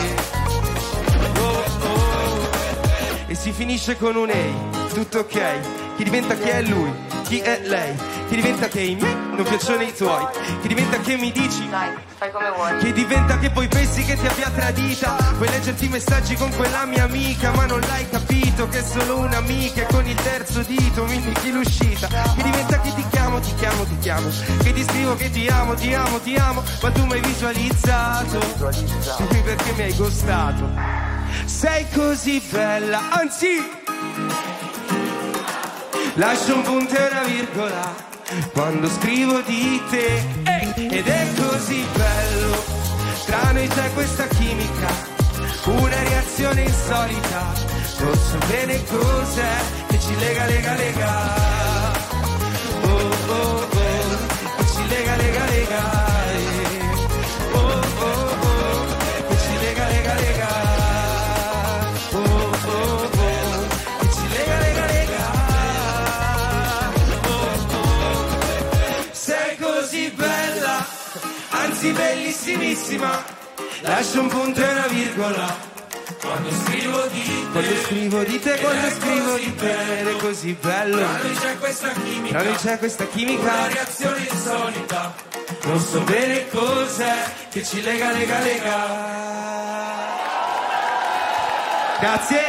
oh, oh. E si finisce con un ehi, tutto ok, chi diventa chi è lui, chi è lei, che diventa che i miei non piacciono i tuoi, che diventa che mi dici dai, fai come vuoi, che diventa che poi pensi che ti abbia tradita, puoi leggerti i messaggi con quella mia amica ma non l'hai capito che è solo un'amica e con il terzo dito mi indichi l'uscita, che diventa che ti chiamo, ti chiamo, ti chiamo, che ti scrivo che ti amo, ti amo, ti amo, ma tu mi hai visualizzato, dimmi perché mi hai ghostato, sei così bella, anzi lascio un punto e una virgola quando scrivo di te, ed è così bello, tra noi c'è questa chimica, una reazione insolita, non so bene cos'è che ci lega, lega, lega, oh, oh, oh, che ci lega, lega, lega, oh, oh, oh, che ci lega, lega, lega, oh, oh, oh, che ci lega, lega, lega. Anzi bellissimissima, lascio un punto e una virgola quando scrivo di te, quando scrivo di te, quando scrivo di te, ed è così bello, tra noi c'è questa chimica, tra noi c'è questa chimica, una reazione insolita, non so bene cos'è che ci lega, lega, lega. Grazie.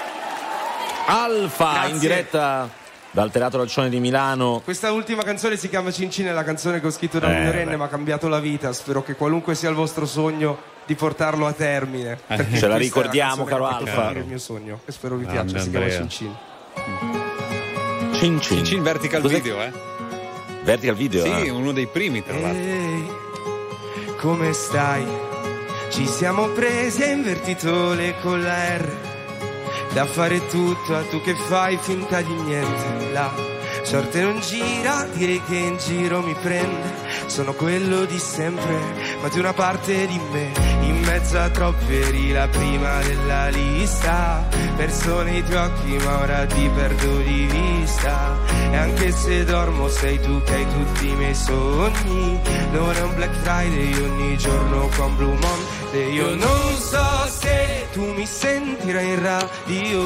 Alfa Grazie. In diretta dal Teatro Alcione di Milano. Questa ultima canzone si chiama Cincin, è la canzone che ho scritto da Eh, minorenne, beh. ma ha cambiato la vita. Spero che qualunque sia il vostro sogno di portarlo a termine. Perché Ce la questa è ricordiamo, canzone caro che ha fatto Alfa. finire il mio sogno e spero vi Grande piaccia. Si chiama Andrea. Cincin. Cin Cin. Cin Vertical Cos'è? Video, eh? Vertical Video? Sì, eh? uno dei primi, tra l'altro. Ehi, come stai? Ci siamo presi e invertito le con la R. Da fare tutto a tu che fai finta di niente. La sorte non gira, direi che in giro mi prende. Sono quello di sempre, ma di una parte di me. In mezzo a troppe eri la prima della lista. Perso nei tuoi occhi ma ora ti perdo di vista. E anche se dormo sei tu che hai tutti i miei sogni. Non è un Black Friday ogni giorno con Blue Monday. Io non so se tu mi sentirai in radio,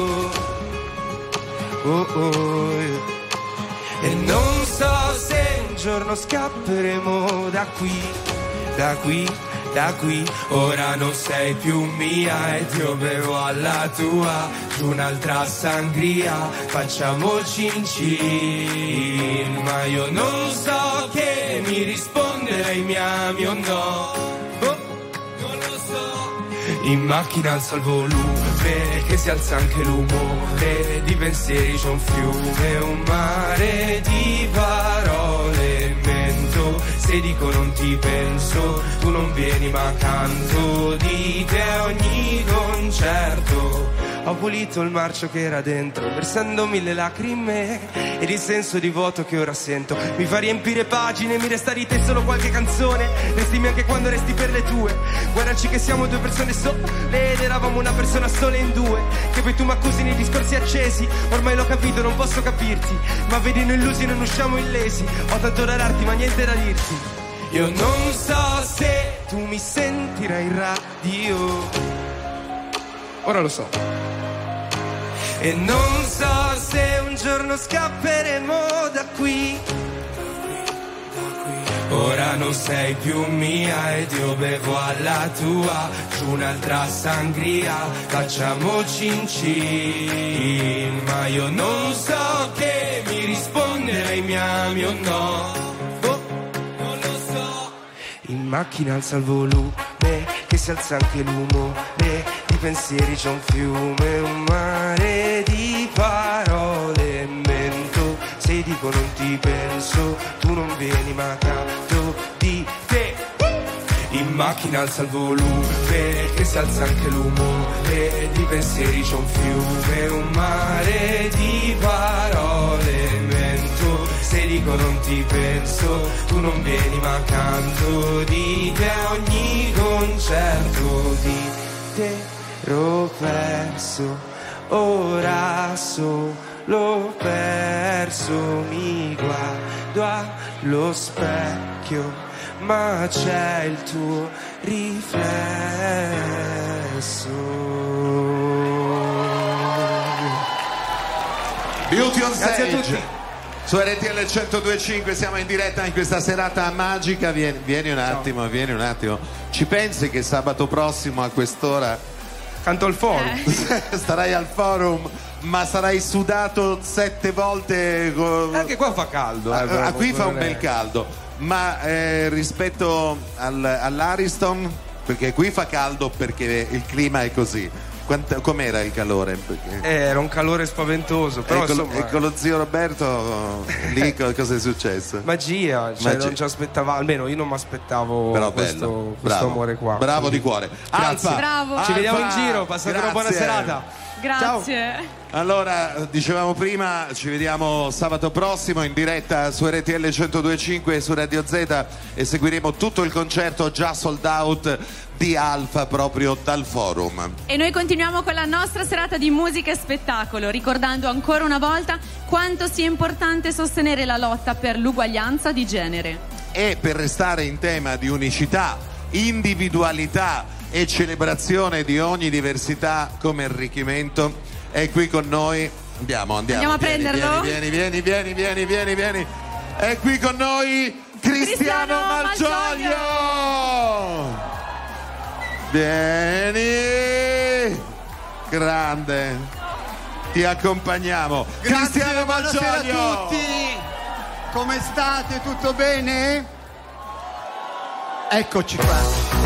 oh oh. E non so se un giorno scapperemo da qui, da qui, da qui. Ora non sei più mia ed io bevo alla tua, giù un'altra sangria, facciamo cin cin. Ma io non so che mi risponderai, mi ami o no, oh, non lo so. In macchina alzo il volume, che si alza anche l'umore, di pensieri c'è un fiume, un mare di parole, mento, se dico non ti penso, tu non vieni ma canto di te a ogni concerto. Ho pulito il marcio che era dentro, versando mille lacrime, ed il senso di vuoto che ora sento mi fa riempire pagine, mi resta di te solo qualche canzone, restimi anche quando resti per le tue. Guardaci che siamo due persone sole ed eravamo una persona sola in due, che poi tu mi accusi nei discorsi accesi. Ormai l'ho capito, non posso capirti, ma vedi noi illusi non usciamo illesi. Ho tanto da darti ma niente da dirti. Io non so se tu mi sentirai in radio, ora lo so. E non so se un giorno scapperemo da qui, ora non sei più mia ed io bevo alla tua, giù un'altra sangria, facciamo cin cin. Ma io non so che mi risponderai, mi ami o no, oh, non lo so. In macchina alza il volume, che si alza anche l'umore, di pensieri c'è un fiume, un mare di parole in mento. Se dico non ti penso, tu non vieni ma canto di te. In macchina alza il volume, che si alza anche l'umore. Di pensieri c'è un fiume, un mare di parole in mento. Se dico non ti penso, tu non vieni ma canto di te. Ogni concerto di te ero perso, ora solo perso. Mi guardo allo specchio, ma c'è il tuo riflesso. Beauty on Grazie a Stage tutti. su R T L centodue e cinque, siamo in diretta in questa serata magica. Vieni, vieni un attimo, Ciao. vieni un attimo. Ci pensi che sabato prossimo a quest'ora canto al forum? Eh. Starai al forum, ma sarai sudato sette volte. Anche qua fa caldo. A, eh, a qui fa un è... bel caldo. Ma eh, rispetto al, all'Ariston, perché qui fa caldo perché il clima è così. Quant, com'era il calore? Perché... Eh, era un calore spaventoso. Però, e, con, insomma... e con lo zio Roberto lì cosa è successo? Magia, cioè Magia. non ci aspettavamo, almeno io non mi aspettavo Però questo, bello. questo Bravo. amore qua. Bravo di cuore. Grazie. Alfa, Bravo. Ci Alfa, vediamo in giro, passate grazie. una buona serata. Grazie. Allora, dicevamo prima, ci vediamo sabato prossimo in diretta su R T L centodue e cinque e su Radio Z e seguiremo tutto il concerto già sold out di Alfa proprio dal forum. E noi continuiamo con la nostra serata di musica e spettacolo, ricordando ancora una volta quanto sia importante sostenere la lotta per l'uguaglianza di genere. E per restare in tema di unicità, individualità e celebrazione di ogni diversità come arricchimento, è qui con noi. Andiamo, andiamo. Andiamo a vieni, prenderlo? Vieni, vieni, vieni, vieni, vieni, vieni. È qui con noi Cristiano, Cristiano Malgioglio. Vieni. Grande. Ti accompagniamo. Grazie, Cristiano buonasera Malgioglio. a tutti. Come state? Tutto bene? Eccoci qua.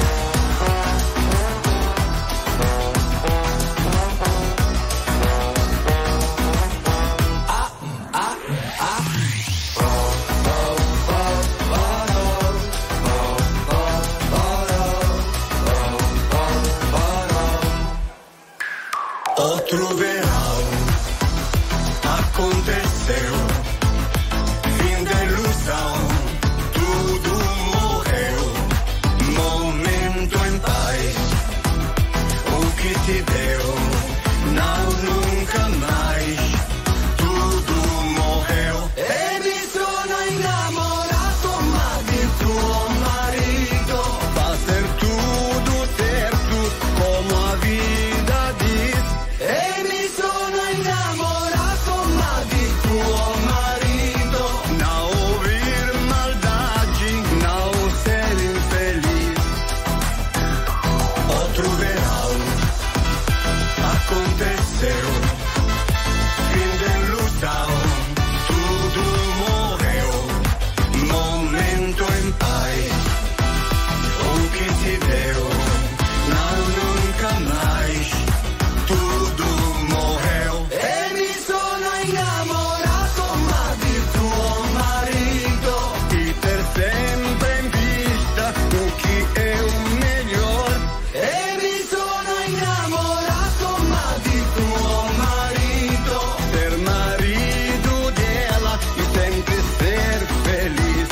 O troverò aconteceu fim da ilusão, tudo morreu, momento em paz, o que te deu, não nunca mais, tudo morreu. E mi sono innamorato ma di tuo marito, va ser tudo certo como a vida diz. E mi sono innamorato ma di tuo marito, não ouvir maldade, não ser infeliz. Outro verão aconteceu, fim de ilusão, tudo morreu, momento em paz, o que te deu, não nunca mais, tudo morreu. E mi sono innamorato ma di tuo marito, e per sempre in vista o que é o melhor. E mi sono innamorato ma di tuo marito, ser marido dela e sempre ser feliz.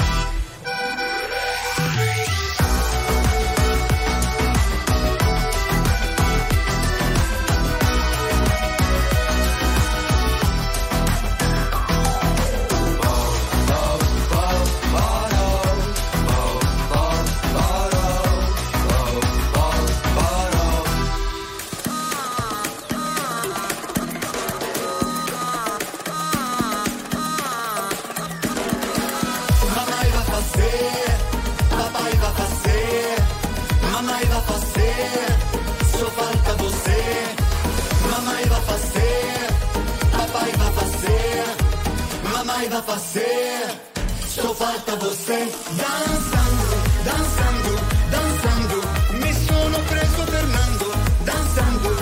Mamãe vai fazer, papai vai fazer, mamãe vai fazer, só falta você. Mamãe vai fazer, papai vai fazer, mamãe vai fazer, só falta você. Dançando, dançando, dançando, mi sono preso Fernando, dançando,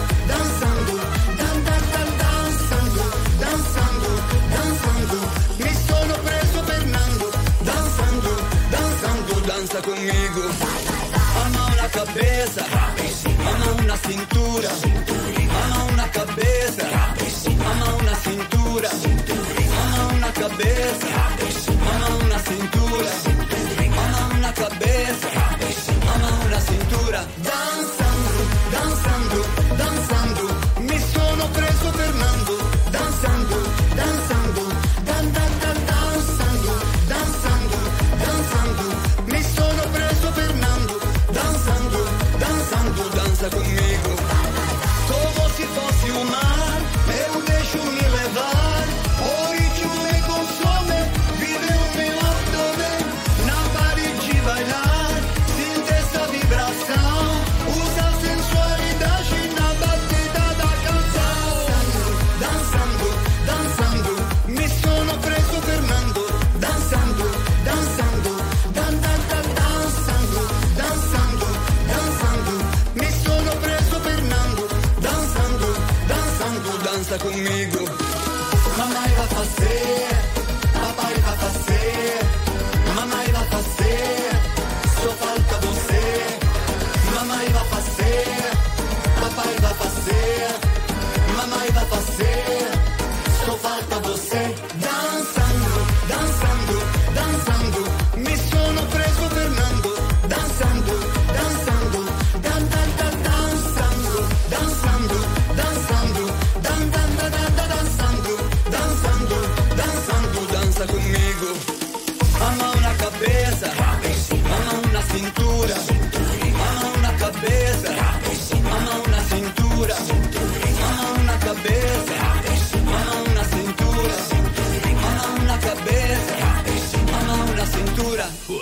danza conmigo. Ama una cabeza, ama una cintura, ama una cabeza, ama una cintura, ama una cabeza, ama una cintura, ama una cabeza, ama una cintura. Danzando, danzando, danzando, mi sono preso Fernando. Danzando, danzando, dan dan dan danzando, danzando, danzando, mi sono preso Fernando. Danzando, danzando, danza conmigo. Como si fosse un mar, eu deixo-me levar. O ritmo me consome, vive o meu abdômen. Não pare de bailar, sinta essa vibração. Usa a sensualidade na batida da canção. Danzando, danzando, mi sono preso Fernando. Danzando, danzando, dan dan dan danzando, danzando, danzando, mi sono preso Fernando. Danzando, danzando, danza comigo. Mamãe vai fazer, papai vai fazer, mamãe vai fazer, só falta você. Mamãe vai fazer, papai vai fazer, mamãe vai fazer, só falta você. Danzando, danzando, danzando, mi sono preso Fernando. Danzando, danzando, dan dan dan danzando, danzando, danzando, dan dan dan dan dan danzando, danzando, danzando, danza conmigo. Ama una cabeza, ama una cintura, ama una cabeza, ama una cintura, ama una cabeza, ama una cintura, ama una cabeza, ama una cintura.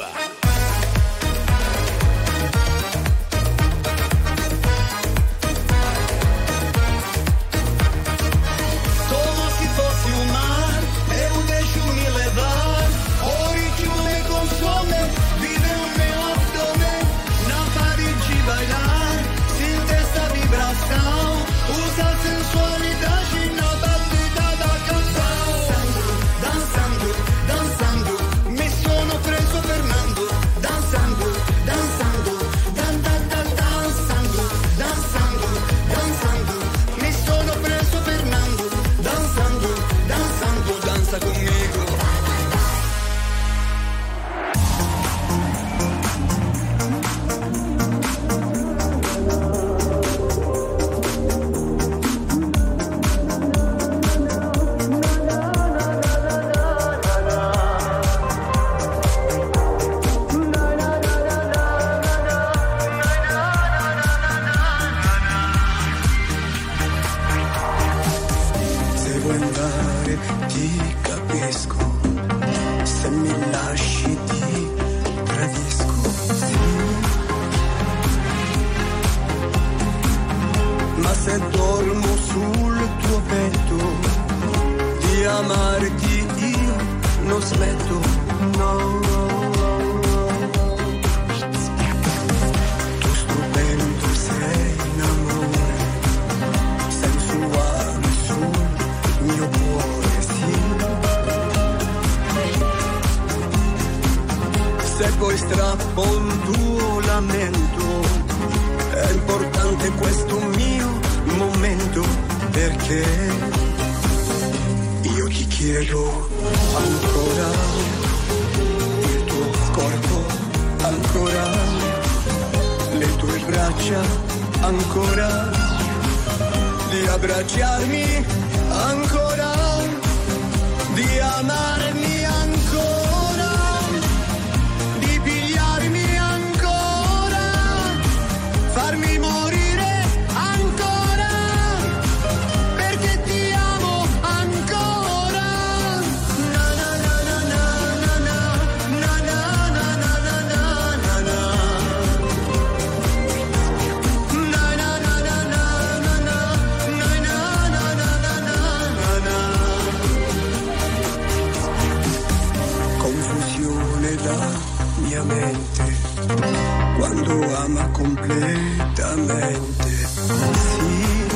Como se fosse um mar, eu deixo-me levar. O ritmo me consome, vive o meu abdômen. Não pare de bailar, sinta essa vibração. Usa a sensualidade na batida da canção. Dançando, dançando, mi sono preso Fernando. Dançando, dançando, dan dan dan dançando, dançando, dançando, mi sono preso Fernando. Danzando, danzando, danza conmigo. Se vuoi andare ti capisco, se mi lasci ti tradisco, sì. Ma se dormo sul tuo petto, di amarti io non smetto, no. Tu stupendo sei in amore, sensuale sul mio cuore, sì. Se poi strappo un tuo lamento, è importante questo mio momento, perché io ti chiedo ancora il tuo corpo, ancora le tue braccia, ancora di abbracciarmi, ancora di amarmi, ancora di pigliarmi, ancora farmi morire, ancora perché ti amo ancora. Na na na na na na na na na na na na na na. Na na na na na na na na na na na na. Confusione la mia mente quando ama completamente, sì.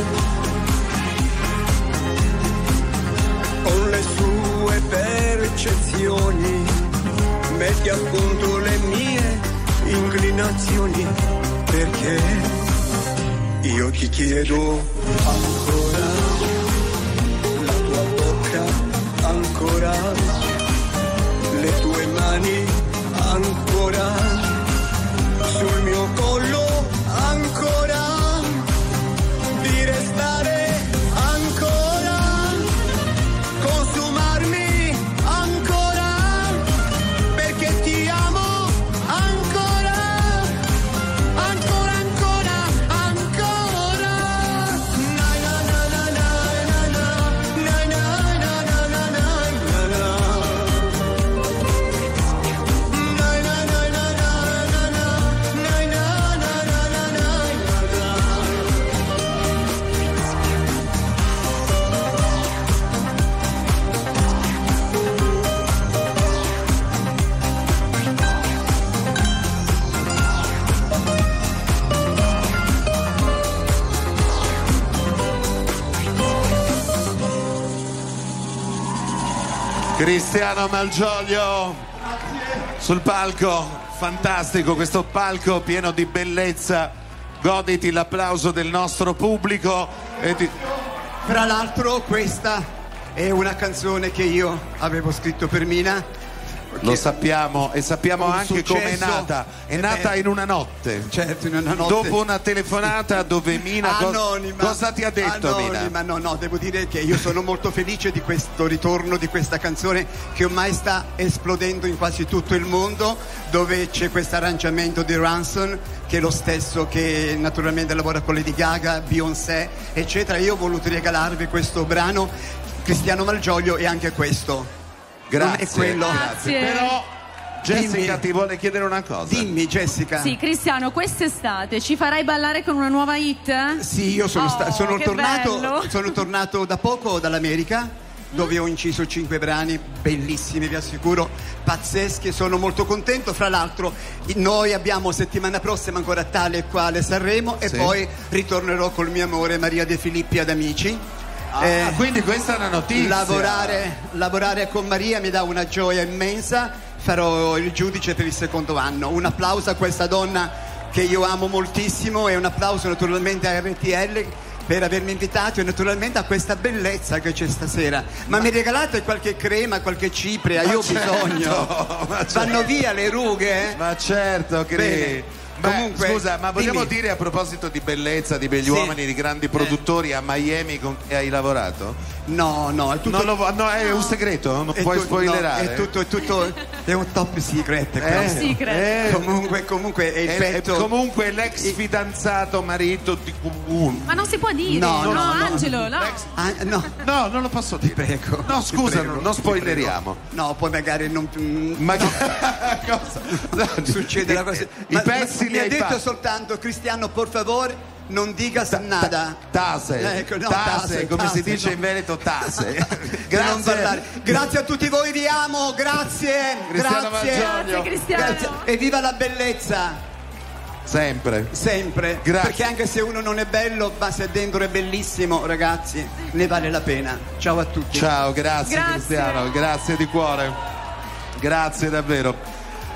Con le sue percezioni metti a punto le mie inclinazioni, perché io ti chiedo ancora la tua bocca, ancora le tue mani, ancora sul mio collo, ancora di restare, ancora consumarmi, ancora perché ti amo, ancora, ancora, ancora, ancora. Na na na na na na na na na na na na Cristiano Malgioglio sul palco, fantastico questo palco pieno di bellezza, goditi l'applauso del nostro pubblico e di... Tra l'altro questa è una canzone che io avevo scritto per Mina. Lo sappiamo e sappiamo un anche come è successo, nata. È eh nata beh, in una notte. Certo, in una notte. Dopo una telefonata dove Mina cos- Anonima. cosa ti ha detto Anonima, Mina? no, no, devo dire che io sono molto felice di questo ritorno di questa canzone che ormai sta esplodendo in quasi tutto il mondo, dove c'è questo arrangiamento di Ransom che è lo stesso che naturalmente lavora con Lady Gaga, Beyoncé, eccetera. Io ho voluto regalarvi questo brano, Cristiano Malgioglio, e anche questo. Grazie. Non è quello. Grazie. Però Jessica Dimmi. ti vuole chiedere una cosa. Dimmi Jessica. Sì, Cristiano, quest'estate ci farai ballare con una nuova hit? Sì, io sono, Oh, sta- sono, che tornato, bello. sono tornato da poco dall'America, dove ho inciso cinque brani bellissimi, vi assicuro, pazzeschi, sono molto contento. Fra l'altro noi abbiamo settimana prossima ancora tale e quale Sanremo, e Sì. poi ritornerò col mio amore Maria De Filippi ad Amici. Ah, quindi questa è una notizia. Lavorare, lavorare con Maria mi dà una gioia immensa. Farò il giudice per il secondo anno. Un applauso a questa donna che io amo moltissimo, e un applauso naturalmente a R T L per avermi invitato, e naturalmente a questa bellezza che c'è stasera. Ma, ma mi regalate qualche crema, qualche cipria? Io ho certo, bisogno. ma Vanno certo. via le rughe? Ma certo, che Bene. Beh, Comunque, scusa, ma vogliamo dimmi. dire a proposito di bellezza, di begli Sì. uomini, di grandi produttori a Miami con chi hai lavorato? No, no, è tutto. Non lo vo- no, è un segreto, non È puoi tu- spoilerare. no, è tutto, è tutto, è un top secret. Eh, questo. secret. eh. Comunque, comunque è il È- è petto. comunque l'ex fidanzato marito di un. Ma non si può dire. No, No, no, no. Angelo, no. Ah, no, No, non lo posso dire. prego. No, ti scusa, prego, non, non ti spoileriamo. prego. No, poi magari non. Ma cosa? No, Succede la cosa. I, Ma- i pezzi ma li mi ha hai detto fatti. soltanto, Cristiano, por favor, non digas nada. Tase, Ecco, no, tase, tase, come tase, si dice no. in Veneto, tase. Di non parlare. Grazie a tutti voi, vi amo, grazie. Cristiano grazie. Malgioglio. Grazie, Cristiano. Grazie. E viva la bellezza. Sempre. Sempre. Grazie. Perché anche se uno non è bello, ma se dentro è bellissimo, ragazzi, ne vale la pena. Ciao a tutti. Ciao, grazie, Grazie. Cristiano, grazie di cuore. Grazie davvero.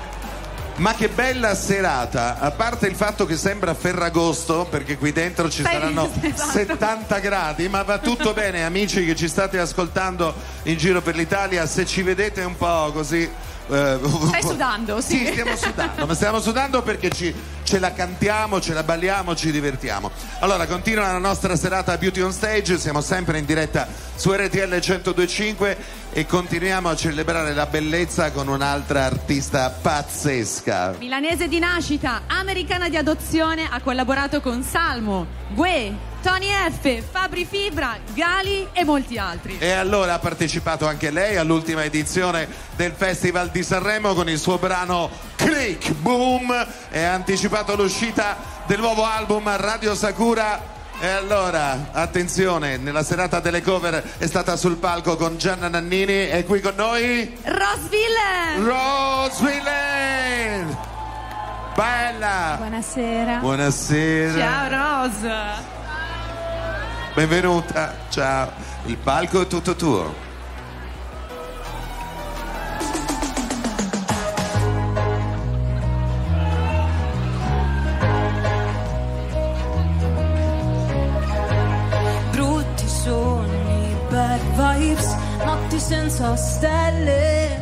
Ma che bella serata, a parte il fatto che sembra Ferragosto, perché qui dentro ci Sì, saranno esatto. settanta gradi, ma va tutto bene, amici che ci state ascoltando in giro per l'Italia, se ci vedete un po' così... eh, Stai sudando, sì. Sì, stiamo sudando, ma stiamo sudando perché ci, ce la cantiamo, ce la balliamo, ci divertiamo. Allora, continua la nostra serata Beauty on Stage, siamo sempre in diretta su R T L centodue e cinque e continuiamo a celebrare la bellezza con un'altra artista pazzesca. Milanese di nascita, americana di adozione, ha collaborato con Salmo, Gue, Tony F, Fabri Fibra, Gali e molti altri. E allora ha partecipato anche lei all'ultima edizione del Festival di Sanremo con il suo brano Click Boom e ha anticipato l'uscita del nuovo album Radio Sakura. E allora, attenzione, nella serata delle cover è stata sul palco con Gianna Nannini e qui con noi Rose Villain. Rose Villain. Bella. Buonasera. Buonasera. Ciao Rose. Benvenuta. Ciao. Il palco è tutto tuo. notti senza stelle,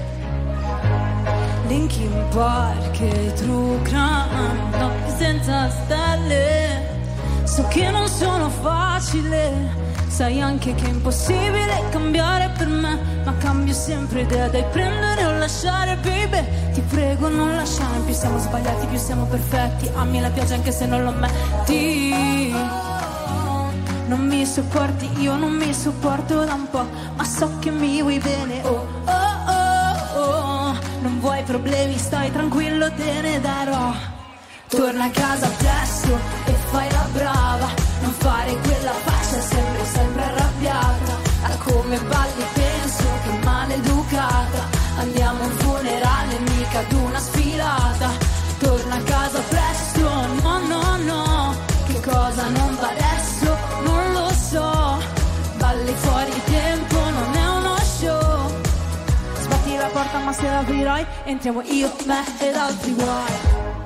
Linkin Park e True Crime, notti senza stelle. So che non sono facile, sai anche che è impossibile cambiare per me, ma cambio sempre idea, dai prendere o lasciare, baby. Ti prego non lasciarmi, più siamo sbagliati più siamo perfetti. Ami la pioggia anche se non lo metti. Non mi sopporti, io non mi sopporto da un po', ma so che mi vuoi bene, oh oh oh oh. Non vuoi problemi, stai tranquillo, te ne darò. Torna a casa presto e fai la brava, non fare quella faccia sempre, sempre arrabbiata. A come balli penso che maleducata. Andiamo a un funerale, mica ad una sfilata. Torna a casa presto, no no no. Che cosa non va adesso? Non lo so. Balli fuori tempo, non è uno show. Sbatti la porta ma se la aprirai, entriamo io, me ed altri guai.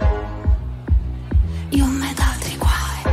Io me ed altri guai.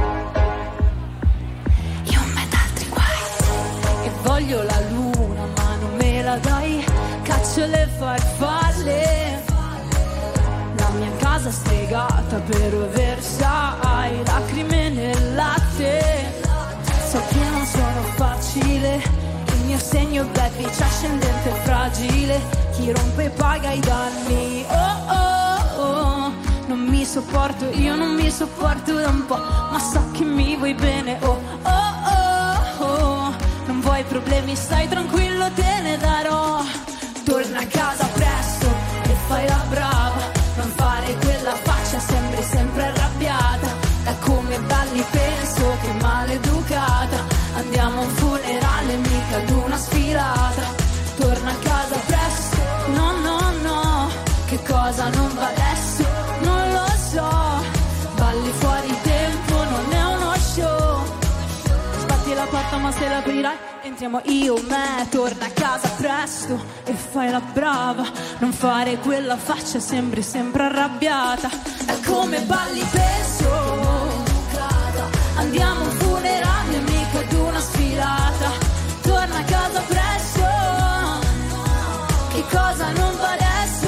Io me ed altri guai. E voglio la luna ma non me la dai. Caccio le farfalle. La mia casa stregata per Versailles. Lacrime nel latte. So che non sono facile. Il mio segno baby c'è ascendente e fragile. Chi rompe paga i danni. Oh oh oh. Non mi sopporto, io non mi sopporto da un po', ma so che mi vuoi bene, oh oh oh oh. Non vuoi problemi, stai tranquillo, te ne darò. Torna a casa presto e fai la brava, non fare quella faccia, sembri sempre arrabbiata. Da come balli penso che maleducata. Andiamo a un funerale, mica ad una sfilata. Torna a casa presto, no no no. Che cosa non va adesso? Non lo so. Balli fuori tempo, non è uno show. Sbatti la porta ma se l'aprirai, entriamo io, me. Torna a casa presto e fai la brava, non fare quella faccia, sembri sempre arrabbiata. È come balli penso. Andiamo a un funerale, mica ad una sfilata. Torna a casa presto. Che cosa non va adesso?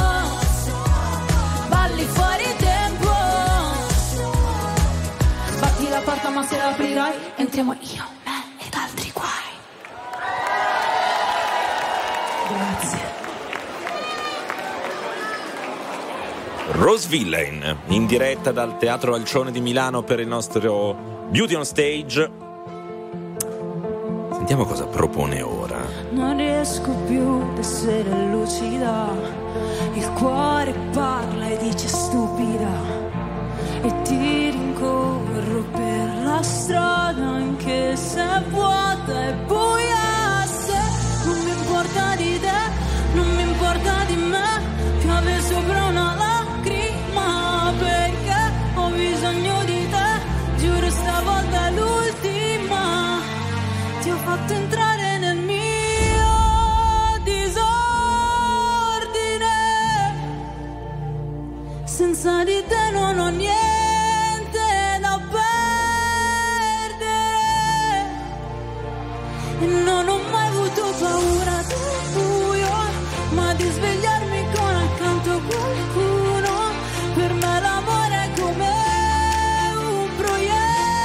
Balli fuori tempo. Sbatti la porta ma se la aprirai, entriamo io, me ed altri guai. Grazie. Rose Villain, in diretta dal Teatro Alcione di Milano per il nostro Beauty on Stage. Sentiamo cosa propone ora. Non riesco più ad essere lucida. Il cuore parla e dice stupida. E ti rincorro per la strada anche se è vuota e buia. Se non mi importa di te, non mi importa di me. Piove sopra una lacrima perché ho bisogno di te. Giuro stavolta è l'ultima. Ti ho fatto entrare nel mio disordine. Senza di te non ho niente da perdere. E non ho mai avuto paura del buio, ma di svegliarmi con accanto qualcuno. Per me l'amore è come un proiettile.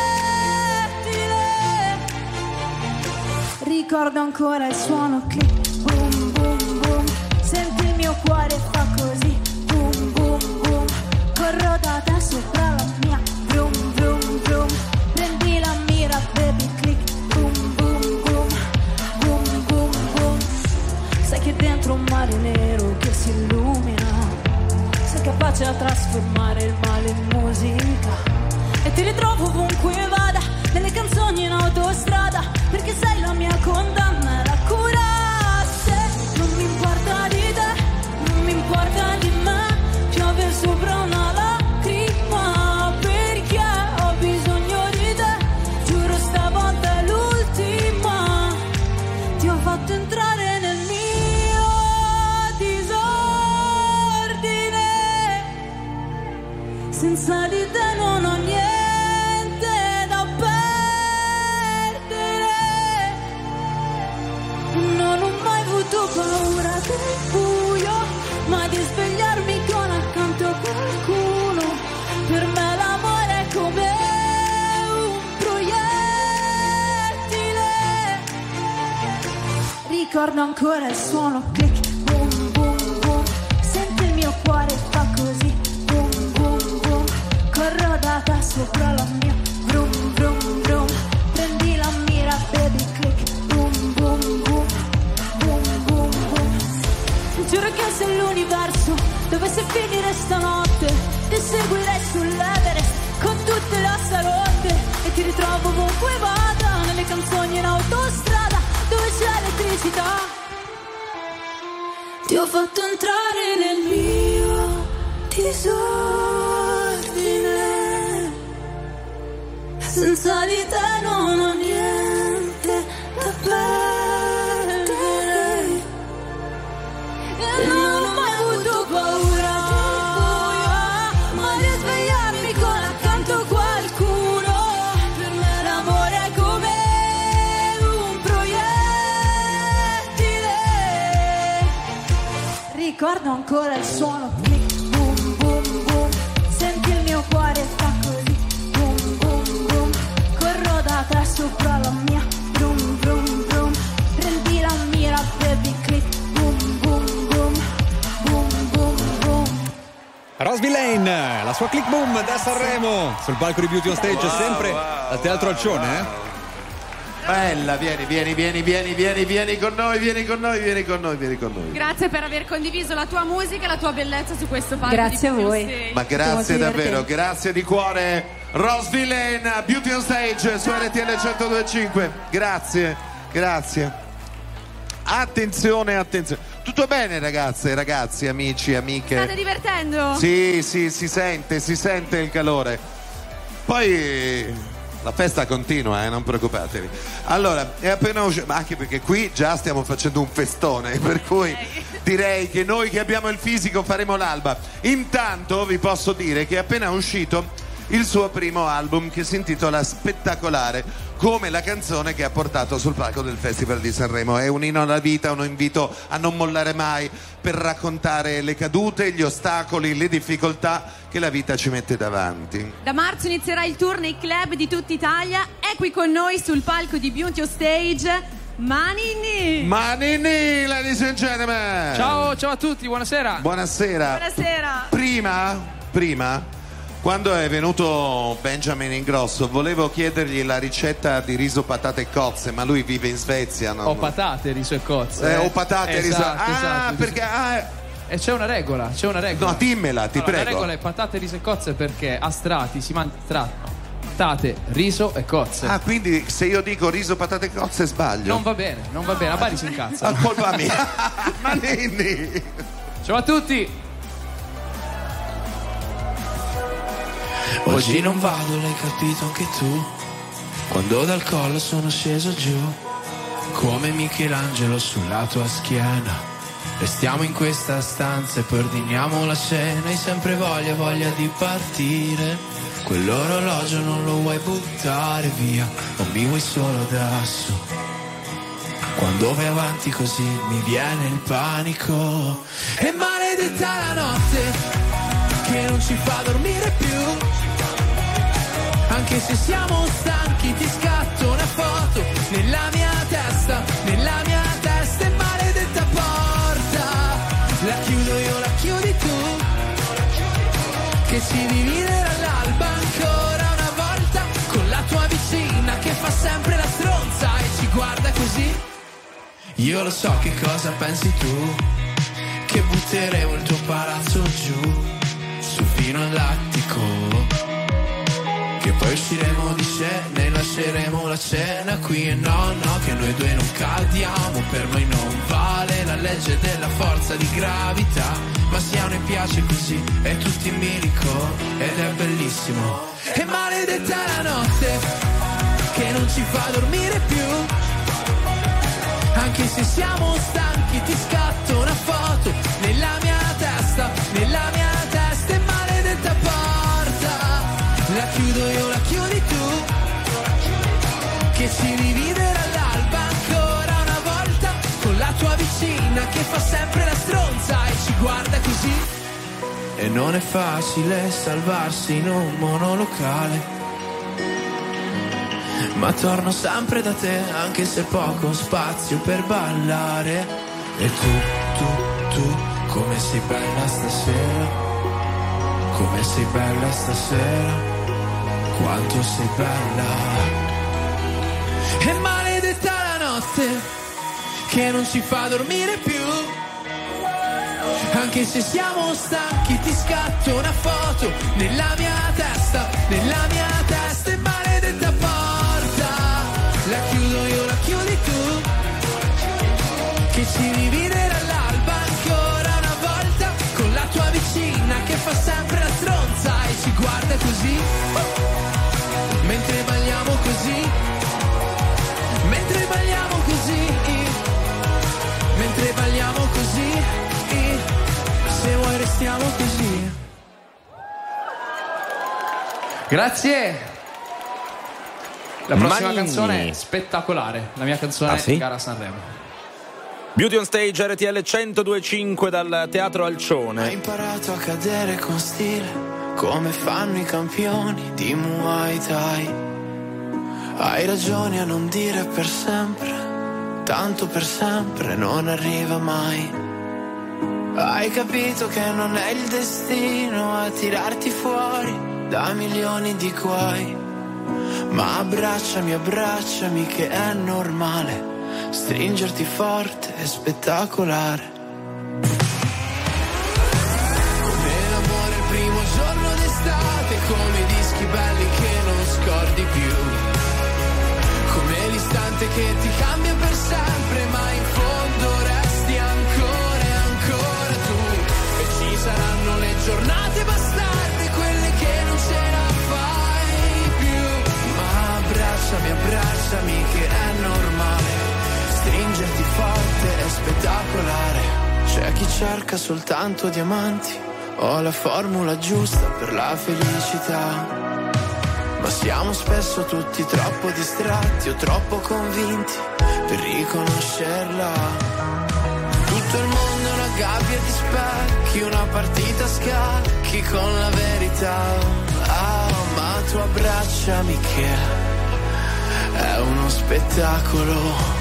Ricordo ancora il suono che boom boom boom. Senti il mio cuore fa così boom boom boom. Corro da te sopra la mia vroom vroom vroom. Prendi la mira baby click boom boom boom. Boom boom boom. Sai che dentro un mare nero che si illumina, sei capace a trasformare il male in musica. E ti ritrovo ovunque vada, nelle canzoni in autostrada, perché sei la mia condanna e la cura. Se non mi importa di te, non mi importa di me. Piove sopra una lacrima perché ho bisogno di te. Giuro stavolta è l'ultima. Ti ho fatto entrare nel mio disordine. Senza di te non ho niente da perdere. Non ho mai avuto paura del buio, ma di svegliarmi con accanto qualcuno. Per me l'amore è come un proiettile. Ricordo ancora il suono click, boom boom boom. Sento il mio cuore fa così, boom boom boom. Corro da te sopra la mia, brum brum brum. Prendi la mira, baby, click, boom boom boom, boom boom boom. Giuro che se l'universo dovesse finire stanotte, ti seguirei sull'Everest con tutte le ossa rotte e ti ritrovo ovunque vada, nelle canzoni in autostrada dove c'è elettricità. Ti ho fatto entrare nel mio disordine, senza di te non ho niente da perdere e non ho mai avuto paura, ma di svegliarmi con accanto qualcuno. Per me l'amore è come un proiettile. Ricordo ancora il suono click, boom boom boom. Senti il mio cuore fa così, boom boom boom. Corro da te sopra la mia, brum brum brum. Prendi la mira, baby, click, boom boom boom, boom boom boom. Rose Villain, la sua click boom da Sanremo sul palco di Beauty on Stage, Wow, sempre wow, al Teatro Alcione, eh? Bella, vieni, vieni, vieni, vieni, vieni, vieni con noi, vieni con noi, vieni con noi, vieni con noi. Grazie per aver condiviso la tua musica e la tua bellezza su questo palco. Grazie di a voi. Beauty on Ma Stage. grazie davvero, grazie di cuore. Rose Villain, Beauty on Stage su R T L centodue e cinque. Grazie, grazie. Attenzione, attenzione. Tutto bene ragazze, ragazzi, amici, amiche? State divertendo? Sì, sì, si sente, si sente il calore. Poi la festa continua, eh, non preoccupatevi. Allora, è appena uscito, anche perché qui già stiamo facendo un festone, per cui direi che noi che abbiamo il fisico faremo l'alba. Intanto vi posso dire che è appena uscito il suo primo album che si intitola Spettacolare, come la canzone che ha portato sul palco del Festival di Sanremo. È un inno alla vita, un invito a non mollare mai, per raccontare le cadute, gli ostacoli, le difficoltà che la vita ci mette davanti. Da marzo inizierà il tour nei club di tutta Italia. È qui con noi sul palco di Beauty on Stage Manini. Manini, ladies and gentlemen. Ciao, ciao a tutti, buonasera. Buonasera. Buonasera. Prima, prima, quando è venuto Benjamin Ingrosso, volevo chiedergli la ricetta di riso, patate e cozze, ma lui vive in Svezia. Non... Ho patate, riso e cozze. Eh, ho patate e riso. Esatto, Ah, esatto. perché... Ah, E c'è una regola, c'è una regola. no, dimmela, ti Allora, prego. La regola è patate, riso e cozze perché a strati si mangia strati. Patate, riso e cozze. Ah, quindi se io dico riso, patate e cozze sbaglio? Non va bene, non va bene, a Bari si incazza. Ah, colpa mia. Manini. Ciao a tutti. Oggi non vado, l'hai capito anche tu. Quando dal collo sono sceso giù, come Michelangelo sulla tua schiena. Restiamo in questa stanza e poi ordiniamo la cena. Hai sempre voglia, voglia di partire. Quell'orologio non lo vuoi buttare via, o mi vuoi solo da su. Quando vai avanti così mi viene il panico. E maledetta la notte che non ci fa dormire più. Anche se siamo stanchi ti scatto una foto nella mia testa, nella mia testa. E maledetta porta, la chiudo io, la chiudi tu, che si divide dall'alba ancora una volta, con la tua vicina che fa sempre la stronza e ci guarda così. Io lo so che cosa pensi tu, che butteremo il tuo palazzo giù, su fino all'attico, che poi usciremo di scena e lasceremo la cena qui. E no, no, che noi due non cadiamo, per noi non vale la legge della forza di gravità, ma se a noi piace così è tutto in bilico ed è bellissimo. E maledetta la notte che non ci fa dormire più, anche se siamo stanchi ti scatto una foto nella mia testa, nella mia testa. E maledetta porta, la chiudo io, la chiudi tu, che ci divide dall'alba ancora una volta, con la tua vicina non è facile salvarsi in un monolocale. Ma torno sempre da te, anche se poco spazio per ballare. E tu, tu, tu, come sei bella stasera, come sei bella stasera, quanto sei bella. E maledetta la notte che non ci fa dormire più. Anche se siamo stanchi ti scatto una foto nella mia testa, nella mia testa. E maledetta porta, la chiudo io, la chiudi tu, che ci dividerà l'alba ancora una volta, con la tua vicina che fa sempre la stronza e ci guarda così, mentre balliamo così, mentre balliamo così, mentre balliamo così, se vuoi restiamo così. Grazie. La prossima Manini. canzone è spettacolare, la mia canzone Ah, sì? è Gara Sanremo. Beauty on Stage R T L centodue e cinque dal Teatro Hai Alcione. imparato a cadere con stile, come fanno i campioni di Muay Thai. Hai ragione a non dire per sempre, tanto per sempre non arriva mai. Hai capito che non è il destino a tirarti fuori da milioni di guai. Ma abbracciami, abbracciami che è normale stringerti forte e spettacolare. Come l'amore il primo giorno d'estate, come i dischi belli che non scordi più, come l'istante che ti cambia per sempre, ma in fondo resti ancora e ancora tu. E ci saranno le giornate bastarde, quelle che non ce la fai più. Ma abbracciami, abbracciami che è normale stringerti forte è spettacolare. C'è chi cerca soltanto diamanti, ho la formula giusta per la felicità. Ma siamo spesso tutti troppo distratti o troppo convinti per riconoscerla. Tutto il mondo è una gabbia di specchi, una partita a scacchi con la verità. Ah, ma tu abbracciami che è uno spettacolo.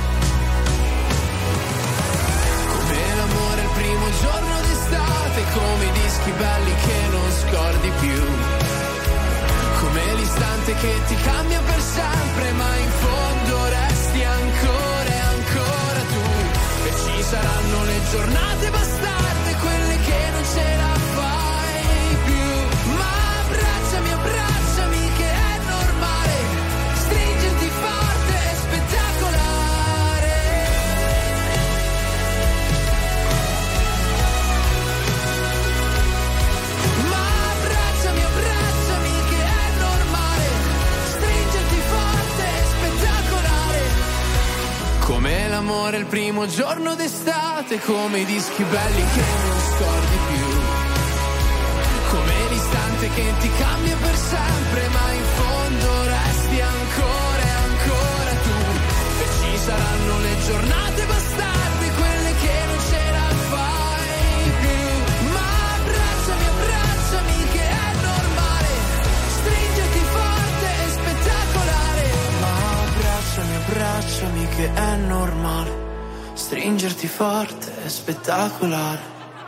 L'amore il primo giorno d'estate, come i dischi belli che non scordi più, come l'istante che ti cambia per sempre, ma in fondo resti ancora e ancora tu. E ci saranno le giornate bastarde, quelle che non ce la fai più. Ma abbracciami, abbracciami che è normale stringerti forte e spettacolare. Come l'amore il primo giorno d'estate, come i dischi belli che non scordi più, come l'istante che ti cambia per sempre, ma in fondo resti ancora e ancora tu. E ci saranno le giornate bastarde, quelle che non ce la fai più. Ma abbracciami, abbracciami che è normale stringerti forte e spettacolare. Ma abbracciami, abbracciami che è normale stringerti forte e spettacolare.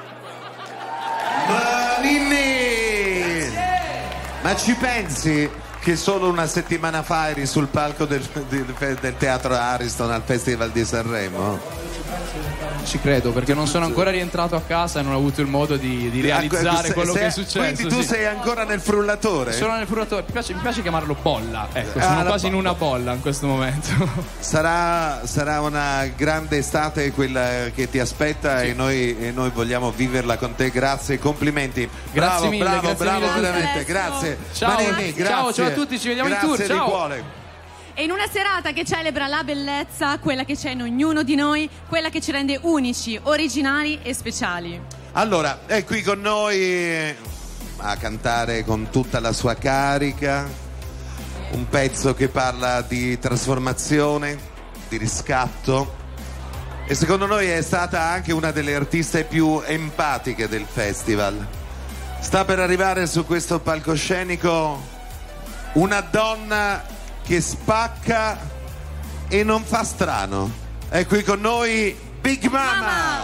Manini! Ma ci pensi che solo una settimana fa eri sul palco del, del, del Teatro Ariston al Festival di Sanremo? Ci credo, perché non sono ancora rientrato a casa e non ho avuto il modo di, di realizzare Se- quello se- che è successo. Quindi tu sì. sei ancora nel frullatore? Sono nel frullatore, mi piace, mi piace chiamarlo bolla. Ecco, Ah, sono la quasi bo- in una bolla in questo momento. Sarà, sarà una grande estate quella che ti aspetta e, noi, e noi vogliamo viverla con te. Grazie, complimenti. Grazie bravo, mille, bravo, grazie bravo, mille. veramente. Grazie. Ciao, Manini, grazie. ciao, ciao a tutti, ci vediamo in tour, Grazie di ciao. cuore. E in una serata che celebra la bellezza, quella che c'è in ognuno di noi, quella che ci rende unici, originali e speciali. Allora, è qui con noi a cantare con tutta la sua carica un pezzo che parla di trasformazione, di riscatto, e secondo noi è stata anche una delle artiste più empatiche del festival. Sta per arrivare su questo palcoscenico una donna che spacca e non fa strano. È qui con noi Big Mama. Mama.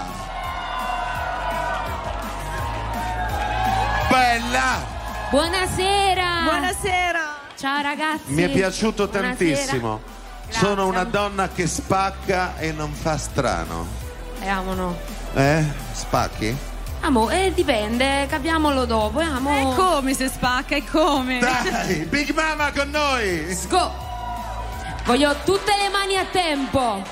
Bella. Buonasera. Buonasera. Ciao ragazzi. Mi è piaciuto tantissimo. Grazie. Sono una donna che spacca e non fa strano. Eh, amo no. Eh? Spacchi? Amo, eh, dipende, capiamolo dopo. Eh, amo. E come se spacca, e come? Dai, Big Mama con noi! Sco! Voglio tutte le mani a tempo!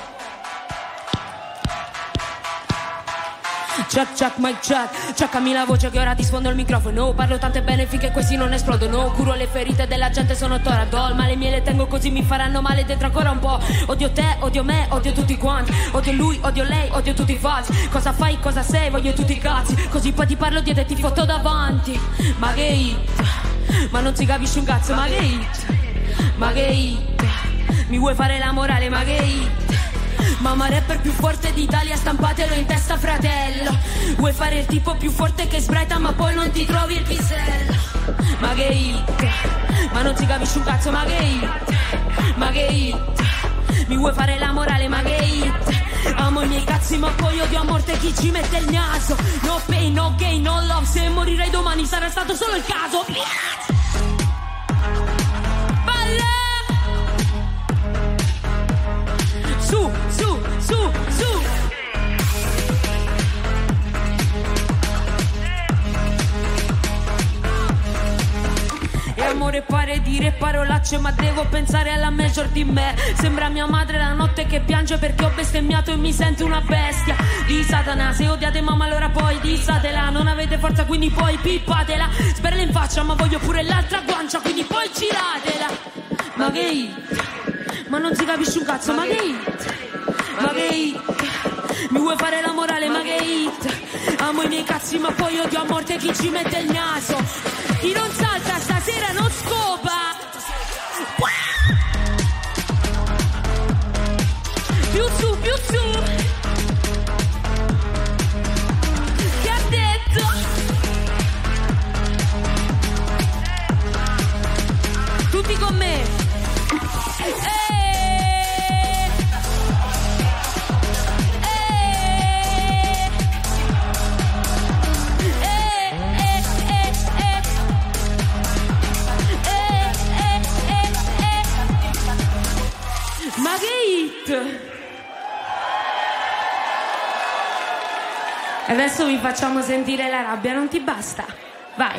Check, check, mic check. Checkami la voce che ora ti sfondo il microfono. Parlo tante bene finché questi non esplodono. Curo le ferite della gente, sono Toradol. Ma le mie le tengo così mi faranno male dentro ancora un po'. Odio te, odio me, odio tutti quanti. Odio lui, odio lei, odio tutti i falsi. Cosa fai, cosa sei, voglio tutti i cazzi. Così poi ti parlo dietro e ti fotto davanti. Ma che hit, ma non si capisce un cazzo. Ma che hit, ma che hit. Mi vuoi fare la morale, ma che hit. Mamma rapper più forte d'Italia, stampatelo in testa fratello. Vuoi fare il tipo più forte che sbraita ma poi non ti trovi il pisello. Ma che hit, ma non si capisce un cazzo. Ma che hit, ma che hit. Mi vuoi fare la morale, ma che hit. Amo i miei cazzi ma poi odio a morte chi ci mette il naso. No pain, no gain, no love. Se morirei domani sarà stato solo il caso. Balla! Su, su, su, su. E amore pare dire parolacce ma devo pensare alla major di me. Sembra mia madre la notte che piange perché ho bestemmiato e mi sento una bestia. Di Satana, se odiate mamma allora poi dissatela. Non avete forza quindi poi pippatela. Sperla in faccia ma voglio pure l'altra guancia quindi poi giratela. Ma che hit, ma non si capisce un cazzo. Ma che hit, ma che hit. Mi vuoi fare la morale, ma che hit. Amo i miei cazzi ma poi odio a morte chi ci mette il naso. Chi non salta stasera non scopa. Più su, più su. Che ha detto? Tutti con me. Eh. Ma che hit! Adesso vi facciamo sentire la rabbia, non ti basta? Vai!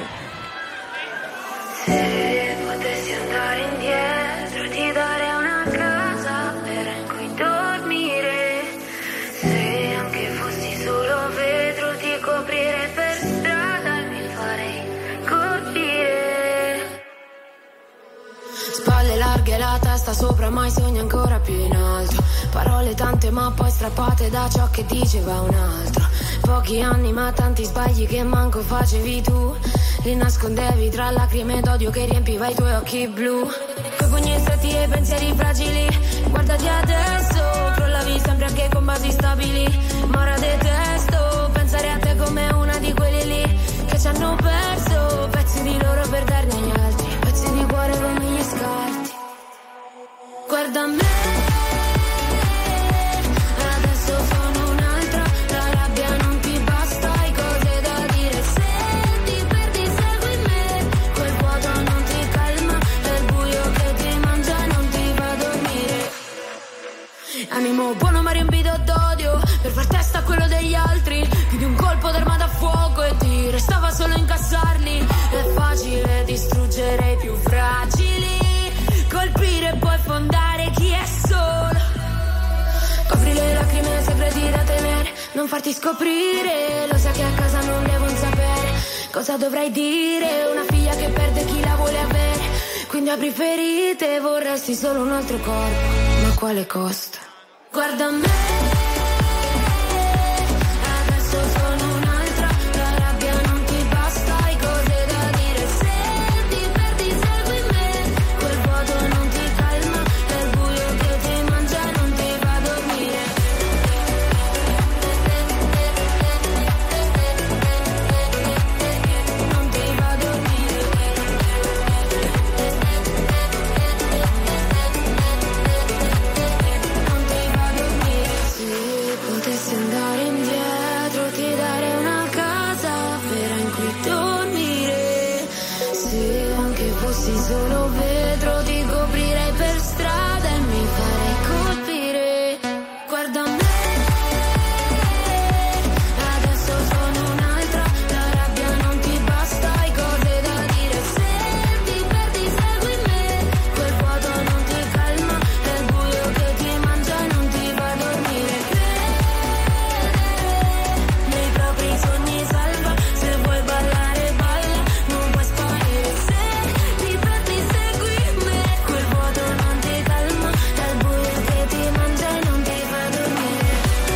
Se potessi andare indietro ti darei una casa vera in cui dormire. Se anche fossi solo vetro ti coprirei per strada e mi farei colpire. Spalle larghe, la testa sopra, mai sogni ancora più in alto. Parole tante ma poi strappate da ciò che diceva un altro. Pochi anni ma tanti sbagli che manco facevi tu. Li nascondevi tra lacrime d'odio che riempiva i tuoi occhi blu. Coi pugni stretti e pensieri fragili. Guardati adesso, crollavi sempre anche con basi stabili. Ma ora detesto pensare a te come una di quelli lì che ci hanno perso pezzi di loro per darne agli altri. Pezzi di cuore come gli scarti. Guarda me. Animo buono ma riempito d'odio per far testa a quello degli altri. Più di un colpo d'arma da fuoco e ti restava solo incassarli. È facile distruggere i più fragili, colpire e poi fondare chi è solo. Copri le lacrime, segreti da tenere, non farti scoprire. Lo sai che a casa non devono sapere cosa dovrai dire. Una figlia che perde chi la vuole avere, quindi apri ferite. Vorresti solo un altro corpo, ma a quale costo? Guarda me, adesso sono un'altra, la rabbia non ti basta, hai cose da dire, se ti perdi segui me, quel vuoto non ti calma, è il buio che ti mangia e non ti fa dormire. Non ti fossi solo vetro ti coprirei per strada e mi farei colpire. Guarda me, adesso sono un'altra, la rabbia non ti basta, hai cose da dire. Se ti perdi segui me, quel vuoto non ti calma, è il buio che ti mangia e non ti fa dormire. Crede nei propri sogni, salva, se vuoi ballare balla, non puoi sparire. Se ti perdi segui me, quel vuoto non ti calma, è il buio che ti mangia e non ti fa dormire.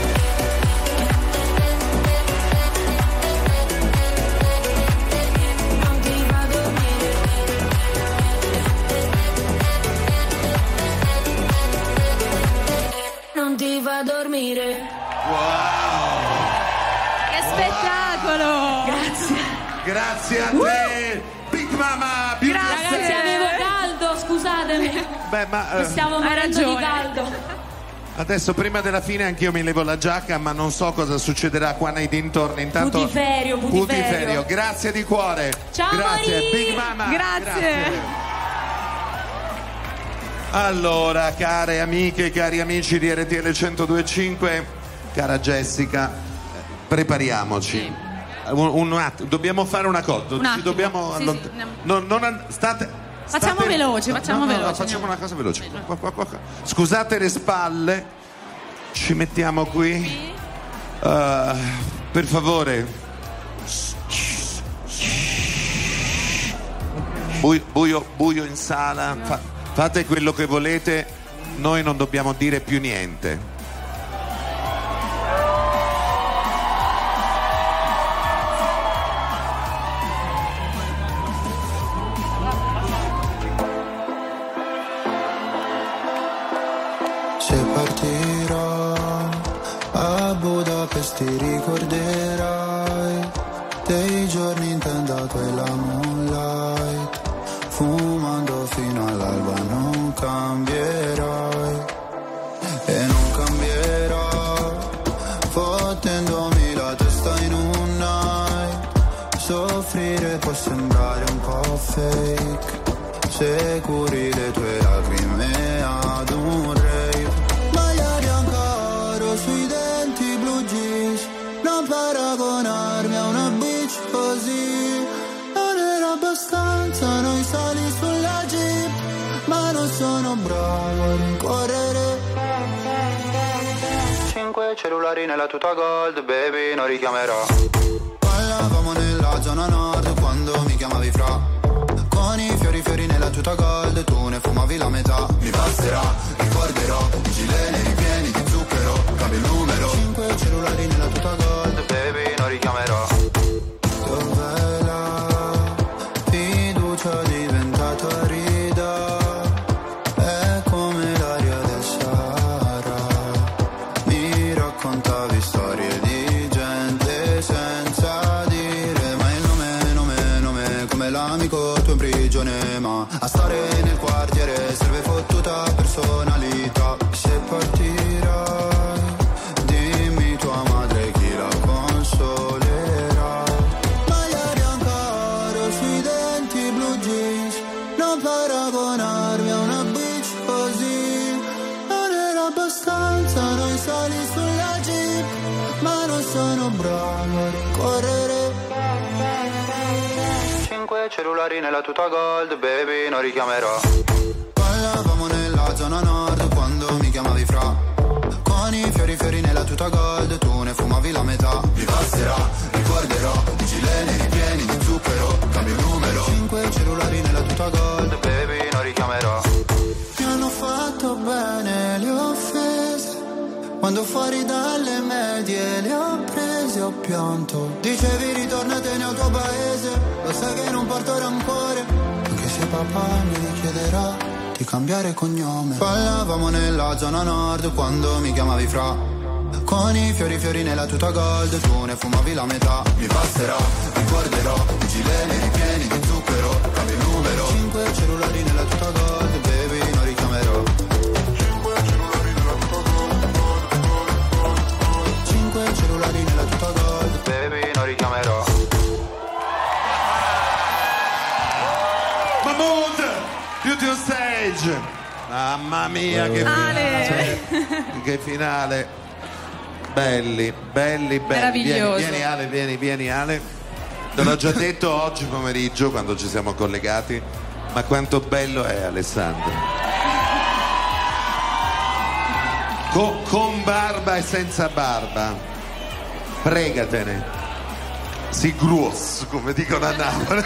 Non ti fa dormire. Non ti fa dormire. Che spettacolo! Grazie. Grazie a te, Big Mama. Big Ragazzi, avevo caldo, scusatemi. Beh, ma eh, Mi stiamo Hai morendo di ragione. caldo. adesso prima della fine anch'io mi levo la giacca, ma non so cosa succederà qua nei dintorni. Intanto Putiferio, putiferio. Putiferio, grazie di cuore. Ciao, grazie, Mari. Big Mama. Grazie. Allora, care amiche e cari amici di R T L centodue e cinque, cara Jessica, prepariamoci. Un, un attimo, dobbiamo fare una cosa. Un Ci attimo. dobbiamo Sì, allont- sì, andiamo. non, non an- state. Facciamo state- veloce, facciamo no, no, no, veloce, facciamo andiamo. una cosa veloce. Qua, qua, qua, qua. Scusate le spalle, ci mettiamo qui. Uh, per favore. Buio, buio, buio in sala. Fa- fate quello che volete, noi non dobbiamo dire più niente. Se partirò a Budapest ti ricorderai dei giorni in tenda e la moonlight, fumando fino all'alba non cambierai e non cambierò, fottendomi la testa in un night. Soffrire può sembrare un po' fake se curi le tue lacrime ad un rave. Magliari ancora sui denti blu jeans, non paragonarmi a una bitch così. Non era abbastanza noi sali sulla jeep, ma non sono bravo a rincorrere. Cinque cellulari nella tuta gold, baby, non richiamerò. Parlavamo nella zona nord quando mi chiamavi fra. Con i fiori fiori nella tuta gold, tu ne fumavi la metà. Mi passerà, ricorderò, i gileni ripieni di zucchero, cambio il numero. Cinque cellulari nella tuta gold, baby, non richiamerò. Dov'è la fiducia diventata rida? È come l'aria del Sahara. Mi raccontavi storie di gente senza dire mai il nome, nome, nome, come l'amico tuo in prigione, ma a stare nel quartiere serve fottuta personalità. Se partirai, dimmi tua madre chi la consolerà. Magliari ancora sui denti blu jeans, non paragonarmi a una bitch così. Non era abbastanza noi sali sulla jeep, ma non sono bravo a rincorrere. Cinque cellulari nella tuta gold, baby, non richiamerò. Parlavamo nella zona nord quando mi chiamavi fra. Con i fiori fiori nella tuta gold, tu ne fumavi la metà. Mi passerà, ricorderò, i gileni ripieni di zucchero, cambio il numero. Cinque cellulari nella tuta gold, baby, non richiamerò. Mi hanno fatto bene le offese, quando fuori dalle medie le ho prese, ho pianto. Dicevi ritornatene al tuo paese, lo sai che non porto rancore, anche se papà mi chiederà di cambiare cognome. Parlavamo nella zona nord quando mi chiamavi fra. Con i fiori fiori nella tuta gold, tu ne fumavi la metà. Mi passerà, ricorderò, i gileni ripieni di zucchero, cambio il numero. Cinque cellulari nella tuta gold, baby, non richiamerò. Cinque cellulari nella tuta gold, baby, non richiamerò. Mahmood, Beauty on Stage. Mamma mia, che finale. Che finale. Belli, belli, belli. Meraviglioso. Vieni, vieni Ale, vieni, vieni Ale. Te l'ho già detto oggi pomeriggio quando ci siamo collegati, ma quanto bello è Alessandro. Con, con barba e senza barba, fregatene, si gruos, come dicono a Napoli.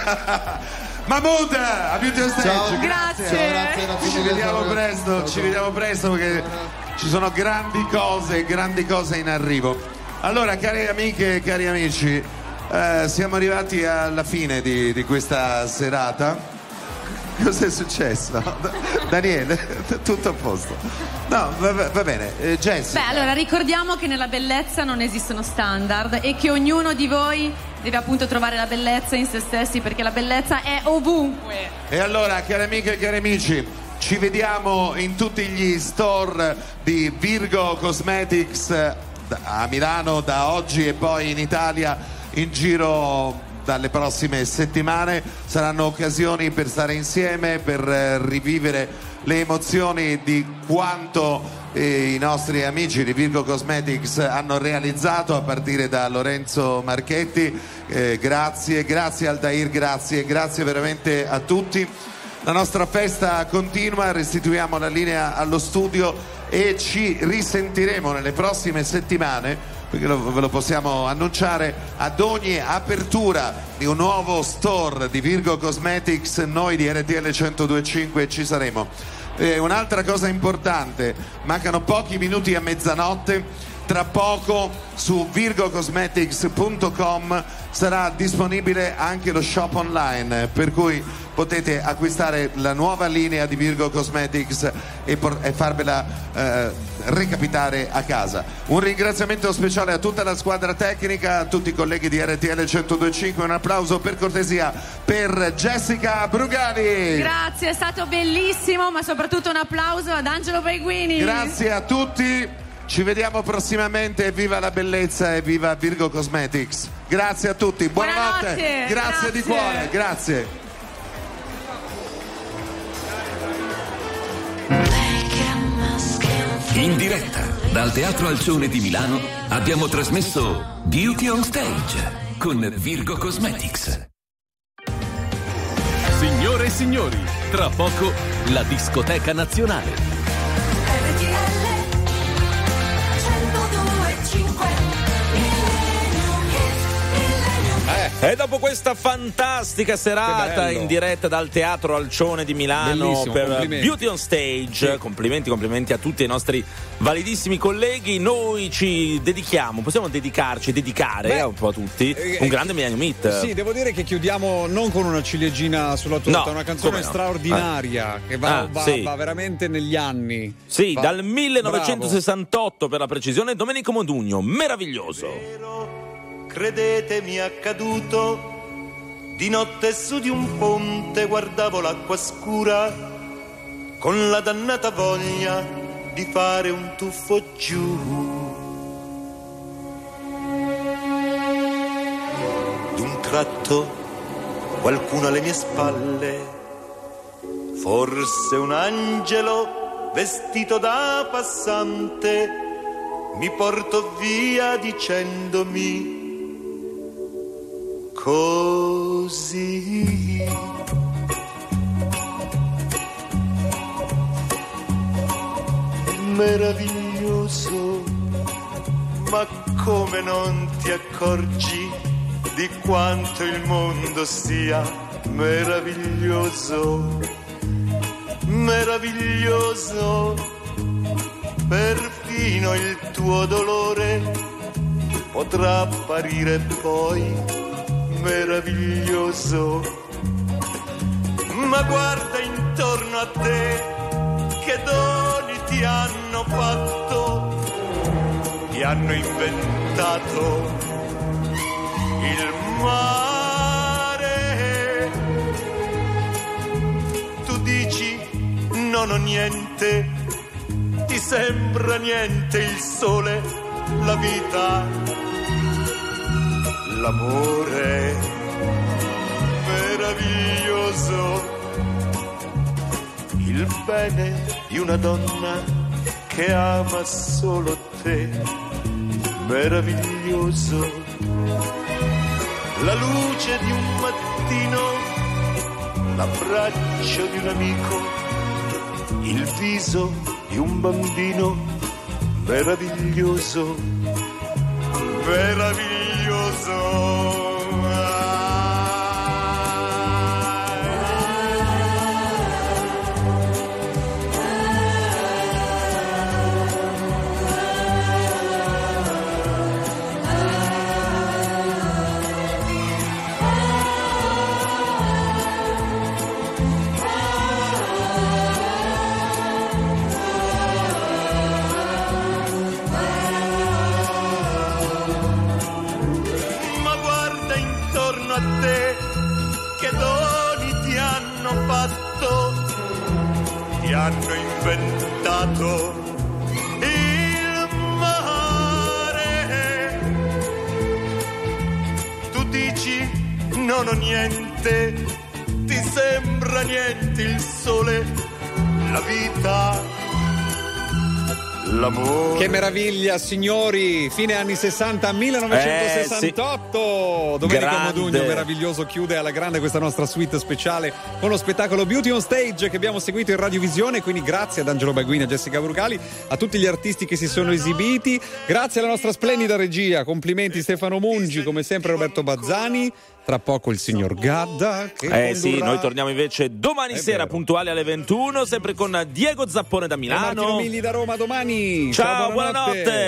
Mahmood, a Beauty on Stage. Ciao. Grazie. Ciao, grazie, grazie. Ci vediamo presto, ciao, ci ciao. vediamo presto perché ci sono grandi cose, grandi cose in arrivo. Allora, cari amiche e cari amici, eh, siamo arrivati alla fine di, di questa serata. Cos'è successo? Daniele, tutto a posto. No, va, va bene. Eh, Jessica. Beh, allora ricordiamo che nella bellezza non esistono standard e che ognuno di voi deve appunto trovare la bellezza in se stessi, perché la bellezza è ovunque. E allora, cari amiche e cari amici, ci vediamo in tutti gli store di Virgo Cosmetics a Milano da oggi e poi in Italia, in giro dalle prossime settimane. Saranno occasioni per stare insieme, per eh, rivivere le emozioni di quanto eh, i nostri amici di Virgo Cosmetics hanno realizzato, a partire da Lorenzo Marchetti. Eh, grazie, grazie Aldair, grazie, grazie veramente a tutti. La nostra festa continua, restituiamo la linea allo studio e ci risentiremo nelle prossime settimane, perché lo, ve lo possiamo annunciare, ad ogni apertura di un nuovo store di Virgo Cosmetics. Noi di R T L centodue e cinque ci saremo. E un'altra cosa importante, mancano pochi minuti a mezzanotte. Tra poco su virgo cosmetics punto com sarà disponibile anche lo shop online, per cui potete acquistare la nuova linea di Virgo Cosmetics e, por- e farvela eh, recapitare a casa. Un ringraziamento speciale a tutta la squadra tecnica, a tutti i colleghi di R T L centodue e cinque. Un applauso per cortesia per Jessica Brugani. Grazie, è stato bellissimo, ma soprattutto un applauso ad Angelo Beguini. Grazie a tutti. Ci vediamo prossimamente, viva la bellezza e viva Virgo Cosmetics. Grazie a tutti, buonanotte. Buonanotte. Grazie, Grazie di cuore, grazie. In diretta dal Teatro Alcione di Milano abbiamo trasmesso Beauty on Stage con Virgo Cosmetics. Signore e signori, tra poco la discoteca nazionale. E dopo questa fantastica serata in diretta dal Teatro Alcione di Milano, bellissimo, per Beauty on Stage, sì. complimenti, complimenti a tutti i nostri validissimi colleghi. Noi ci dedichiamo, possiamo dedicarci, dedicare Beh, un po' a tutti eh, un grande Millennium Hit. Sì, devo dire che chiudiamo non con una ciliegina sulla torta, no, una canzone no. straordinaria ah. che va, ah, va, sì. va veramente negli anni. Sì, va. dal millenovecentosessantotto Bravo. Per la precisione, Domenico Modugno, meraviglioso. Credetemi, è accaduto di notte su di un ponte, guardavo l'acqua scura con la dannata voglia di fare un tuffo giù. D'un tratto qualcuno alle mie spalle, forse un angelo vestito da passante, mi portò via dicendomi così. Meraviglioso, ma come non ti accorgi di quanto il mondo sia meraviglioso, meraviglioso, perfino il tuo dolore potrà apparire poi meraviglioso. Ma guarda intorno a te, che doni ti hanno fatto, ti hanno inventato il mare. Tu dici non ho niente, ti sembra niente il sole, la vita, l'amore. Meraviglioso, il bene di una donna che ama solo te, meraviglioso. La luce di un mattino, l'abbraccio di un amico, il viso di un bambino, meraviglioso, meraviglioso. Ti hanno inventato il mare. Tu dici non ho niente, ti sembra niente il sole, la vita, l'amore. Che meraviglia, signori! Fine anni sessanta, millenovecentosessantotto. Eh, sì. Domenico Grande. Modugno, meraviglioso, chiude alla grande questa nostra suite speciale con lo spettacolo Beauty on Stage che abbiamo seguito in radiovisione. Quindi grazie ad Angelo Baguini, a Jessica Burgali, a tutti gli artisti che si sono esibiti. Grazie alla nostra splendida regia. Complimenti Stefano Mungi, come sempre Roberto Bazzani. Tra poco il signor Gadda che Eh condurrà... sì, noi torniamo invece domani È sera vero. puntuali alle ventuno, sempre con Diego Zappone da E Martino Milano. Migli da Roma domani. Ciao, Ciao, buonanotte.